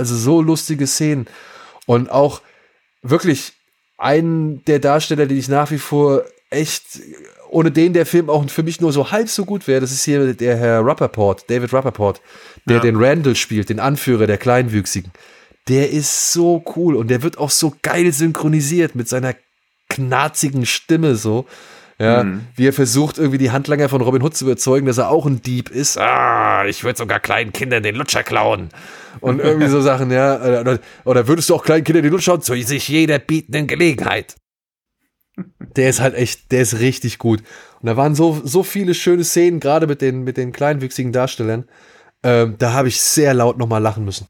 Szenen. Und auch wirklich einen der Darsteller, den ich nach wie vor echt, ohne den der Film auch für mich nur so halb so gut wäre, das ist hier der Herr David Rappaport, der den Randall spielt, den Anführer der Kleinwüchsigen. Der ist so cool und der wird auch so geil synchronisiert mit seiner knarzigen Stimme so. Ja, wie er versucht, irgendwie die Handlanger von Robin Hood zu überzeugen, dass er auch ein Dieb ist. Ich würde sogar kleinen Kindern den Lutscher klauen. Und irgendwie so Sachen, ja. Oder würdest du auch kleinen Kindern den Lutscher zu sich jeder bietenden Gelegenheit? Der ist halt echt, der ist richtig gut. Und da waren so viele schöne Szenen, gerade mit den kleinwüchsigen Darstellern. Da habe ich sehr laut nochmal lachen müssen.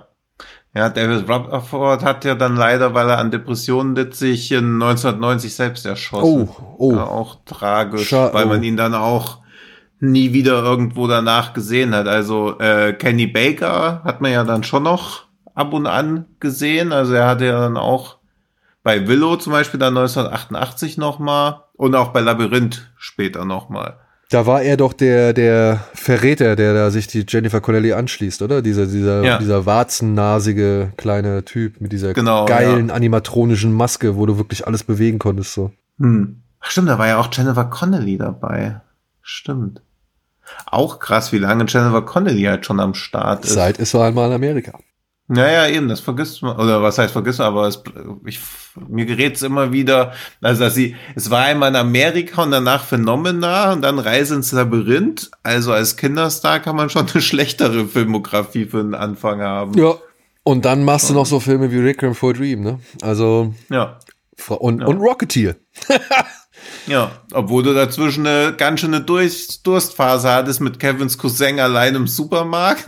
Ja, David Rappaport hat ja dann leider, weil er an Depressionen litt, sich in 1990 selbst erschossen. Oh. Ja, auch tragisch, weil man ihn dann auch nie wieder irgendwo danach gesehen hat. Also Kenny Baker hat man ja dann schon noch ab und an gesehen. Also er hatte ja dann auch bei Willow zum Beispiel dann 1988 nochmal und auch bei Labyrinth später nochmal. Da war er doch der Verräter, der da sich die Jennifer Connelly anschließt, oder? Dieser warzennasige kleine Typ mit dieser geilen animatronischen Maske, wo du wirklich alles bewegen konntest, so. Ach stimmt, da war ja auch Jennifer Connelly dabei. Stimmt. Auch krass, wie lange Jennifer Connelly halt schon am Start ist. Seit es war einmal in Amerika. Naja, eben, das vergisst man, oder was heißt vergisst man, aber mir gerät's immer wieder, also es war einmal in Amerika und danach Phenomena und dann Reise ins Labyrinth, also als Kinderstar kann man schon eine schlechtere Filmografie für den Anfang haben. Ja. Und dann machst du noch so Filme wie Requiem for a Dream, ne? Also. Ja. Und Rocketeer. Ja, obwohl du dazwischen eine ganz schöne Durstphase hattest mit Kevins Cousin allein im Supermarkt.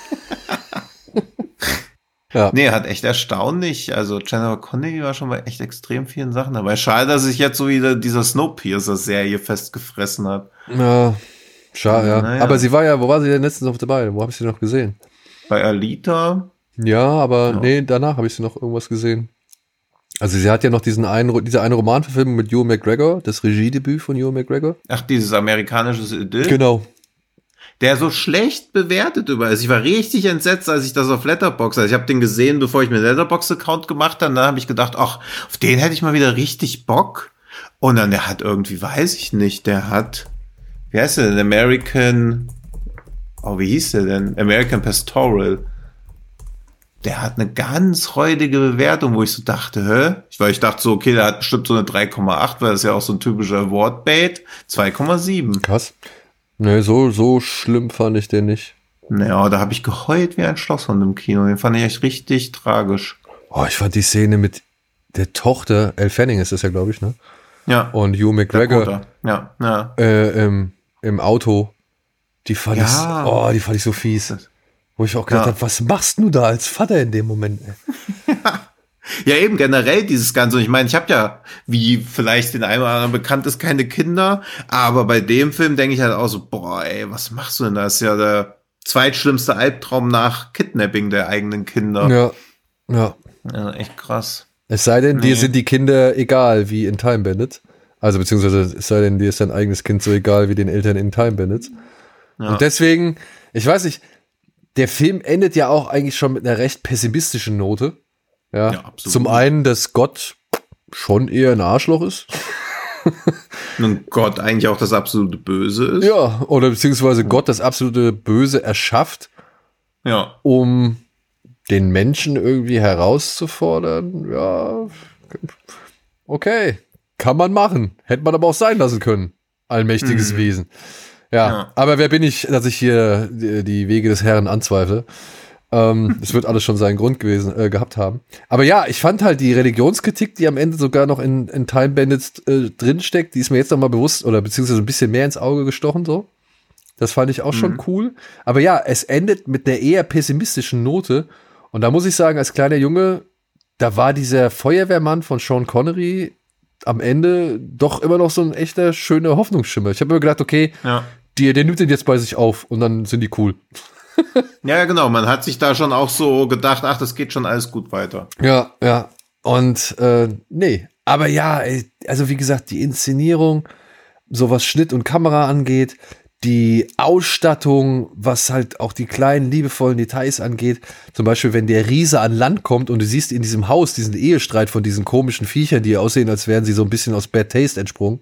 Ja. Nee, hat echt erstaunlich. Also Jennifer Connelly war schon bei echt extrem vielen Sachen dabei. Schade, dass sich jetzt so wieder dieser Snowpiercer-Serie festgefressen hat. Ja, schade, ja. Naja. Aber wo war sie denn letztens noch dabei? Wo habe ich sie noch gesehen? Bei Alita. Ja, aber nee, danach habe ich sie noch irgendwas gesehen. Also sie hat ja noch diese eine Romanverfilmung mit Ewan McGregor, das Regiedebüt von Ewan McGregor. Ach, dieses amerikanische Idyll. Genau. Der so schlecht bewertet überall ist. Ich war richtig entsetzt, als ich das auf Letterboxd, also ich habe den gesehen, bevor ich mir einen Letterboxd-Account gemacht habe, dann habe ich gedacht, ach, auf den hätte ich mal wieder richtig Bock. Und dann, der hat irgendwie, weiß ich nicht, wie heißt der denn? Wie hieß der denn? American Pastoral. Der hat eine ganz räudige Bewertung, wo ich so dachte, Weil ich dachte so, okay, der hat bestimmt so eine 3,8, weil das ist ja auch so ein typischer Award-Bait. 2,7. Krass. Nee, so schlimm fand ich den nicht. Naja, da habe ich geheult wie ein Schlosshund im Kino. Den fand ich echt richtig tragisch. Oh, ich fand die Szene mit der Tochter, Elle Fanning ist das ja, glaube ich, ne? Ja. Und Ewan McGregor Ja. im Auto, die fand ich so fies. Wo ich auch gedacht habe, was machst du da als Vater in dem Moment? Ja, eben generell dieses Ganze. Und ich meine, ich habe ja, wie vielleicht den einen oder anderen bekannt ist, keine Kinder. Aber bei dem Film denke ich halt auch so, boah, ey, was machst du denn da? Das ist ja der zweitschlimmste Albtraum nach Kidnapping der eigenen Kinder. Ja. Ja, echt krass. Es sei denn, dir sind die Kinder egal, wie in Time Bandit. Also beziehungsweise es sei denn, dir ist dein eigenes Kind so egal wie den Eltern in Time Bandits. Ja. Und deswegen, ich weiß nicht, der Film endet ja auch eigentlich schon mit einer recht pessimistischen Note. Ja, absolut. Zum einen, dass Gott schon eher ein Arschloch ist. Und Gott eigentlich auch das absolute Böse ist. Ja, oder beziehungsweise Gott das absolute Böse erschafft, um den Menschen irgendwie herauszufordern. Ja, okay, kann man machen. Hätte man aber auch sein lassen können. Allmächtiges Wesen. Ja, aber wer bin ich, dass ich hier die Wege des Herrn anzweifle? Es wird alles schon seinen Grund gehabt haben. Aber ja, ich fand halt die Religionskritik, die am Ende sogar noch in Time Bandits drinsteckt, die ist mir jetzt nochmal bewusst oder beziehungsweise ein bisschen mehr ins Auge gestochen, so. Das fand ich auch schon cool. Aber ja, es endet mit einer eher pessimistischen Note. Und da muss ich sagen, als kleiner Junge, da war dieser Feuerwehrmann von Sean Connery am Ende doch immer noch so ein echter, schöner Hoffnungsschimmer. Ich habe mir gedacht, okay, der nimmt den jetzt bei sich auf und dann sind die cool. Ja, genau. Man hat sich da schon auch so gedacht, ach, das geht schon alles gut weiter. Ja. Und nee. Aber ja, also wie gesagt, die Inszenierung, so was Schnitt und Kamera angeht, die Ausstattung, was halt auch die kleinen, liebevollen Details angeht. Zum Beispiel, wenn der Riese an Land kommt und du siehst in diesem Haus diesen Ehestreit von diesen komischen Viechern, die aussehen, als wären sie so ein bisschen aus Bad Taste entsprungen.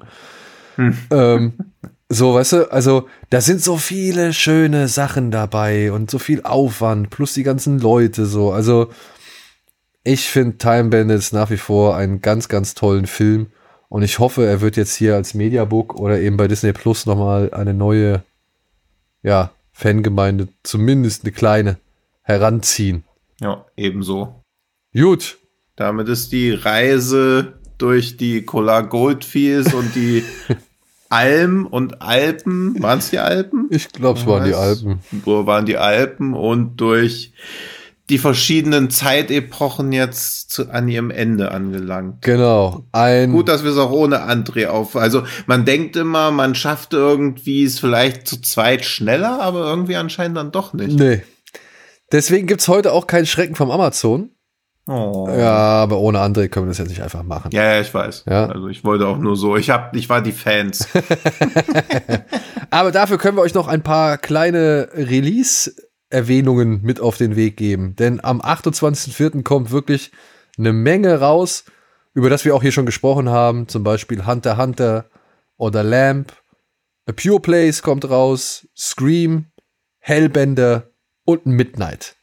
So, weißt du, also da sind so viele schöne Sachen dabei und so viel Aufwand, plus die ganzen Leute so. Also ich finde Time Bandits nach wie vor einen ganz, ganz tollen Film und ich hoffe, er wird jetzt hier als Mediabook oder eben bei Disney Plus nochmal eine neue, Fangemeinde, zumindest eine kleine, heranziehen. Ja, ebenso. Gut. Damit ist die Reise durch die Cola Goldfields und die Alm und Alpen, waren es die Alpen? Ich glaube, es waren die Alpen. Wo waren die Alpen und durch die verschiedenen Zeitepochen jetzt an ihrem Ende angelangt. Genau. Gut, dass wir es auch ohne André also man denkt immer, man schafft irgendwie es vielleicht zu zweit schneller, aber irgendwie anscheinend dann doch nicht. Nee. Deswegen gibt's heute auch keinen Schrecken vom Amazon. Oh. Ja, aber ohne André können wir das jetzt nicht einfach machen. Ja, ich weiß. Ja. Also ich wollte auch nur so. Ich war die Fans. Aber dafür können wir euch noch ein paar kleine Release-Erwähnungen mit auf den Weg geben. Denn am 28.04. kommt wirklich eine Menge raus, über das wir auch hier schon gesprochen haben. Zum Beispiel Hunter x Hunter oder Lamp. A Pure Place kommt raus. Scream, Hellbender und Midnight.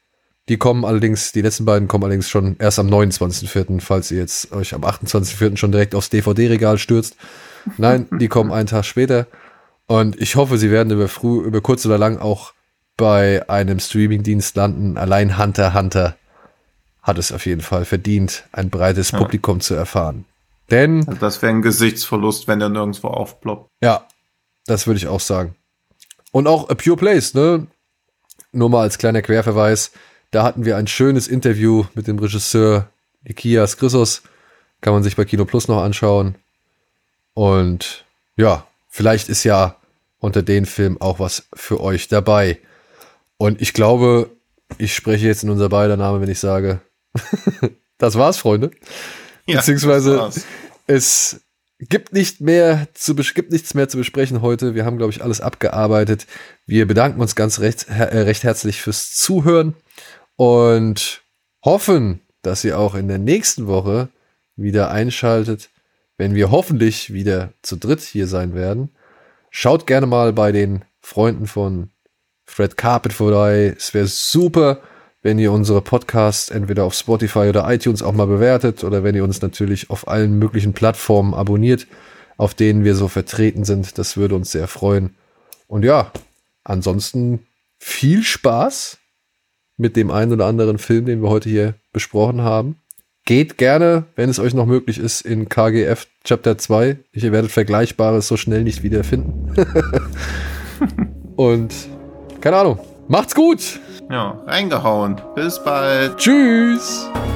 Die letzten beiden kommen allerdings schon erst am 29.04., falls ihr jetzt euch am 28.04. schon direkt aufs DVD-Regal stürzt. Nein, die kommen einen Tag später. Und ich hoffe, sie werden über kurz oder lang auch bei einem Streamingdienst landen. Allein Hunter x Hunter hat es auf jeden Fall verdient, ein breites Publikum zu erfahren. Denn also das wäre ein Gesichtsverlust, wenn der nirgendwo aufploppt. Ja, das würde ich auch sagen. Und auch A Pure Place, ne? Nur mal als kleiner Querverweis. Da hatten wir ein schönes Interview mit dem Regisseur Nikias Chrysos. Kann man sich bei Kino Plus noch anschauen. Und ja, vielleicht ist ja unter den Filmen auch was für euch dabei. Und ich glaube, ich spreche jetzt in unser beider Name, wenn ich sage, das war's, Freunde. Ja, beziehungsweise es gibt nichts mehr zu besprechen heute. Wir haben, glaube ich, alles abgearbeitet. Wir bedanken uns ganz recht herzlich fürs Zuhören und hoffen, dass ihr auch in der nächsten Woche wieder einschaltet, wenn wir hoffentlich wieder zu dritt hier sein werden. Schaut gerne mal bei den Freunden von Fred Carpet vorbei. Es wäre super, wenn ihr unsere Podcasts entweder auf Spotify oder iTunes auch mal bewertet oder wenn ihr uns natürlich auf allen möglichen Plattformen abonniert, auf denen wir so vertreten sind. Das würde uns sehr freuen. Und ja, ansonsten viel Spaß mit dem einen oder anderen Film, den wir heute hier besprochen haben. Geht gerne, wenn es euch noch möglich ist, in KGF Chapter 2. Ihr werdet Vergleichbares so schnell nicht wiederfinden. Und keine Ahnung. Macht's gut! Ja, reingehauen. Bis bald. Tschüss!